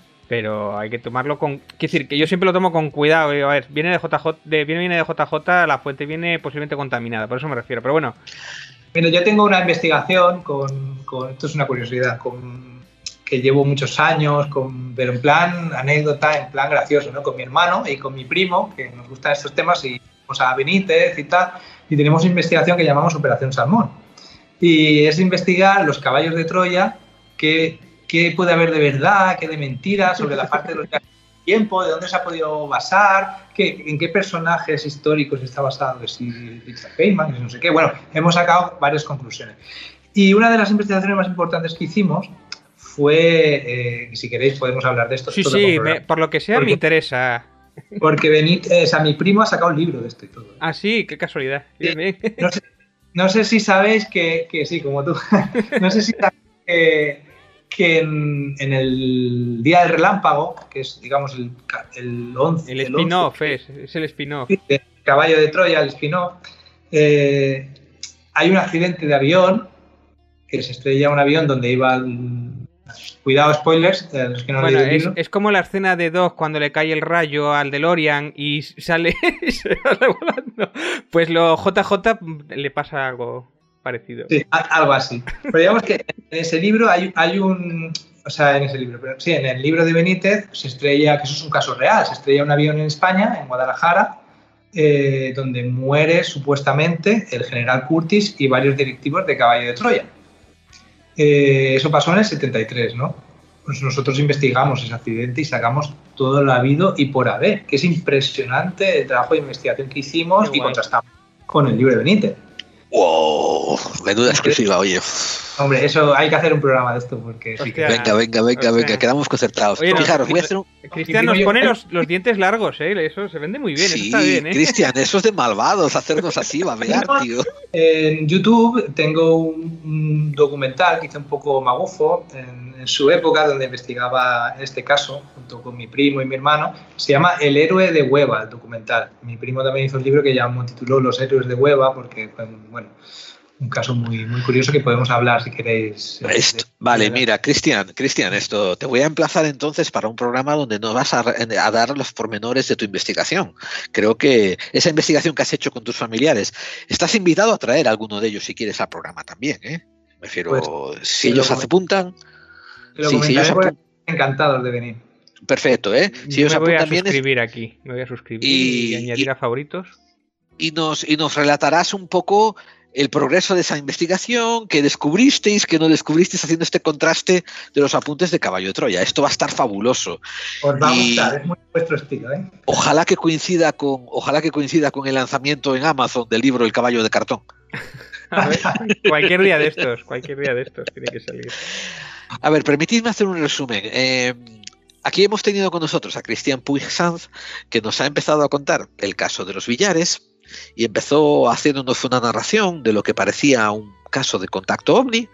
pero hay que tomarlo con... Quiero decir, que yo siempre lo tomo con cuidado. A ver, viene de J J, de, viene, viene de J J, la fuente viene posiblemente contaminada, por eso me refiero, pero bueno. Bueno, yo tengo una investigación con, con esto es una curiosidad, con... que llevo muchos años, con, pero en plan anécdota, en plan gracioso, ¿no? Con mi hermano y con mi primo, que nos gustan estos temas, y vamos a Benítez y tal, y tenemos una investigación que llamamos Operación Salmón. Y es investigar los caballos de Troya, qué, qué puede haber de verdad, qué de mentira, sobre la parte de los viajes del tiempo, de dónde se ha podido basar, qué, en qué personajes históricos está basado, que si Richard Feynman, que si no sé qué. Bueno, hemos sacado varias conclusiones. Y una de las investigaciones más importantes que hicimos fue, eh, si queréis podemos hablar de esto. Sí, todo sí, con me, por lo que sea porque, me interesa. Porque Benítez, o sea, mi primo ha sacado un libro de esto y todo. Ah, sí, qué casualidad. Bien, bien. No sé, no sé si sabéis que, que sí, como tú, no sé si sabéis que, que en, en el Día del Relámpago, que es, digamos, el, el once... El spin-off es, es el spin-off. El Caballo de Troya, el spin-off. Eh, hay un accidente de avión, que se estrella un avión donde iba... Cuidado, spoilers, eh, los que no bueno, han leído el es, libro. es como la escena de Dog cuando le cae el rayo al DeLorean y sale, se va volando. Pues lo J J le pasa algo parecido. Sí, algo así. Pero digamos que en ese libro hay, hay un... O sea, en ese libro, pero sí, en el libro de Benítez se estrella, que eso es un caso real, se estrella un avión en España, en Guadalajara, eh, donde muere supuestamente el general Curtis y varios directivos de Caballo de Troya. Eh, eso pasó en el setenta y tres, ¿no? Pues nosotros investigamos ese accidente y sacamos todo lo habido y por haber, que es impresionante el trabajo de investigación que hicimos y contrastamos con el libro de Benítez. ¡Wow! Menuda exclusiva, oye. Hombre, eso hay que hacer un programa de esto porque sí que... Venga, venga, venga, venga, quedamos concertados. Oye, Fijaros, voy a hacer un... Cristian nos pone los, los dientes largos, ¿eh? Eso se vende muy bien, sí, eso está bien, ¿eh? Cristian, eso es de malvados, hacernos así, va a pegar, tío. En YouTube tengo un, un documental que hice un poco magufo en, en su época, donde investigaba este caso, junto con mi primo y mi hermano. Se llama El héroe de Hueva, el documental. Mi primo también hizo un libro que ya tituló Los héroes de Hueva, porque, bueno... un caso muy, muy curioso que podemos hablar si queréis. Esto, vale, mira, Cristian, Cristian, esto te voy a emplazar entonces para un programa donde nos vas a, a dar los pormenores de tu investigación. Creo que esa investigación que has hecho con tus familiares, estás invitado a traer a alguno de ellos si quieres al programa también, ¿eh? Me refiero, pues, si ellos se apuntan. Sí, si ellos apuntan, encantados de venir. Perfecto, ¿eh? Si ellos me voy apuntan a suscribir bien, aquí, me voy a suscribir y, y añadir y, a favoritos. Y nos, y nos relatarás un poco el progreso de esa investigación, que descubristeis, que no descubristeis, haciendo este contraste de los apuntes de Caballo de Troya. Esto va a estar fabuloso. Os va a gustar, es muy vuestro estilo, ¿eh? Ojalá que coincida con, ojalá que coincida con el lanzamiento en Amazon del libro El caballo de cartón. A ver, cualquier día de estos, cualquier día de estos tiene que salir. A ver, permitidme hacer un resumen. Eh, aquí hemos tenido con nosotros a Cristian Puig Sanz, que nos ha empezado a contar el caso de los billares, y empezó haciéndonos una narración de lo que parecía un caso de contacto ovni,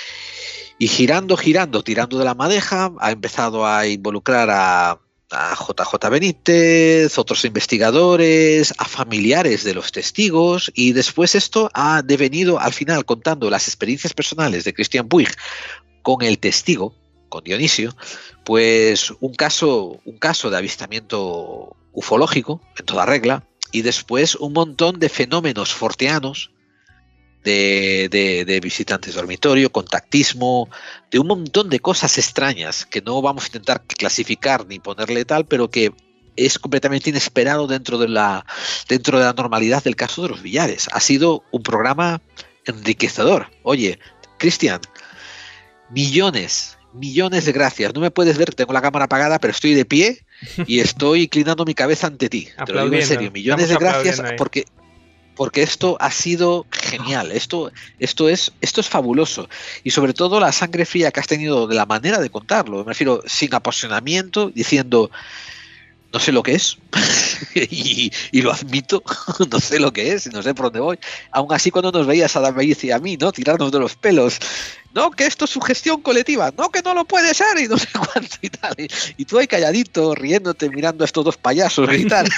y girando, girando, tirando de la madeja, ha empezado a involucrar a, a J J Benítez, otros investigadores, a familiares de los testigos, y después esto ha devenido al final contando las experiencias personales de Cristian Puig con el testigo, con Dionisio, pues un caso, un caso de avistamiento ufológico en toda regla, y después un montón de fenómenos forteanos de, de, de visitantes de dormitorio, contactismo, de un montón de cosas extrañas que no vamos a intentar clasificar ni ponerle tal, pero que es completamente inesperado dentro de la, dentro de la normalidad del caso de los billares. Ha sido un programa enriquecedor. Oye, Cristian, millones, millones de gracias. No me puedes ver, tengo la cámara apagada, pero estoy de pie y estoy inclinando mi cabeza ante ti. Te lo digo en serio, millones de gracias porque, porque esto ha sido genial. Esto, esto, es, esto es fabuloso. Y sobre todo la sangre fría que has tenido de la manera de contarlo. Me refiero, sin apasionamiento, diciendo... No sé lo que es y, y lo admito, no sé lo que es, no sé por dónde voy. Aún así, cuando nos veías a David y a mí, ¿no? Tirarnos de los pelos, no, que esto es sugestión colectiva, no, que no lo puede ser y no sé cuánto y tal. Y, y tú ahí calladito, riéndote, mirando a estos dos payasos y tal.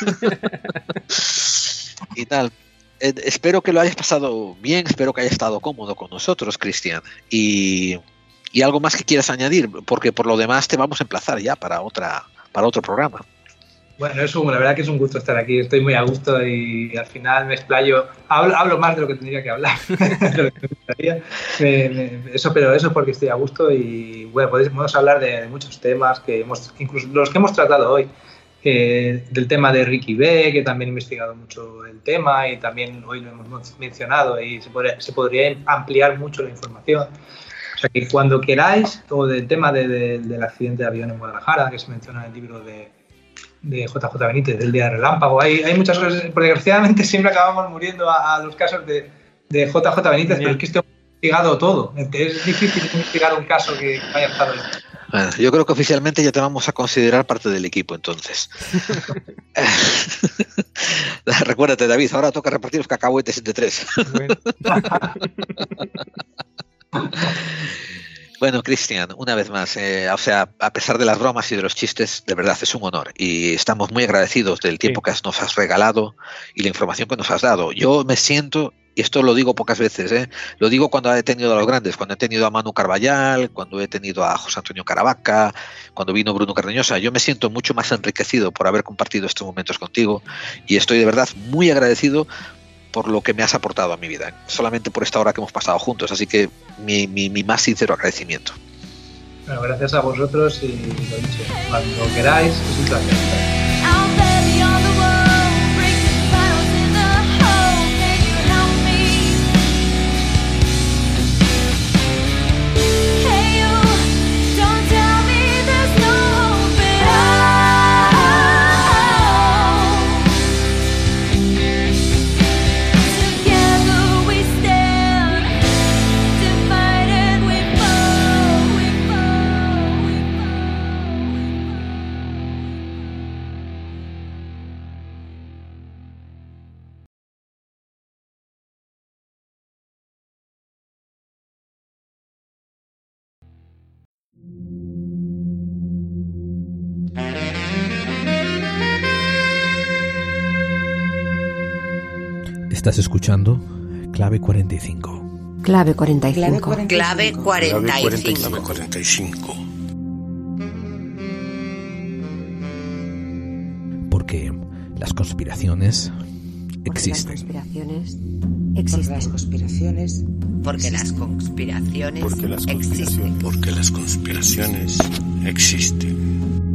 y tal. Eh, espero que lo hayas pasado bien, espero que hayas estado cómodo con nosotros, Cristian. Y, y algo más que quieras añadir, porque por lo demás te vamos a emplazar ya para, otra, para otro programa. Bueno, eso, la verdad que es un gusto estar aquí, estoy muy a gusto y al final me explayo, hablo, hablo más de lo que tendría que hablar, de lo que me gustaría. Me, me, eso, pero eso es porque estoy a gusto y bueno, podemos hablar de muchos temas, que hemos, incluso los que hemos tratado hoy, eh, del tema de Ricky B, que también he investigado mucho el tema y también hoy lo hemos mencionado y se podría, se podría ampliar mucho la información. O sea que cuando queráis, o del tema de, de, del accidente de avión en Guadalajara, que se menciona en el libro de de J J Benítez, del Día del Relámpago. Hay, hay muchas cosas, porque desgraciadamente siempre acabamos muriendo a, a los casos de, de J J Benítez, yeah. Pero es que este investigado todo. Es difícil investigar un caso que haya estado ahí. Bueno, yo creo que oficialmente ya te vamos a considerar parte del equipo, entonces. Recuérdate, David, ahora toca repartir los cacahuetes entre tres. Bueno. Bueno, Cristian, una vez más, eh, o sea, a pesar de las bromas y de los chistes, de verdad es un honor y estamos muy agradecidos del tiempo sí. que nos has regalado y la información que nos has dado. Yo me siento, y esto lo digo pocas veces, ¿eh? Lo digo cuando he tenido a los grandes, cuando he tenido a Manu Carballal, cuando he tenido a José Antonio Caravaca, cuando vino Bruno Cardeñosa. Yo me siento mucho más enriquecido por haber compartido estos momentos contigo y estoy de verdad muy agradecido por lo que me has aportado a mi vida, solamente por esta hora que hemos pasado juntos, así que mi, mi, mi más sincero agradecimiento. Bueno, gracias a vosotros y lo dicho, cuando queráis, es un placer. Estás escuchando Clave cuarenta y cinco. Clave cuarenta y cinco. Clave cuarenta y cinco. Clave cuarenta y cinco. Porque las conspiraciones existen. Porque las conspiraciones existen. Porque las conspiraciones. Porque las conspiraciones. Porque las conspiraciones existen. Porque las conspiraciones existen.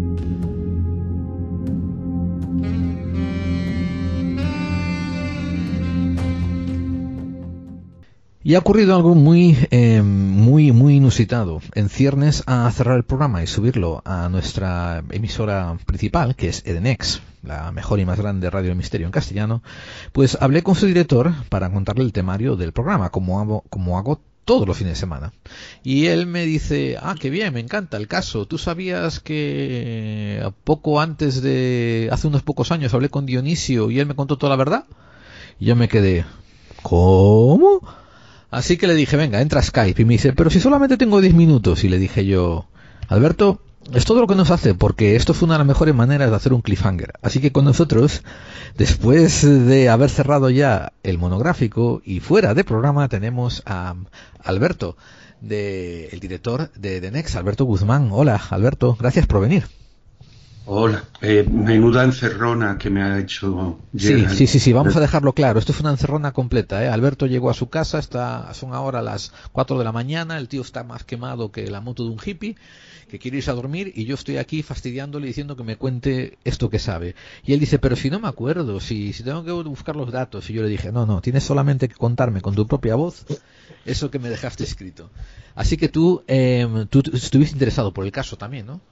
Y ha ocurrido algo muy, eh, muy, muy inusitado. En ciernes a cerrar el programa y subirlo a nuestra emisora principal, que es Edenex, la mejor y más grande radio del misterio en castellano, pues hablé con su director para contarle el temario del programa, como hago, como hago todos los fines de semana. Y él me dice, ah, qué bien, me encanta el caso. ¿Tú sabías que poco antes de, hace unos pocos años, hablé con Dionisio y él me contó toda la verdad? Y yo me quedé, ¿cómo? Así que le dije, venga, entra a Skype. Y me dice, pero si solamente tengo diez minutos. Y le dije yo, Alberto, es todo lo que nos hace, porque esto fue una de las mejores maneras de hacer un cliffhanger. Así que con nosotros, después de haber cerrado ya el monográfico y fuera de programa, tenemos a Alberto, de, el director de The Next, Alberto Guzmán. Hola, Alberto, gracias por venir. Hola, eh, menuda encerrona que me ha hecho llegar. Sí, sí, sí, sí, vamos a dejarlo claro. Esto fue una encerrona completa, ¿eh? Alberto llegó a su casa, está, son ahora las cuatro de la mañana, el tío está más quemado que la moto de un hippie, que quiere irse a dormir, y yo estoy aquí fastidiándole diciendo que me cuente esto que sabe. Y él dice, pero si no me acuerdo, si, si tengo que buscar los datos. Y yo le dije, no, no, tienes solamente que contarme con tu propia voz eso que me dejaste escrito. Así que tú, eh, tú estuviste interesado por el caso también, ¿no?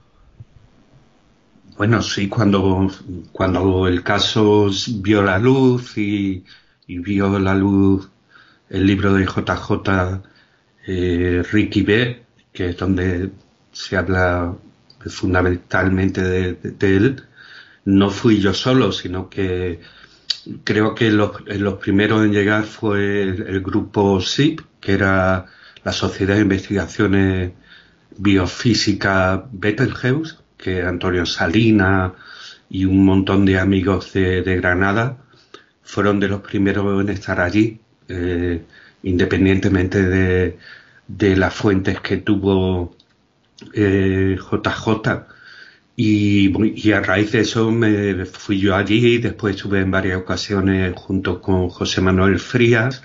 Bueno, sí, cuando, cuando el caso vio la luz y, y vio la luz el libro de J J eh, Ricky B, que es donde se habla fundamentalmente de, de, de él, no fui yo solo, sino que creo que los, los primeros en llegar fue el, el grupo S I P, que era la Sociedad de Investigaciones Biofísica Betelgeuse, que Antonio Salina y un montón de amigos de, de Granada fueron de los primeros en estar allí, eh, independientemente de, de las fuentes que tuvo eh, J J. Y, y a raíz de eso me fui yo allí y después estuve en varias ocasiones junto con José Manuel Frías.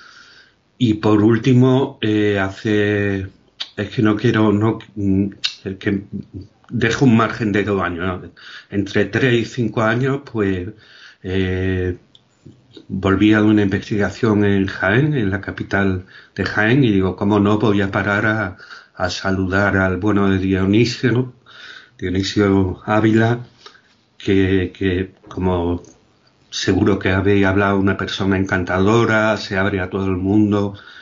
Y por último, eh, hace... es que no quiero... no es que dejo un margen de dos años, ¿no? Entre tres y cinco años, pues eh, volví a una investigación en Jaén, en la capital de Jaén, y digo, ¿cómo no voy a parar a, a saludar al bueno de Dionisio, ¿no? Dionisio Ávila, que, que como seguro que habéis hablado, una persona encantadora, se abre a todo el mundo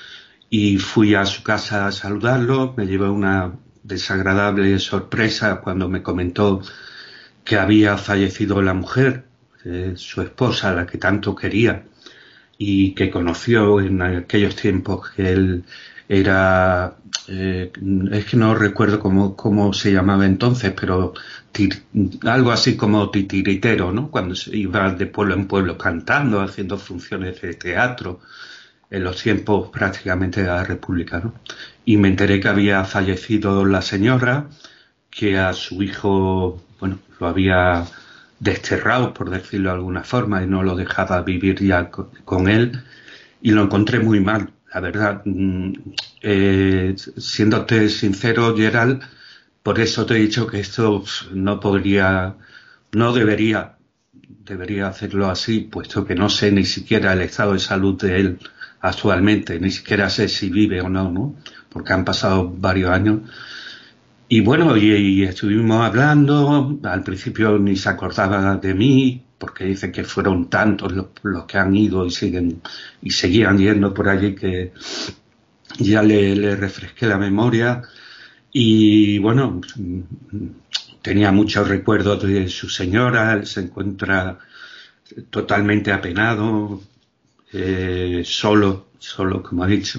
y fui a su casa a saludarlo. Me llevé una desagradable sorpresa cuando me comentó que había fallecido la mujer, eh, su esposa, la que tanto quería y que conoció en aquellos tiempos, que él era, eh, es que no recuerdo cómo, cómo se llamaba entonces, pero tir, algo así como titiritero, ¿no? Cuando se iba de pueblo en pueblo cantando, haciendo funciones de teatro, en los tiempos prácticamente de la República, ¿no? Y me enteré que había fallecido la señora, que a su hijo, bueno, lo había desterrado, por decirlo de alguna forma, y no lo dejaba vivir ya con, con él, y lo encontré muy mal, la verdad. Eh, siéndote sincero, Gerald, por eso te he dicho que esto no podría, no debería, debería hacerlo así, puesto que no sé ni siquiera el estado de salud de él actualmente, ni siquiera sé si vive o no, ¿no? Porque han pasado varios años. Y bueno, y, y estuvimos hablando, al principio ni se acordaba de mí, porque dice que fueron tantos los, los que han ido y siguen y seguían yendo por allí que ya le, le refresqué la memoria. Y bueno, tenía muchos recuerdos de su señora, él se encuentra totalmente apenado, eh, solo, solo como ha dicho.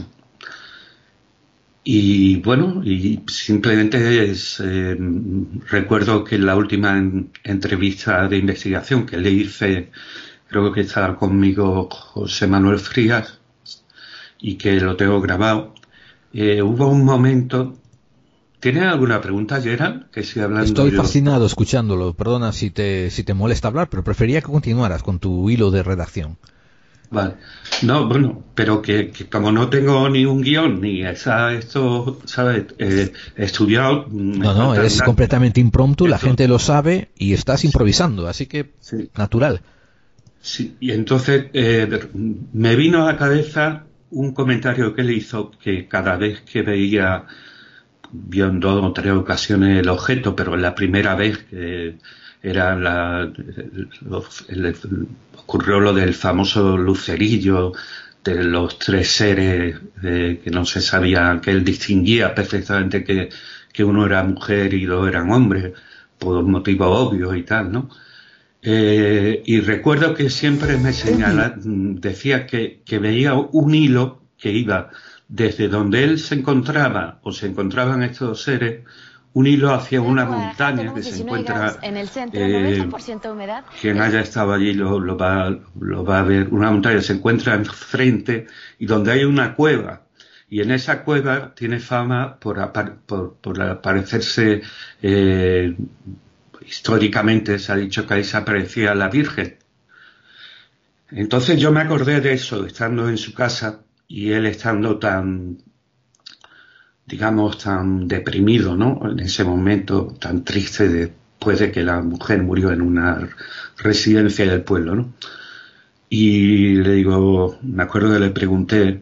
Y bueno, y simplemente es, eh, recuerdo que en la última en, entrevista de investigación que le hice, creo que estaba conmigo José Manuel Frías, y que lo tengo grabado, eh, hubo un momento. ¿Tienes alguna pregunta, Gerald? Que siga hablando. Estoy yo. fascinado escuchándolo. Perdona si te, si te molesta hablar, pero prefería que continuaras con tu hilo de redacción. Vale. No, bueno, pero que, que como no tengo ni un guión, ni esa, esto, ¿sabes? Eh, he estudiado... No, no, eres completamente impromptu, esto, la gente lo sabe y estás improvisando, así que sí. Natural. Sí, y entonces eh, me vino a la cabeza un comentario que él hizo, que cada vez que veía, vio en dos o tres ocasiones el objeto, pero en la primera vez que era la... El, el, el, ocurrió lo del famoso lucerillo, de los tres seres eh, que no se sabía, que él distinguía perfectamente que, que uno era mujer y dos eran hombres, por motivos obvios y tal, ¿no? Eh, y recuerdo que siempre me señala, decía que, que veía un hilo que iba desde donde él se encontraba, o se encontraban estos seres, un hilo hacia una montaña que se encuentra, en el centro, eh, noventa por ciento humedad. Quien haya estado allí lo, lo, va, lo va a ver, una montaña que se encuentra enfrente y donde hay una cueva, y en esa cueva tiene fama por, por, por aparecerse, eh, históricamente se ha dicho que ahí se aparecía la Virgen. Entonces yo me acordé de eso, estando en su casa y él estando tan, digamos, tan deprimido, ¿no? En ese momento tan triste después de que la mujer murió en una residencia del pueblo, ¿no? Y le digo, me acuerdo que le pregunté,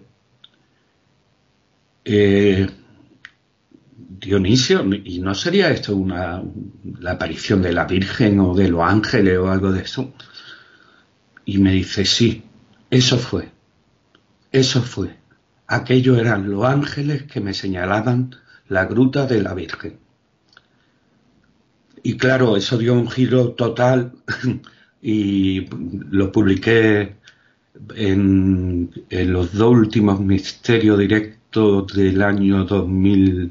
eh, Dionisio, ¿y no sería esto una la aparición de la Virgen o de los ángeles o algo de eso? Y me dice, sí, eso fue, eso fue. Aquellos eran los ángeles que me señalaban la gruta de la Virgen. Y claro, eso dio un giro total y lo publiqué en, en los dos últimos misterios directos del año dos mil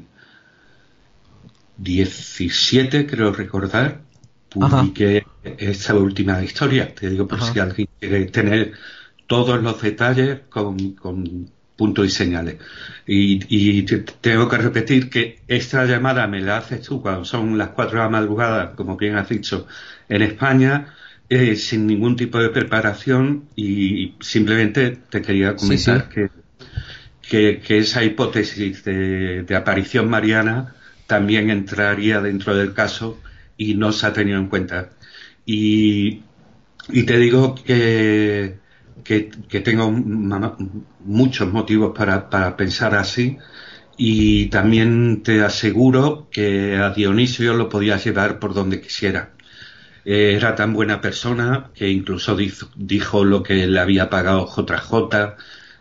diecisiete, creo recordar. Publiqué Ajá. esta última historia. Te digo por Ajá. si alguien quiere tener todos los detalles con... con puntos y señales. Y, y te, tengo que repetir que esta llamada me la haces tú cuando son las cuatro de la madrugada, como bien has dicho, en España, eh, sin ningún tipo de preparación, y simplemente te quería comentar sí, sí. Que, que, que esa hipótesis de, de aparición mariana también entraría dentro del caso y no se ha tenido en cuenta. Y, y te digo que Que, que tengo muchos motivos para, para pensar así, y también te aseguro que a Dionisio lo podía llevar por donde quisiera. Eh, era tan buena persona que incluso dijo, dijo lo que le había pagado J J,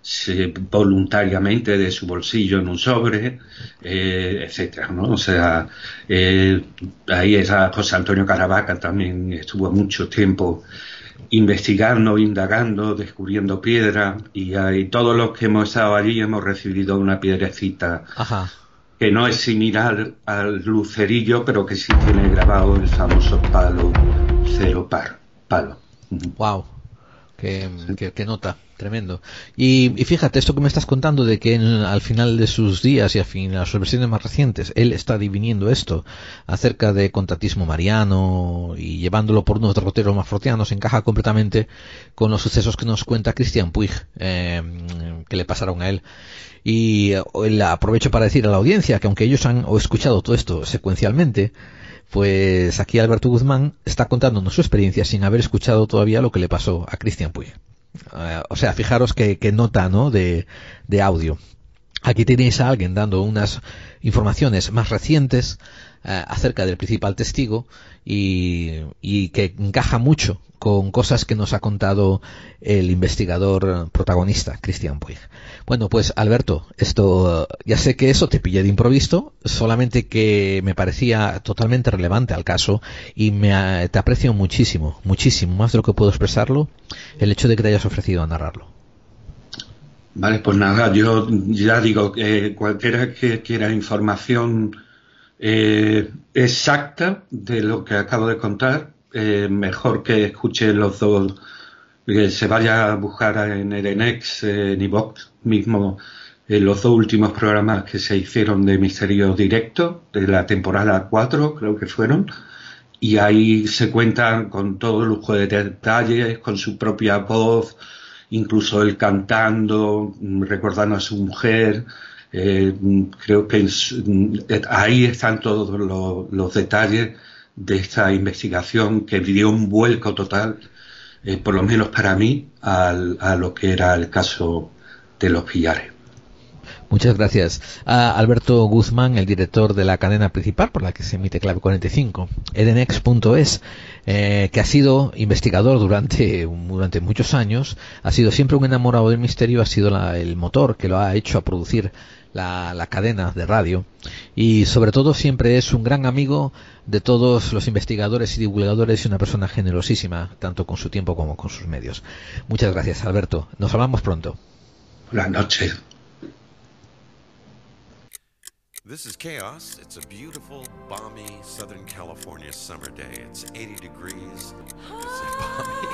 se, voluntariamente de su bolsillo en un sobre, eh, etcétera, ¿no? O sea, eh, ahí era José Antonio Caravaca, también estuvo mucho tiempo investigando, indagando, descubriendo piedra, y ahí todos los que hemos estado allí hemos recibido una piedrecita. Ajá. Que no es similar al lucerillo, pero que sí tiene grabado el famoso palo cero par, palo. Wow. Qué, qué, qué nota, tremendo. Y, y fíjate, esto que me estás contando de que en, al final de sus días y al final de sus versiones más recientes, él está diviniendo esto acerca de contratismo mariano y llevándolo por unos derroteros más freudianos, encaja completamente con los sucesos que nos cuenta Christian Puig, eh, que le pasaron a él. Y eh, aprovecho para decir a la audiencia que aunque ellos han escuchado todo esto secuencialmente, pues aquí Alberto Guzmán está contándonos su experiencia sin haber escuchado todavía lo que le pasó a Christian Puig. Uh, o sea, fijaros qué nota, ¿no?, de, de audio. Aquí tenéis a alguien dando unas informaciones más recientes uh, acerca del principal testigo y, y que encaja mucho con cosas que nos ha contado el investigador protagonista, Christian Puig. Bueno, pues Alberto, esto ya sé que eso te pillé de improviso, solamente que me parecía totalmente relevante al caso y me te aprecio muchísimo, muchísimo, más de lo que puedo expresarlo, el hecho de que te hayas ofrecido a narrarlo. Vale, pues nada, yo ya digo que cualquiera que quiera información eh, exacta de lo que acabo de contar, eh, mejor que escuche los dos, que se vaya a buscar en Edenex, en iVoox mismo, eh, los dos últimos programas que se hicieron de Misterio Directo, de la temporada cuatro, creo que fueron, y ahí se cuentan con todo lujo de detalles, con su propia voz, incluso él cantando, recordando a su mujer. Eh, creo que en, ahí están todos los, los detalles de esta investigación que dio un vuelco total, eh, por lo menos para mí, al, a lo que era el caso de los Pillares. Muchas gracias a Alberto Guzmán, el director de la cadena principal por la que se emite Clave cuarenta y cinco, edenex punto es, eh, que ha sido investigador durante, durante muchos años, ha sido siempre un enamorado del misterio, ha sido la, el motor que lo ha hecho a producir la, la cadena de radio, y sobre todo siempre es un gran amigo de todos los investigadores y divulgadores y una persona generosísima, tanto con su tiempo como con sus medios. Muchas gracias, Alberto. Nos hablamos pronto. Buenas noches. This is Chaos. It's a beautiful, balmy Southern California summer day. It's eighty degrees. It's balmy.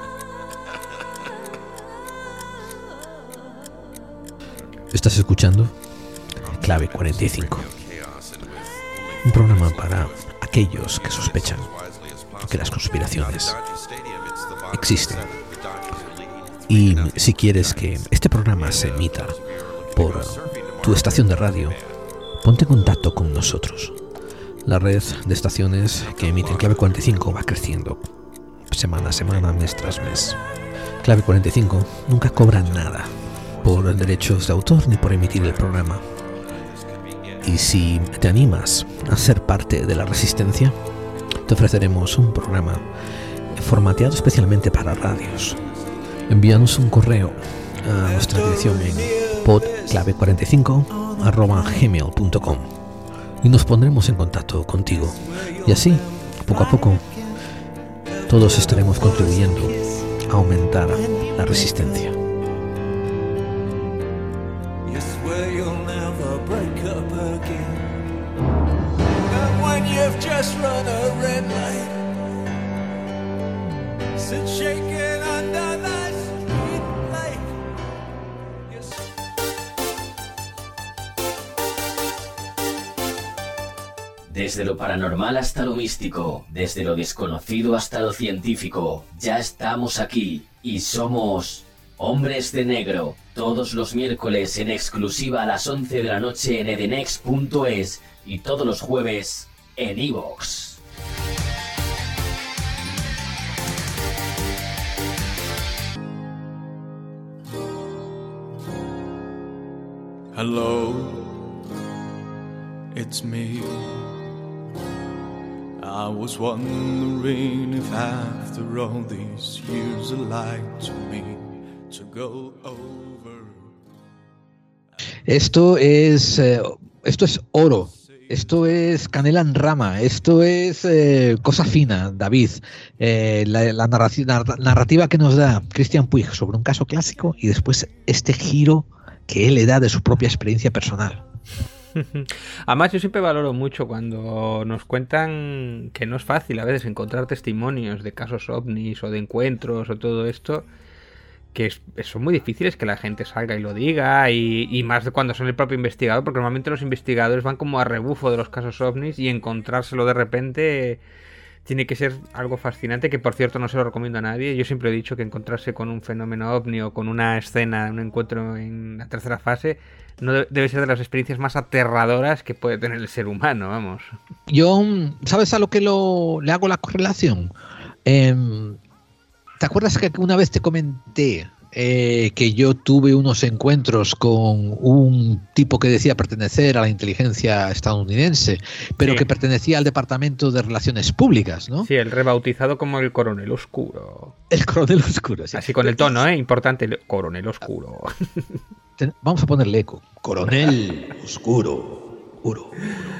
Estás escuchando Clave cuarenta y cinco, un programa para aquellos que sospechan que las conspiraciones existen. Y si quieres que este programa se emita por tu estación de radio, ponte en contacto con nosotros. La red de estaciones que emiten Clave cuarenta y cinco va creciendo semana a semana, mes tras mes. Clave cuarenta y cinco nunca cobra nada por derechos de autor ni por emitir el programa. Y si te animas a ser parte de la resistencia, te ofreceremos un programa formateado especialmente para radios. Envíanos un correo a nuestra dirección en podclave cuarenta y cinco arroba gmail punto com y nos pondremos en contacto contigo, y así poco a poco todos estaremos contribuyendo a aumentar la resistencia. Desde lo paranormal hasta lo místico, desde lo desconocido hasta lo científico, ya estamos aquí y somos Hombres de Negro, todos los miércoles en exclusiva a las once de la noche en edenex punto es y todos los jueves en iVoox. Hello, it's me. I was wondering if after all these years you'd like to me to go over Esto es, eh, esto es oro. Esto es canela en rama, esto es eh, cosa fina, David. Eh, la, la narrativa, narrativa que nos da Christian Puig sobre un caso clásico y después este giro que él le da de su propia experiencia personal. Además, yo siempre valoro mucho cuando nos cuentan que no es fácil a veces encontrar testimonios de casos ovnis o de encuentros o todo esto, que es, son muy difíciles que la gente salga y lo diga, y, y más de cuando son el propio investigador, porque normalmente los investigadores van como a rebufo de los casos ovnis y encontrárselo de repente tiene que ser algo fascinante, que por cierto no se lo recomiendo a nadie. Yo siempre he dicho que encontrarse con un fenómeno ovni o con una escena, un encuentro en la tercera fase, no debe ser de las experiencias más aterradoras que puede tener el ser humano, vamos. Yo, ¿sabes a lo que lo, le hago la correlación? Eh, ¿Te acuerdas que una vez te comenté eh, que yo tuve unos encuentros con un tipo que decía pertenecer a la inteligencia estadounidense, pero sí, que pertenecía al Departamento de Relaciones Públicas, ¿no? Sí, el rebautizado como el Coronel Oscuro. El Coronel Oscuro, sí. Así con el tono, ¿eh? Importante, el Coronel Oscuro. Vamos a ponerle eco. Coronel Oscuro. Oscuro.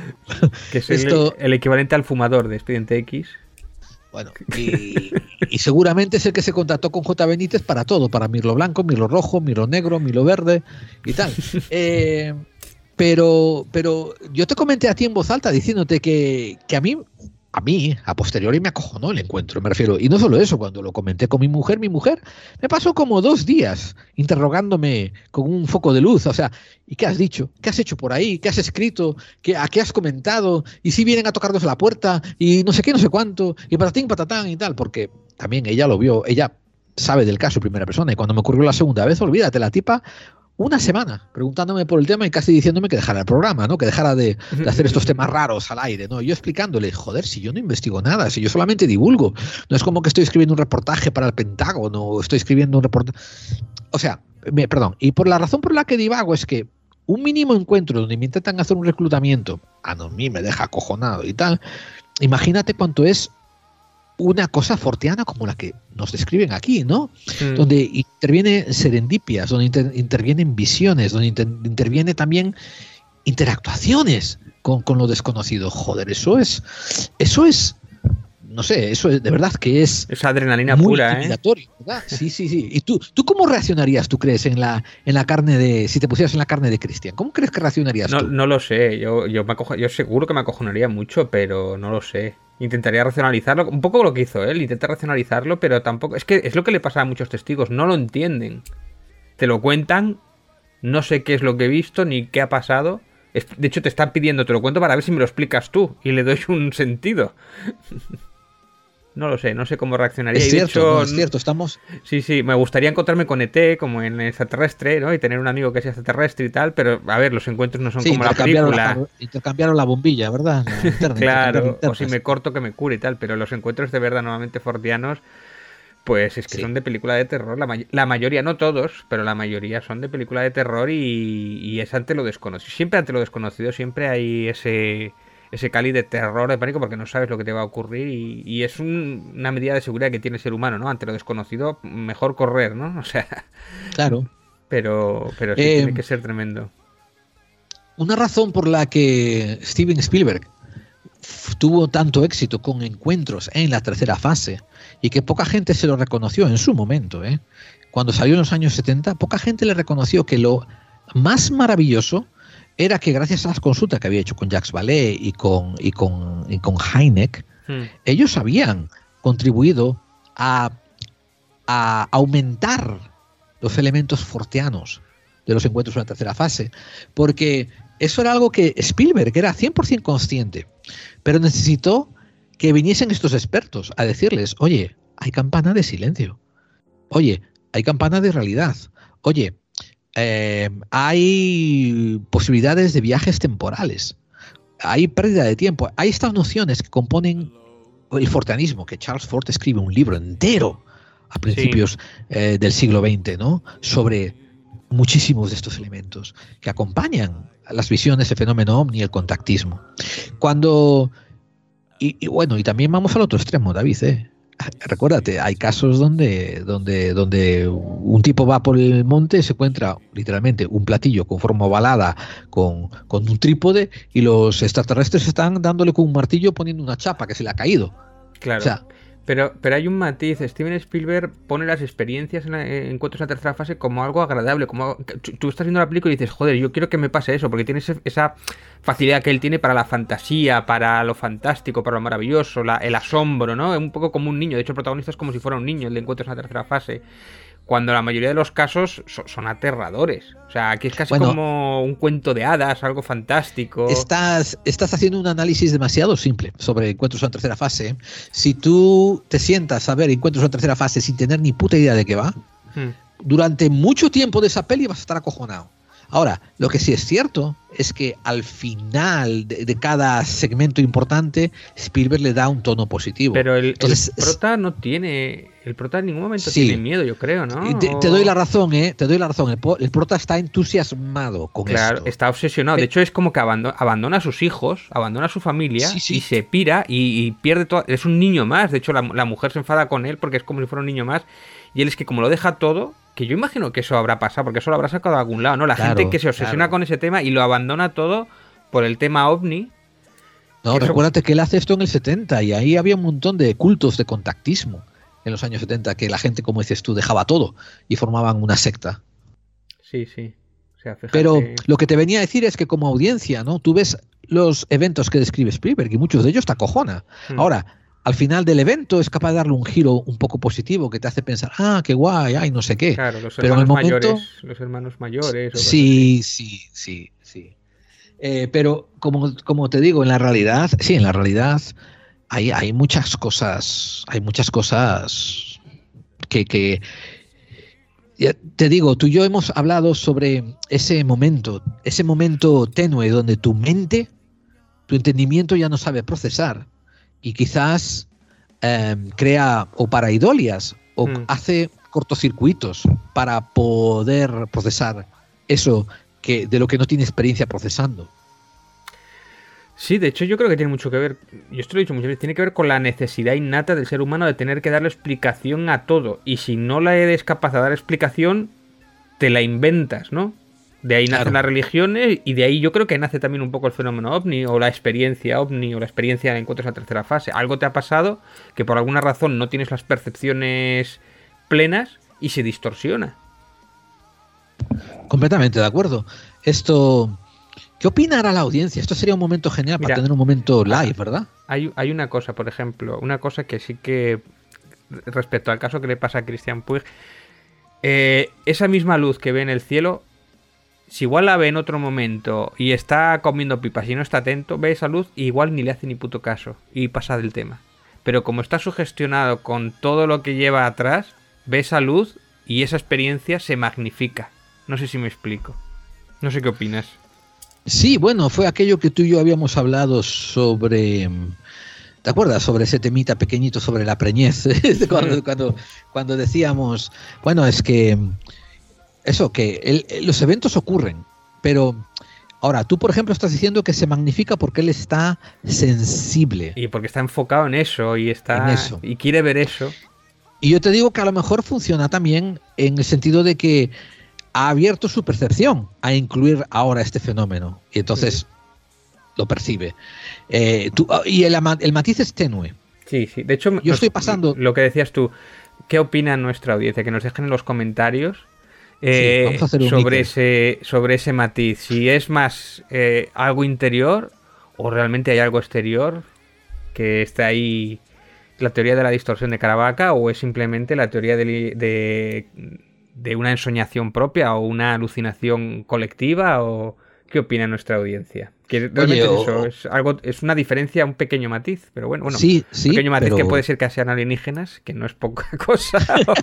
Que es Esto... el, el equivalente al fumador de Expediente X. Bueno, y, y seguramente es el que se contactó con J. Benítez para todo, para Mirlo Blanco, Mirlo Rojo, Mirlo Negro, Mirlo Verde y tal. Eh, pero, pero yo te comenté a ti en voz alta diciéndote que, que a mí, a mí, a posteriori me acojonó el encuentro, me refiero. Y no solo eso, cuando lo comenté con mi mujer, mi mujer me pasó como dos días interrogándome con un foco de luz. O sea, ¿y qué has dicho? ¿Qué has hecho por ahí? ¿Qué has escrito? ¿Qué, ¿A qué has comentado? ¿Y si vienen a tocarnos la puerta? Y no sé qué, no sé cuánto. Y patatín, patatán y tal. Porque también ella lo vio, ella sabe del caso en primera persona. Y cuando me ocurrió la segunda vez, olvídate, la tipa una semana preguntándome por el tema y casi diciéndome que dejara el programa, ¿no? Que dejara de, de hacer estos temas raros al aire, ¿no? Y yo explicándole, joder, si yo no investigo nada, si yo solamente divulgo, no es como que estoy escribiendo un reportaje para el Pentágono o estoy escribiendo un reportaje. O sea, me, perdón, y por la razón por la que divago es que un mínimo encuentro donde me intentan hacer un reclutamiento, a mí me deja acojonado y tal, imagínate cuánto es una cosa forteana como la que nos describen aquí, ¿no? Mm. Donde interviene serendipias, donde inter intervienen visiones, donde inter interviene también interactuaciones con, con lo desconocido. Joder, eso es, eso es, no sé, eso es, de verdad que es esa adrenalina muy pura, intimidatorio, ¿eh? ¿Verdad? Sí, sí, sí. ¿Y tú, tú cómo reaccionarías, tú crees, en la, en la carne de, si te pusieras en la carne de Christian? ¿Cómo crees que reaccionarías no, tú? No lo sé, yo, yo, me acojo, yo seguro que me acojonaría mucho, pero no lo sé. Intentaría racionalizarlo, un poco lo que hizo él, intenta racionalizarlo, pero tampoco, es que es lo que le pasa a muchos testigos, no lo entienden. Te lo cuentan, no sé qué es lo que he visto, ni qué ha pasado. De hecho, te están pidiendo, te lo cuento para ver si me lo explicas tú, y le doy un sentido. No lo sé, no sé cómo reaccionaría. Es y cierto, de hecho, no, es cierto, estamos... Sí, sí, me gustaría encontrarme con E T, como en extraterrestre, ¿no? Y tener un amigo que sea extraterrestre y tal, pero, a ver, los encuentros no son sí, como la película. La, intercambiaron la bombilla, ¿verdad? La interna, claro, o si me corto que me cure y tal, pero los encuentros de verdad normalmente fordianos, pues es que sí, son de película de terror. La, may la mayoría, no todos, pero la mayoría son de película de terror y, y es ante lo desconocido. Siempre ante lo desconocido, siempre hay ese... ese cáliz de terror, de pánico, porque no sabes lo que te va a ocurrir y, y es un, una medida de seguridad que tiene el ser humano, ¿no? Ante lo desconocido, mejor correr, ¿no? O sea... Claro. Pero, pero sí, eh, tiene que ser tremendo. Una razón por la que Steven Spielberg tuvo tanto éxito con encuentros en la tercera fase y que poca gente se lo reconoció en su momento, ¿eh? Cuando salió en los años setenta, poca gente le reconoció que lo más maravilloso era que gracias a las consultas que había hecho con Jacques Vallée y con, y con, y con Hynek, hmm. ellos habían contribuido a, a aumentar los elementos forteanos de los encuentros en la tercera fase, porque eso era algo que Spielberg era cien por cien consciente, pero necesitó que viniesen estos expertos a decirles, oye, hay campana de silencio, oye, hay campana de realidad, oye, Eh, hay posibilidades de viajes temporales, hay pérdida de tiempo, hay estas nociones que componen el forteanismo, que Charles Fort escribe un libro entero a principios sí. eh, del siglo veinte, ¿no? Sobre muchísimos de estos elementos que acompañan a las visiones, el fenómeno ovni, el contactismo. Cuando, y, y bueno, y también vamos al otro extremo, David, ¿eh? recuérdate, hay casos donde, donde, donde un tipo va por el monte, se encuentra literalmente un platillo con forma ovalada, con, con un trípode, y los extraterrestres están dándole con un martillo poniendo una chapa que se le ha caído. Claro. O sea, Pero, pero hay un matiz. Steven Spielberg pone las experiencias en, la, en Encuentros en la tercera fase como algo agradable. Como algo, tú, tú estás viendo la película y dices, joder, yo quiero que me pase eso, porque tiene ese, esa facilidad que él tiene para la fantasía, para lo fantástico, para lo maravilloso, la, el asombro, ¿no? Es un poco como un niño. De hecho, el protagonista es como si fuera un niño, el de Encuentros en la tercera fase. Cuando la mayoría de los casos son, son aterradores. O sea, aquí es casi bueno, como un cuento de hadas, algo fantástico. Estás, estás haciendo un análisis demasiado simple sobre Encuentros en tercera fase. Si tú te sientas a ver Encuentros en tercera fase sin tener ni puta idea de qué va, hmm. durante mucho tiempo de esa peli vas a estar acojonado. Ahora, lo que sí es cierto es que al final de, de cada segmento importante, Spielberg le da un tono positivo. Pero el, Entonces, el prota no tiene... El prota en ningún momento sí. tiene miedo, yo creo, ¿no? Te, te doy la razón, ¿eh? Te doy la razón. El, el prota está entusiasmado con claro, esto. Está obsesionado. De hecho, es como que abandona, abandona a sus hijos, abandona a su familia sí, sí. y se pira y, y pierde todo. Es un niño más. De hecho, la, la mujer se enfada con él porque es como si fuera un niño más. Y él es que como lo deja todo... Que yo imagino que eso habrá pasado, porque eso lo habrá sacado de algún lado, ¿no? La claro, gente que se obsesiona claro. con ese tema y lo abandona todo por el tema ovni. No, recuérdate eso... que él hace esto en el setenta y ahí había un montón de cultos de contactismo en los años setenta, que la gente, como dices tú, dejaba todo y formaban una secta. Sí, sí. O sea, fíjate... Pero lo que te venía a decir es que como audiencia, ¿no? Tú ves los eventos que describe Spielberg y muchos de ellos te acojonan. Hmm. Ahora... Al final del evento es capaz de darle un giro un poco positivo que te hace pensar, ah, qué guay, ay, no sé qué. Claro, los pero hermanos en el momento, mayores, los hermanos mayores. Sí, sí, sí, sí. Eh, pero como, como te digo, en la realidad, sí, en la realidad hay, hay muchas cosas, hay muchas cosas que, que ya te digo, tú y yo hemos hablado sobre ese momento, ese momento tenue donde tu mente, tu entendimiento ya no sabe procesar. Y quizás eh, crea o paraidolias o mm. hace cortocircuitos para poder procesar eso que de lo que no tiene experiencia procesando. Sí, de hecho yo creo que tiene mucho que ver, yo esto lo he dicho muchas veces, tiene que ver con la necesidad innata del ser humano de tener que darle explicación a todo. Y si no la eres capaz de dar explicación, te la inventas, ¿no? De ahí nacen claro. las religiones y de ahí yo creo que nace también un poco el fenómeno ovni o la experiencia ovni o la experiencia de encuentros en la tercera fase. Algo te ha pasado que por alguna razón no tienes las percepciones plenas y se distorsiona. Completamente de acuerdo. Esto, ¿qué opinará la audiencia? Esto sería un momento genial para Mira, tener un momento live, ¿verdad? Hay, hay una cosa, por ejemplo, una cosa que sí que respecto al caso que le pasa a Christian Puig, eh, esa misma luz que ve en el cielo, si igual la ve en otro momento y está comiendo pipas y no está atento, ve esa luz y igual ni le hace ni puto caso y pasa del tema. Pero como está sugestionado con todo lo que lleva atrás, ve esa luz y esa experiencia se magnifica. No sé si me explico. No sé qué opinas. Sí, bueno, fue aquello que tú y yo habíamos hablado sobre... ¿Te acuerdas? Sobre ese temita pequeñito sobre la preñez. cuando, cuando, cuando decíamos, bueno, es que... Eso, que el, los eventos ocurren, pero ahora tú, por ejemplo, estás diciendo que se magnifica porque él está sensible. Y porque está enfocado en eso y está en eso. Y quiere ver eso. Y yo te digo que a lo mejor funciona también en el sentido de que ha abierto su percepción a incluir ahora este fenómeno. Y entonces sí. lo percibe. Eh, tú, y el, el matiz es tenue. Sí, sí. De hecho, yo nos, estoy pasando... Lo que decías tú, ¿qué opina nuestra audiencia? Que nos dejen en los comentarios... Eh, sí, sobre ese sobre ese matiz, si es más eh, algo interior o realmente hay algo exterior que está ahí, la teoría de la distorsión de Caravaca, o es simplemente la teoría de, de, de una ensoñación propia o una alucinación colectiva, o qué opina nuestra audiencia. Que realmente Oye, es eso, o... es algo, es una diferencia, un pequeño matiz, pero bueno, bueno sí, sí, un pequeño matiz pero... que puede ser que sean alienígenas, que no es poca cosa.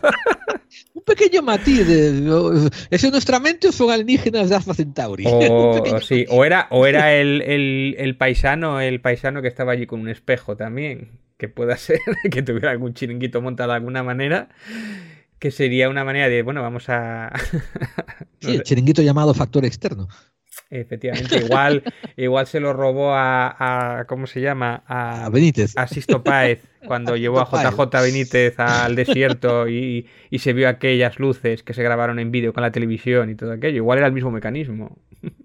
Un pequeño matiz de, ¿es en nuestra mente o son alienígenas de Alpha Centauri? O, sí, o era, o era el, el, el paisano, el paisano que estaba allí con un espejo también, que pueda ser que tuviera algún chiringuito montado de alguna manera, que sería una manera de, bueno, vamos a... Sí, el chiringuito llamado factor externo. Efectivamente, igual, igual se lo robó a, a ¿cómo se llama? A, a Benítez. A Sisto Páez, cuando llevó a J J Benítez al desierto y, y se vio aquellas luces que se grabaron en vídeo con la televisión y todo aquello. Igual era el mismo mecanismo.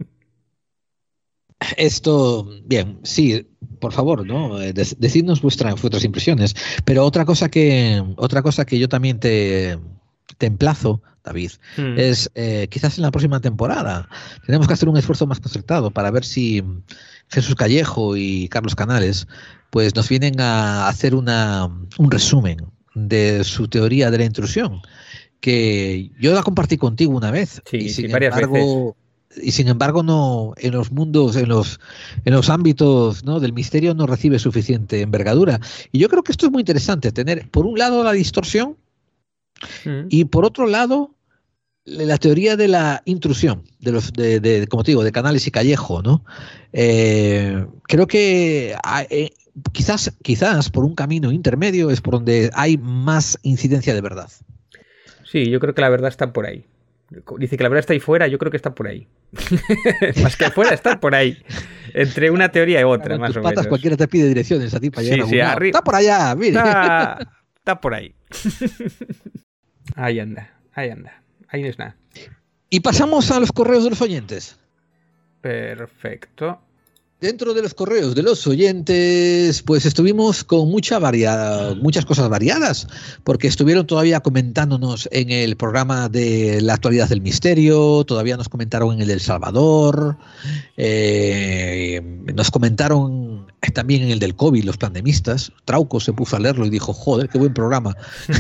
Esto, bien, sí, por favor, ¿no? Decidnos vuestra, vuestras impresiones. Pero otra cosa que, otra cosa que yo también te, te emplazo, David, mm. es eh, quizás en la próxima temporada tenemos que hacer un esfuerzo más concertado para ver si Jesús Callejo y Carlos Canales pues nos vienen a hacer una, un resumen de su teoría de la intrusión, que yo la compartí contigo una vez. Sí, y sin sí, varias embargo, veces. Y sin embargo no en los mundos, en los, en los ámbitos, ¿no?, del misterio no recibe suficiente envergadura. Y yo creo que esto es muy interesante, tener por un lado la distorsión mm. y por otro lado la teoría de la intrusión, de los, de, de, como te digo, de Canales y Callejo, ¿no? Eh, creo que eh, quizás, quizás por un camino intermedio es por donde hay más incidencia de verdad. Sí, yo creo que la verdad está por ahí. Dice que la verdad está ahí fuera, yo creo que está por ahí. Más que afuera, está por ahí. Entre una teoría y otra, claro, más tus o patas, menos. Cualquiera te pide direcciones a ti para llegar sí, sí, a arri- Está por allá, mire. Está, está por ahí. Ahí anda, ahí anda. Ahí no es nada. Y pasamos a los correos de los oyentes. Perfecto. Dentro de los correos de los oyentes, pues estuvimos con mucha variada, muchas cosas variadas, porque estuvieron todavía comentándonos en el programa de la actualidad del misterio, todavía nos comentaron en el del Salvador, eh, nos comentaron también en el del COVID, los pandemistas. Trauco se puso a leerlo y dijo, joder, qué buen programa.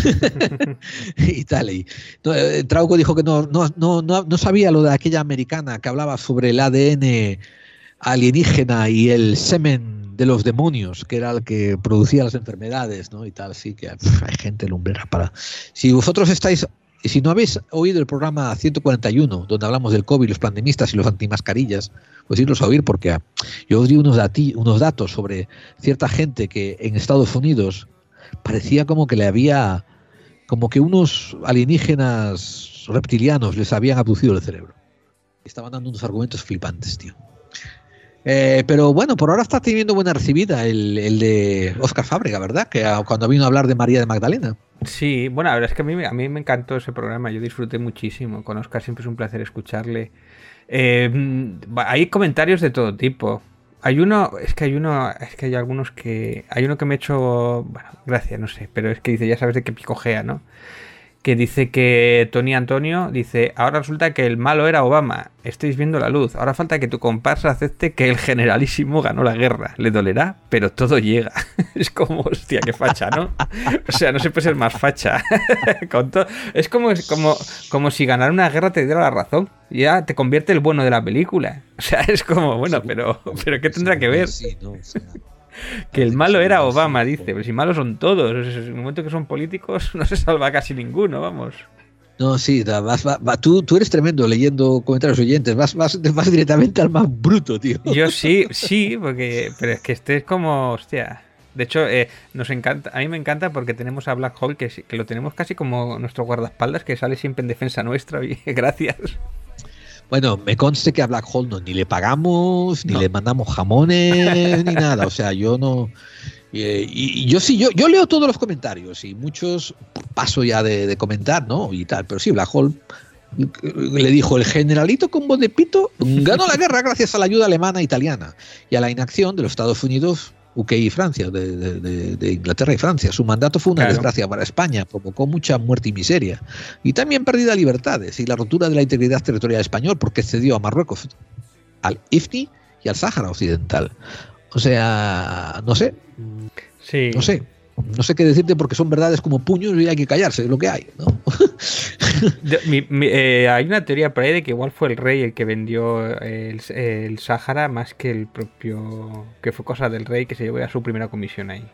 y tal. Y, no, eh, Trauco dijo que no, no, no, no, no sabía lo de aquella americana que hablaba sobre el A D N alienígena y el semen de los demonios, que era el que producía las enfermedades, ¿no? Y tal, así que pff, hay gente lumbrera para... Si vosotros estáis, si no habéis oído el programa ciento cuarenta y uno, donde hablamos del COVID, los pandemistas y los antimascarillas, pues irlos a oír, porque yo os di unos, dati, unos datos sobre cierta gente que en Estados Unidos parecía como que le había, como que unos alienígenas reptilianos les habían abducido el cerebro. Estaban dando unos argumentos flipantes, tío. Eh, pero bueno, por ahora está teniendo buena recibida el, el de Óscar Fábrega, ¿verdad? Que a, cuando vino a hablar de María de Magdalena. Sí, bueno, la verdad es que a mí, a mí me encantó ese programa, yo disfruté muchísimo. Con Óscar siempre es un placer escucharle. Eh, hay comentarios de todo tipo. Hay uno, es que hay uno, es que hay algunos que... Hay uno que me ha hecho... Bueno, gracias, no sé, pero es que dice, ya sabes de qué picojea, ¿no? Que dice que Tony Antonio dice, ahora resulta que el malo era Obama, estáis viendo la luz, ahora falta que tu comparsa acepte que el generalísimo ganó la guerra, le dolerá, pero todo llega. Es como, hostia, qué facha, ¿no? O sea, no se puede ser más facha. Con to- es como, es como, como si ganar una guerra te diera la razón, ya te convierte el bueno de la película. O sea, es como, bueno, pero, pero ¿qué tendrá que ver? Sí, no, o sea... Que el malo era Obama, dice, pero si malos son todos, en el momento que son políticos no se salva casi ninguno, vamos. No, sí, vas, vas, vas, tú, tú eres tremendo leyendo comentarios oyentes, vas, vas, vas directamente al más bruto, tío. Yo sí, sí, porque, pero es que este es como, hostia. De hecho, eh, nos encanta, a mí me encanta porque tenemos a Black Hole, que, que lo tenemos casi como nuestro guardaespaldas, que sale siempre en defensa nuestra, y gracias. Bueno, me conste que a Black Hole no, ni le pagamos, ni no. le mandamos jamones, ni nada. O sea, yo no... Eh, y, y yo sí, yo, yo leo todos los comentarios y muchos paso ya de, de comentar, ¿no? Y tal, pero sí, Black Hole le dijo, el generalito con voz de pito ganó la guerra gracias a la ayuda alemana e italiana y a la inacción de los Estados Unidos, U K y Francia, de, de, de, de Inglaterra y Francia. Su mandato fue una claro. desgracia para España, provocó mucha muerte y miseria y también pérdida de libertades y la rotura de la integridad territorial español porque cedió a Marruecos, al I F N I y al Sáhara Occidental. O sea, no sé, sí. no sé, no sé qué decirte porque son verdades como puños y hay que callarse, es lo que hay, ¿no? mi, mi, eh, hay una teoría por ahí de que igual fue el rey el que vendió el, el Sáhara más que el propio, que fue cosa del rey que se llevó a su primera comisión ahí.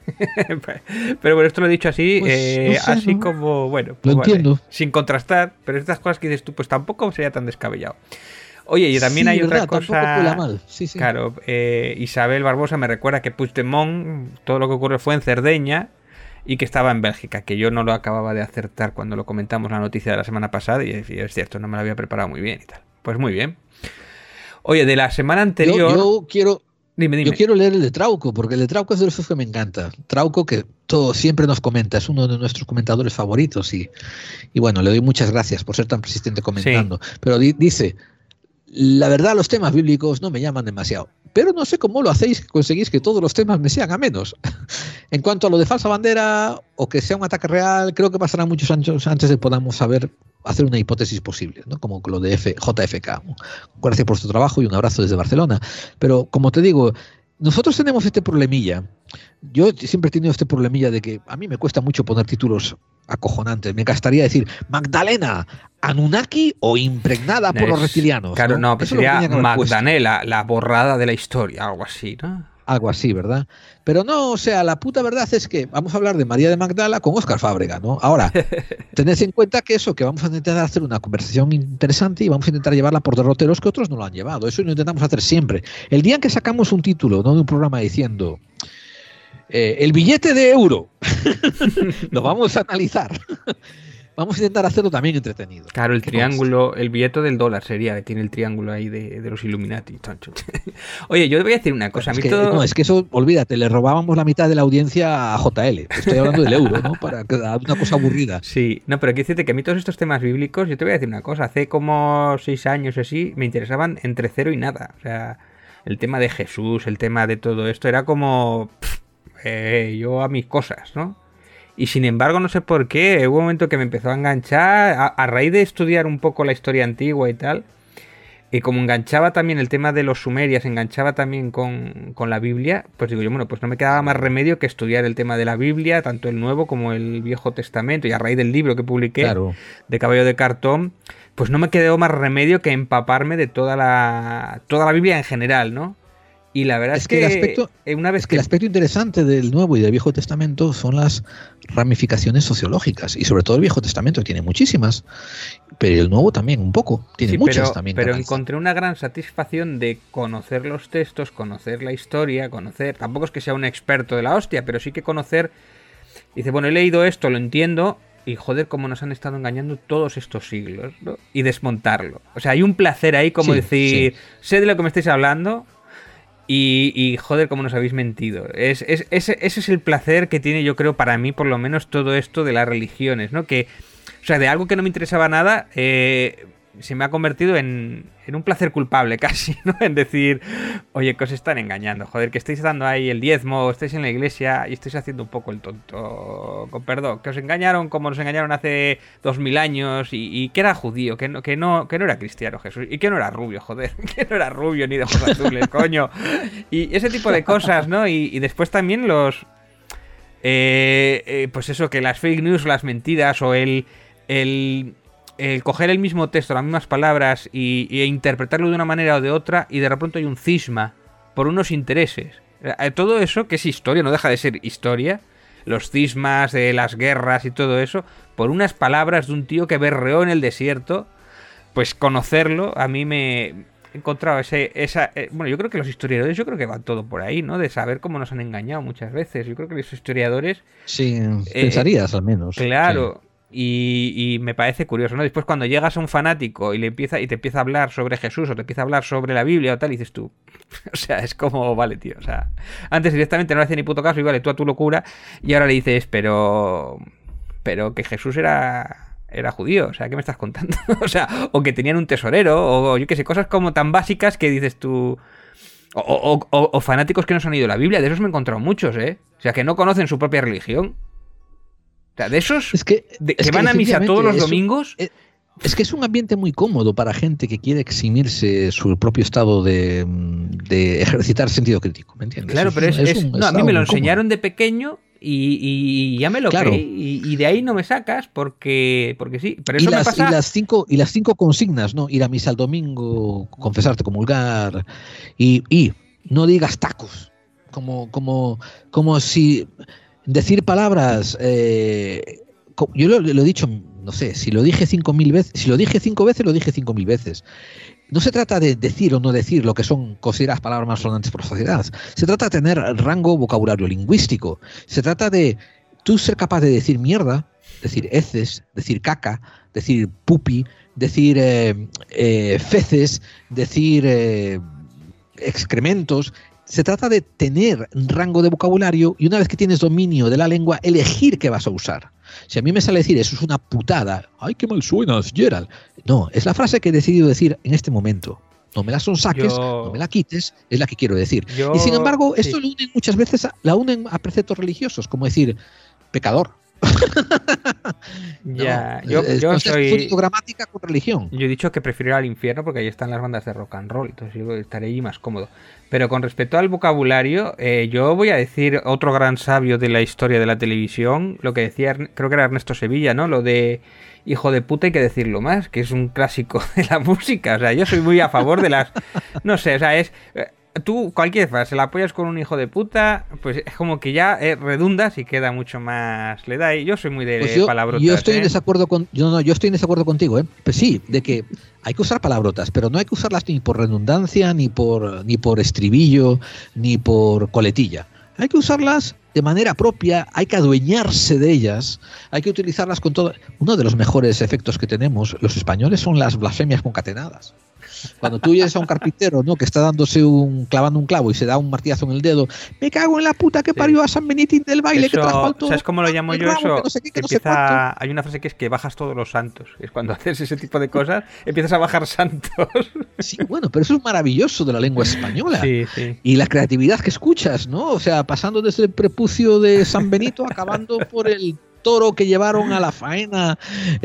Pero bueno, esto lo he dicho así, pues, eh, no sé, así ¿no? como, bueno, pues lo vale, entiendo. Sin contrastar, pero estas cosas que dices tú, pues tampoco sería tan descabellado. Oye, y también sí, hay verdad, otra cosa. Mal. Sí, sí. Claro, eh, Isabel Barbosa me recuerda que Puigdemont, todo lo que ocurrió fue en Cerdeña y que estaba en Bélgica, que yo no lo acababa de acertar cuando lo comentamos la noticia de la semana pasada y es, y es cierto, no me lo había preparado muy bien y tal. Pues muy bien. Oye, de la semana anterior... Yo, yo quiero... Dime, dime. Yo quiero leer el de Trauco, porque el de Trauco es de los que me encanta. Trauco, que todo siempre nos comenta, es uno de nuestros comentadores favoritos. Y, y bueno, le doy muchas gracias por ser tan persistente comentando. Sí. Pero di, dice, la verdad, los temas bíblicos no me llaman demasiado. Pero no sé cómo lo hacéis, que conseguís que todos los temas me sean amenos. En cuanto a lo de falsa bandera, o que sea un ataque real, creo que pasarán muchos años antes de podamos saber hacer una hipótesis posible, ¿no? Como lo de F, J F K. Gracias por tu trabajo y un abrazo desde Barcelona. Pero como te digo, nosotros tenemos este problemilla. Yo siempre he tenido este problemilla de que a mí me cuesta mucho poner títulos acojonantes. Me gastaría decir Magdalena, Anunnaki o impregnada por es, los reptilianos. Claro, no, no pero sería Magdalena, la borrada de la historia, algo así, ¿no? Algo así, ¿verdad? Pero no, o sea, la puta verdad es que vamos a hablar de María de Magdala con Óscar Fábrega, ¿no? Ahora, tened en cuenta que eso, que vamos a intentar hacer una conversación interesante y vamos a intentar llevarla por derroteros que otros no lo han llevado. Eso lo intentamos hacer siempre. El día en que sacamos un título, ¿no?, de un programa diciendo eh, el billete de euro, lo vamos a analizar. Vamos a intentar hacerlo también entretenido. Claro, el triángulo, el billete del dólar sería, que tiene el triángulo ahí de, de los Illuminati. Oye, yo te voy a decir una cosa. Es, a mí que, todo... no, es que eso, olvídate, le robábamos la mitad de la audiencia a J L. Estoy hablando del euro, ¿no? Para una cosa aburrida. Sí, no, pero quiero decirte que a mí todos estos temas bíblicos, yo te voy a decir una cosa. Hace como seis años o así, me interesaban entre cero y nada. O sea, el tema de Jesús, el tema de todo esto, era como... Pff, eh, yo a mis cosas, ¿no? Y sin embargo, no sé por qué, hubo un momento que me empezó a enganchar, a, a raíz de estudiar un poco la historia antigua y tal, y como enganchaba también el tema de los sumerias, enganchaba también con, con la Biblia, pues digo yo, bueno, pues no me quedaba más remedio que estudiar el tema de la Biblia, tanto el Nuevo como el Viejo Testamento, y a raíz del libro que publiqué, claro, de Caballo de Cartón, pues no me quedó más remedio que empaparme de toda la, toda la Biblia en general, ¿no? Y la verdad es, es que, que, el aspecto, una vez es que, que el aspecto interesante del Nuevo y del Viejo Testamento son las ramificaciones sociológicas, y sobre todo el Viejo Testamento tiene muchísimas, pero el Nuevo también un poco, tiene sí, muchas pero, también. Pero encontré una gran satisfacción de conocer los textos, conocer la historia, conocer, tampoco es que sea un experto de la hostia, pero sí que conocer, dice, bueno, he leído esto, lo entiendo, y joder, cómo nos han estado engañando todos estos siglos, ¿no? Y desmontarlo. O sea, hay un placer ahí como sí, decir, sí. sé de lo que me estáis hablando. Y, y joder, cómo nos habéis mentido. Es, es, ese, ese es el placer que tiene, yo creo, para mí, por lo menos, todo esto de las religiones, ¿no? Que, o sea, de algo que no me interesaba nada, eh, se me ha convertido en, en un placer culpable casi, ¿no? En decir, oye, que os están engañando, joder, que estáis dando ahí el diezmo, estáis en la iglesia y estáis haciendo un poco el tonto, con perdón, que os engañaron como nos engañaron hace dos mil años y, y que era judío, que no, que, no, que no era cristiano Jesús, y que no era rubio, joder, que no era rubio ni de ojos azules, coño, y ese tipo de cosas, ¿no? Y, y después también los... Eh, eh, pues eso, que las fake news, las mentiras o el... el el coger el mismo texto, las mismas palabras y, y interpretarlo de una manera o de otra y de repente hay un cisma por unos intereses. Todo eso, que es historia, no deja de ser historia, los cismas de las guerras y todo eso, por unas palabras de un tío que berreó en el desierto, pues conocerlo a mí me... He encontrado ese, esa... Eh, bueno, yo creo que los historiadores, yo creo que va todo por ahí, ¿no? De saber cómo nos han engañado muchas veces. Yo creo que los historiadores... Sí, pensarías eh, al menos. Claro. Sí. Y, y me parece curioso, ¿no? Después cuando llegas a un fanático y le empieza y te empieza a hablar sobre Jesús o te empieza a hablar sobre la Biblia o tal, y dices tú, o sea, es como, vale, tío, o sea, antes directamente no le hacía ni puto caso y vale, tú a tu locura, y ahora le dices, pero pero que Jesús era era judío, o sea, ¿qué me estás contando? O sea, o que tenían un tesorero, o yo qué sé, cosas como tan básicas que dices tú... O, o, o, o fanáticos que no se han ido la Biblia, de esos me he encontrado muchos, ¿eh? O sea, que no conocen su propia religión. O sea, de esos es que, de, es que van que a misa todos los domingos. Es, es que es un ambiente muy cómodo para gente que quiere eximirse su propio estado de, de ejercitar sentido crítico, ¿me entiendes? Claro, pero es, es, es no, a mí me lo enseñaron cómodo. de pequeño y, y ya me lo claro. creí y, y de ahí no me sacas porque porque sí. Pero eso y, las, me pasa... y las cinco y las cinco consignas, ¿no? Ir a misa el domingo, confesarte, comulgar y, y no digas tacos, como como como si decir palabras, eh, yo lo, lo he dicho, no sé, si lo dije cinco mil veces, si lo dije cinco veces, lo dije cinco mil veces. No se trata de decir o no decir lo que son consideradas palabras más sonantes por la sociedad. Se trata de tener rango vocabulario lingüístico. Se trata de tú ser capaz de decir mierda, decir heces, decir caca, decir pupi, decir eh, eh, feces, decir eh, excrementos. Se trata de tener rango de vocabulario y una vez que tienes dominio de la lengua, elegir qué vas a usar. Si a mí me sale decir eso es una putada, ¡ay, qué mal suenas, Gerald! No, es la frase que he decidido decir en este momento. No me la sonsaques, yo... no me la quites, es la que quiero decir. Yo... Y sin embargo, esto sí. lo unen muchas veces, a, la unen a preceptos religiosos, como decir, pecador. Ya, no, yo, es, yo soy gramática con religión. Yo he dicho que prefiero ir al infierno porque ahí están las bandas de rock and roll, entonces yo estaré allí más cómodo. Pero con respecto al vocabulario, eh, yo voy a decir otro gran sabio de la historia de la televisión, lo que decía, creo que era Ernesto Sevilla, ¿no? Lo de hijo de puta hay que decirlo más, que es un clásico de la música. O sea, yo soy muy a favor de las, no sé, o sea, es tú cualquier frase la apoyas con un hijo de puta, pues es como que ya eh, redundas y queda mucho más, le da. Y yo soy muy de pues yo, palabrotas. Yo estoy ¿eh? en desacuerdo con, yo no, yo estoy en desacuerdo contigo, ¿eh? Pues sí, de que hay que usar palabrotas, pero no hay que usarlas ni por redundancia, ni por, ni por estribillo, ni por coletilla. Hay que usarlas de manera propia, hay que adueñarse de ellas, hay que utilizarlas con todo. Uno de los mejores efectos que tenemos los españoles son las blasfemias concatenadas. Cuando tú oyes a un carpintero, ¿no?, que está dándose un clavando un clavo y se da un martillazo en el dedo, me cago en la puta que parió a San Benitín del baile, eso, que trajo al todo. ¿Sabes cómo lo llamo yo ramo, eso? Que no sé qué, que empieza, no sé cuánto. Hay una frase que es que bajas todos los santos. Es cuando haces ese tipo de cosas, empiezas a bajar santos. Sí, bueno, pero eso es maravilloso de la lengua española. Sí, sí. Y la creatividad que escuchas, ¿no? O sea, pasando desde el prepucio de San Benito, acabando por el toro que llevaron a la faena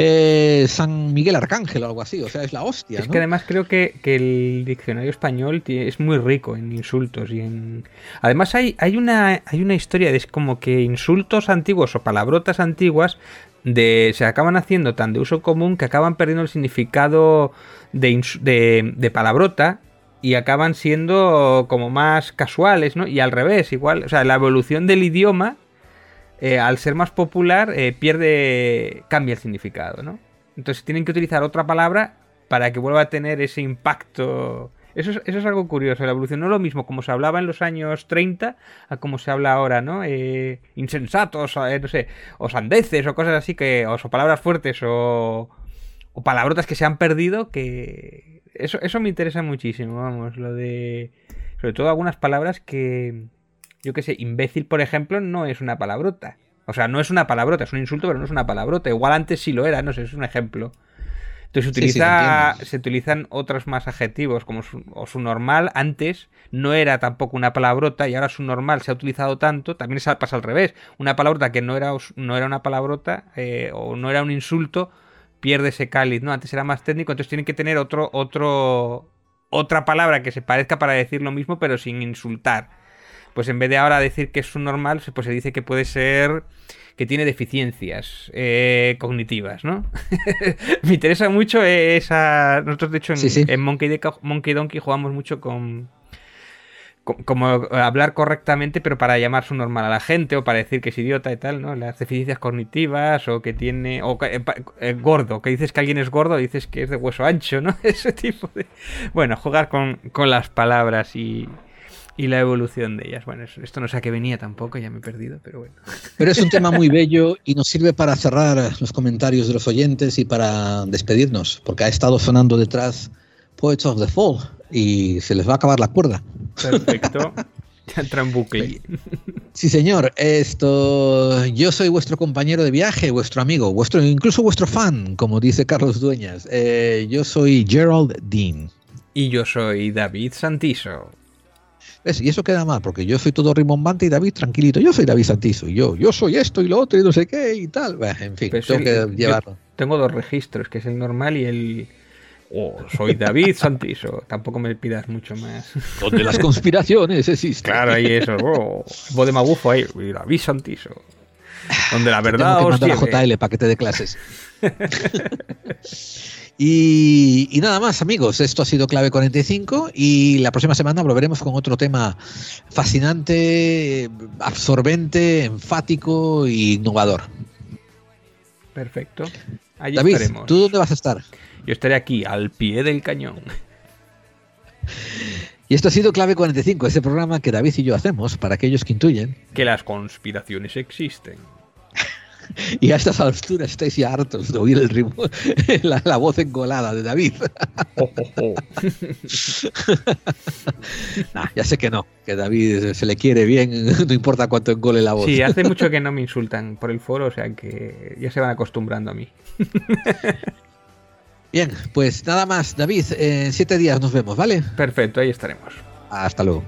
eh, San Miguel Arcángel o algo así, o sea, es la hostia, es ¿no? que además creo que, que el diccionario español tiene, es muy rico en insultos y en... Además hay, hay, una, hay una historia de es como que insultos antiguos o palabrotas antiguas de, se acaban haciendo tan de uso común que acaban perdiendo el significado de, de, de palabrota y acaban siendo como más casuales, ¿no? Y al revés, igual, o sea, la evolución del idioma Eh, al ser más popular, eh, pierde, cambia el significado, ¿no? Entonces tienen que utilizar otra palabra para que vuelva a tener ese impacto. Eso es, eso es algo curioso, la evolución no es lo mismo como se hablaba en los años treinta a como se habla ahora, ¿no? Eh, insensatos, eh, no sé, o sandeces o cosas así, que o, o palabras fuertes o, o palabrotas que se han perdido, que eso, eso me interesa muchísimo, vamos, lo de... Sobre todo algunas palabras que... Yo qué sé, imbécil, por ejemplo, no es una palabrota. O sea, no es una palabrota, es un insulto, pero no es una palabrota. Igual antes sí lo era, no sé, es un ejemplo. Entonces utiliza, sí, sí, se utilizan otros más adjetivos, como su, o su normal. Antes no era tampoco una palabrota y ahora su normal se ha utilizado tanto. También pasa al revés. Una palabrota que no era, no era una palabrota eh, o no era un insulto, pierde ese cáliz, ¿no? Antes era más técnico, entonces tienen que tener otro, otro, otra palabra que se parezca para decir lo mismo, pero sin insultar. Pues en vez de ahora decir que es un normal, pues se dice que puede ser que tiene deficiencias eh, cognitivas, ¿no? Me interesa mucho esa... Nosotros, de hecho, en, sí, sí. en Monkey, de... Monkey Donkey jugamos mucho con... con... como hablar correctamente, pero para llamar su normal a la gente, o para decir que es idiota y tal, ¿no? Las deficiencias cognitivas, o que tiene... o eh, eh, gordo, que dices que alguien es gordo, dices que es de hueso ancho, ¿no? Ese tipo de... Bueno, jugar con, con las palabras y... y la evolución de ellas. Bueno, esto no sé a qué venía tampoco, ya me he perdido, pero bueno. Pero es un tema muy bello y nos sirve para cerrar los comentarios de los oyentes y para despedirnos, porque ha estado sonando detrás Poets of the Fall y se les va a acabar la cuerda. Perfecto. Ya entra en bucle. Sí, señor. Esto, yo soy vuestro compañero de viaje, vuestro amigo, vuestro, incluso vuestro fan, como dice Carlos Dueñas. Eh, yo soy Gerald Dean. Y yo soy David Santiso. ¿Ves? Y eso queda mal, porque yo soy todo rimbombante y David tranquilito. Yo soy David Santiso y yo, yo soy esto y lo otro y no sé qué y tal. Bah, en fin, pues tengo el, que llevarlo. Tengo dos registros, que es el normal y el... Oh, soy David Santiso. Tampoco me pidas mucho más. Donde las conspiraciones existen. Claro, ahí eso. Oh, voz de magufo ahí. David Santiso. Donde la verdad tengo que os mandar a J L para que te dé clases. Y, y nada más, amigos, esto ha sido Clave cuarenta y cinco y la próxima semana volveremos con otro tema fascinante, absorbente, enfático e innovador. Perfecto. Allí David, estaremos. ¿tú dónde vas a estar? Yo estaré aquí, al pie del cañón. Y esto ha sido Clave cuarenta y cinco, ese programa que David y yo hacemos para aquellos que intuyen que las conspiraciones existen. Y a estas alturas estáis ya hartos de oír el ritmo, la, la voz engolada de David. Nah, ya sé que no, que David se le quiere bien, no importa cuánto engole la voz. Sí, hace mucho que no me insultan por el foro, o sea que ya se van acostumbrando a mí. Bien, pues nada más, David, en siete días nos vemos, ¿vale? Perfecto, ahí estaremos. Hasta luego.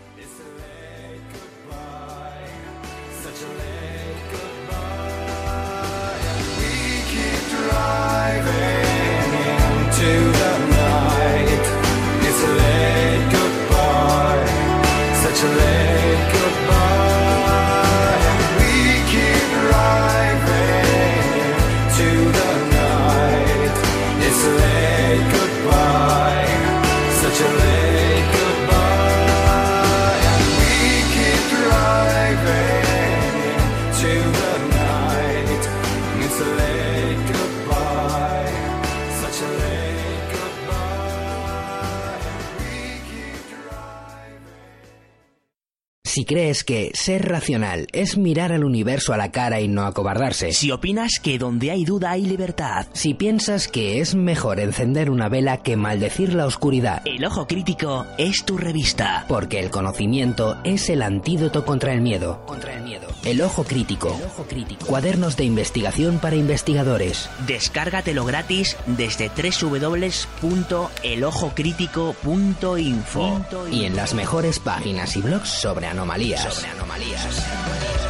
Si crees que ser racional es mirar al universo a la cara y no acobardarse. Si opinas que donde hay duda hay libertad. Si piensas que es mejor encender una vela que maldecir la oscuridad. El Ojo Crítico es tu revista. Porque el conocimiento es el antídoto contra el miedo. Contra el miedo. El Ojo Crítico. El Ojo Crítico. Cuadernos de investigación para investigadores. Descárgatelo gratis desde doble u doble u doble u punto el ojo crítico punto info. Y en las mejores páginas y blogs sobre anomalías. Sobre anomalías.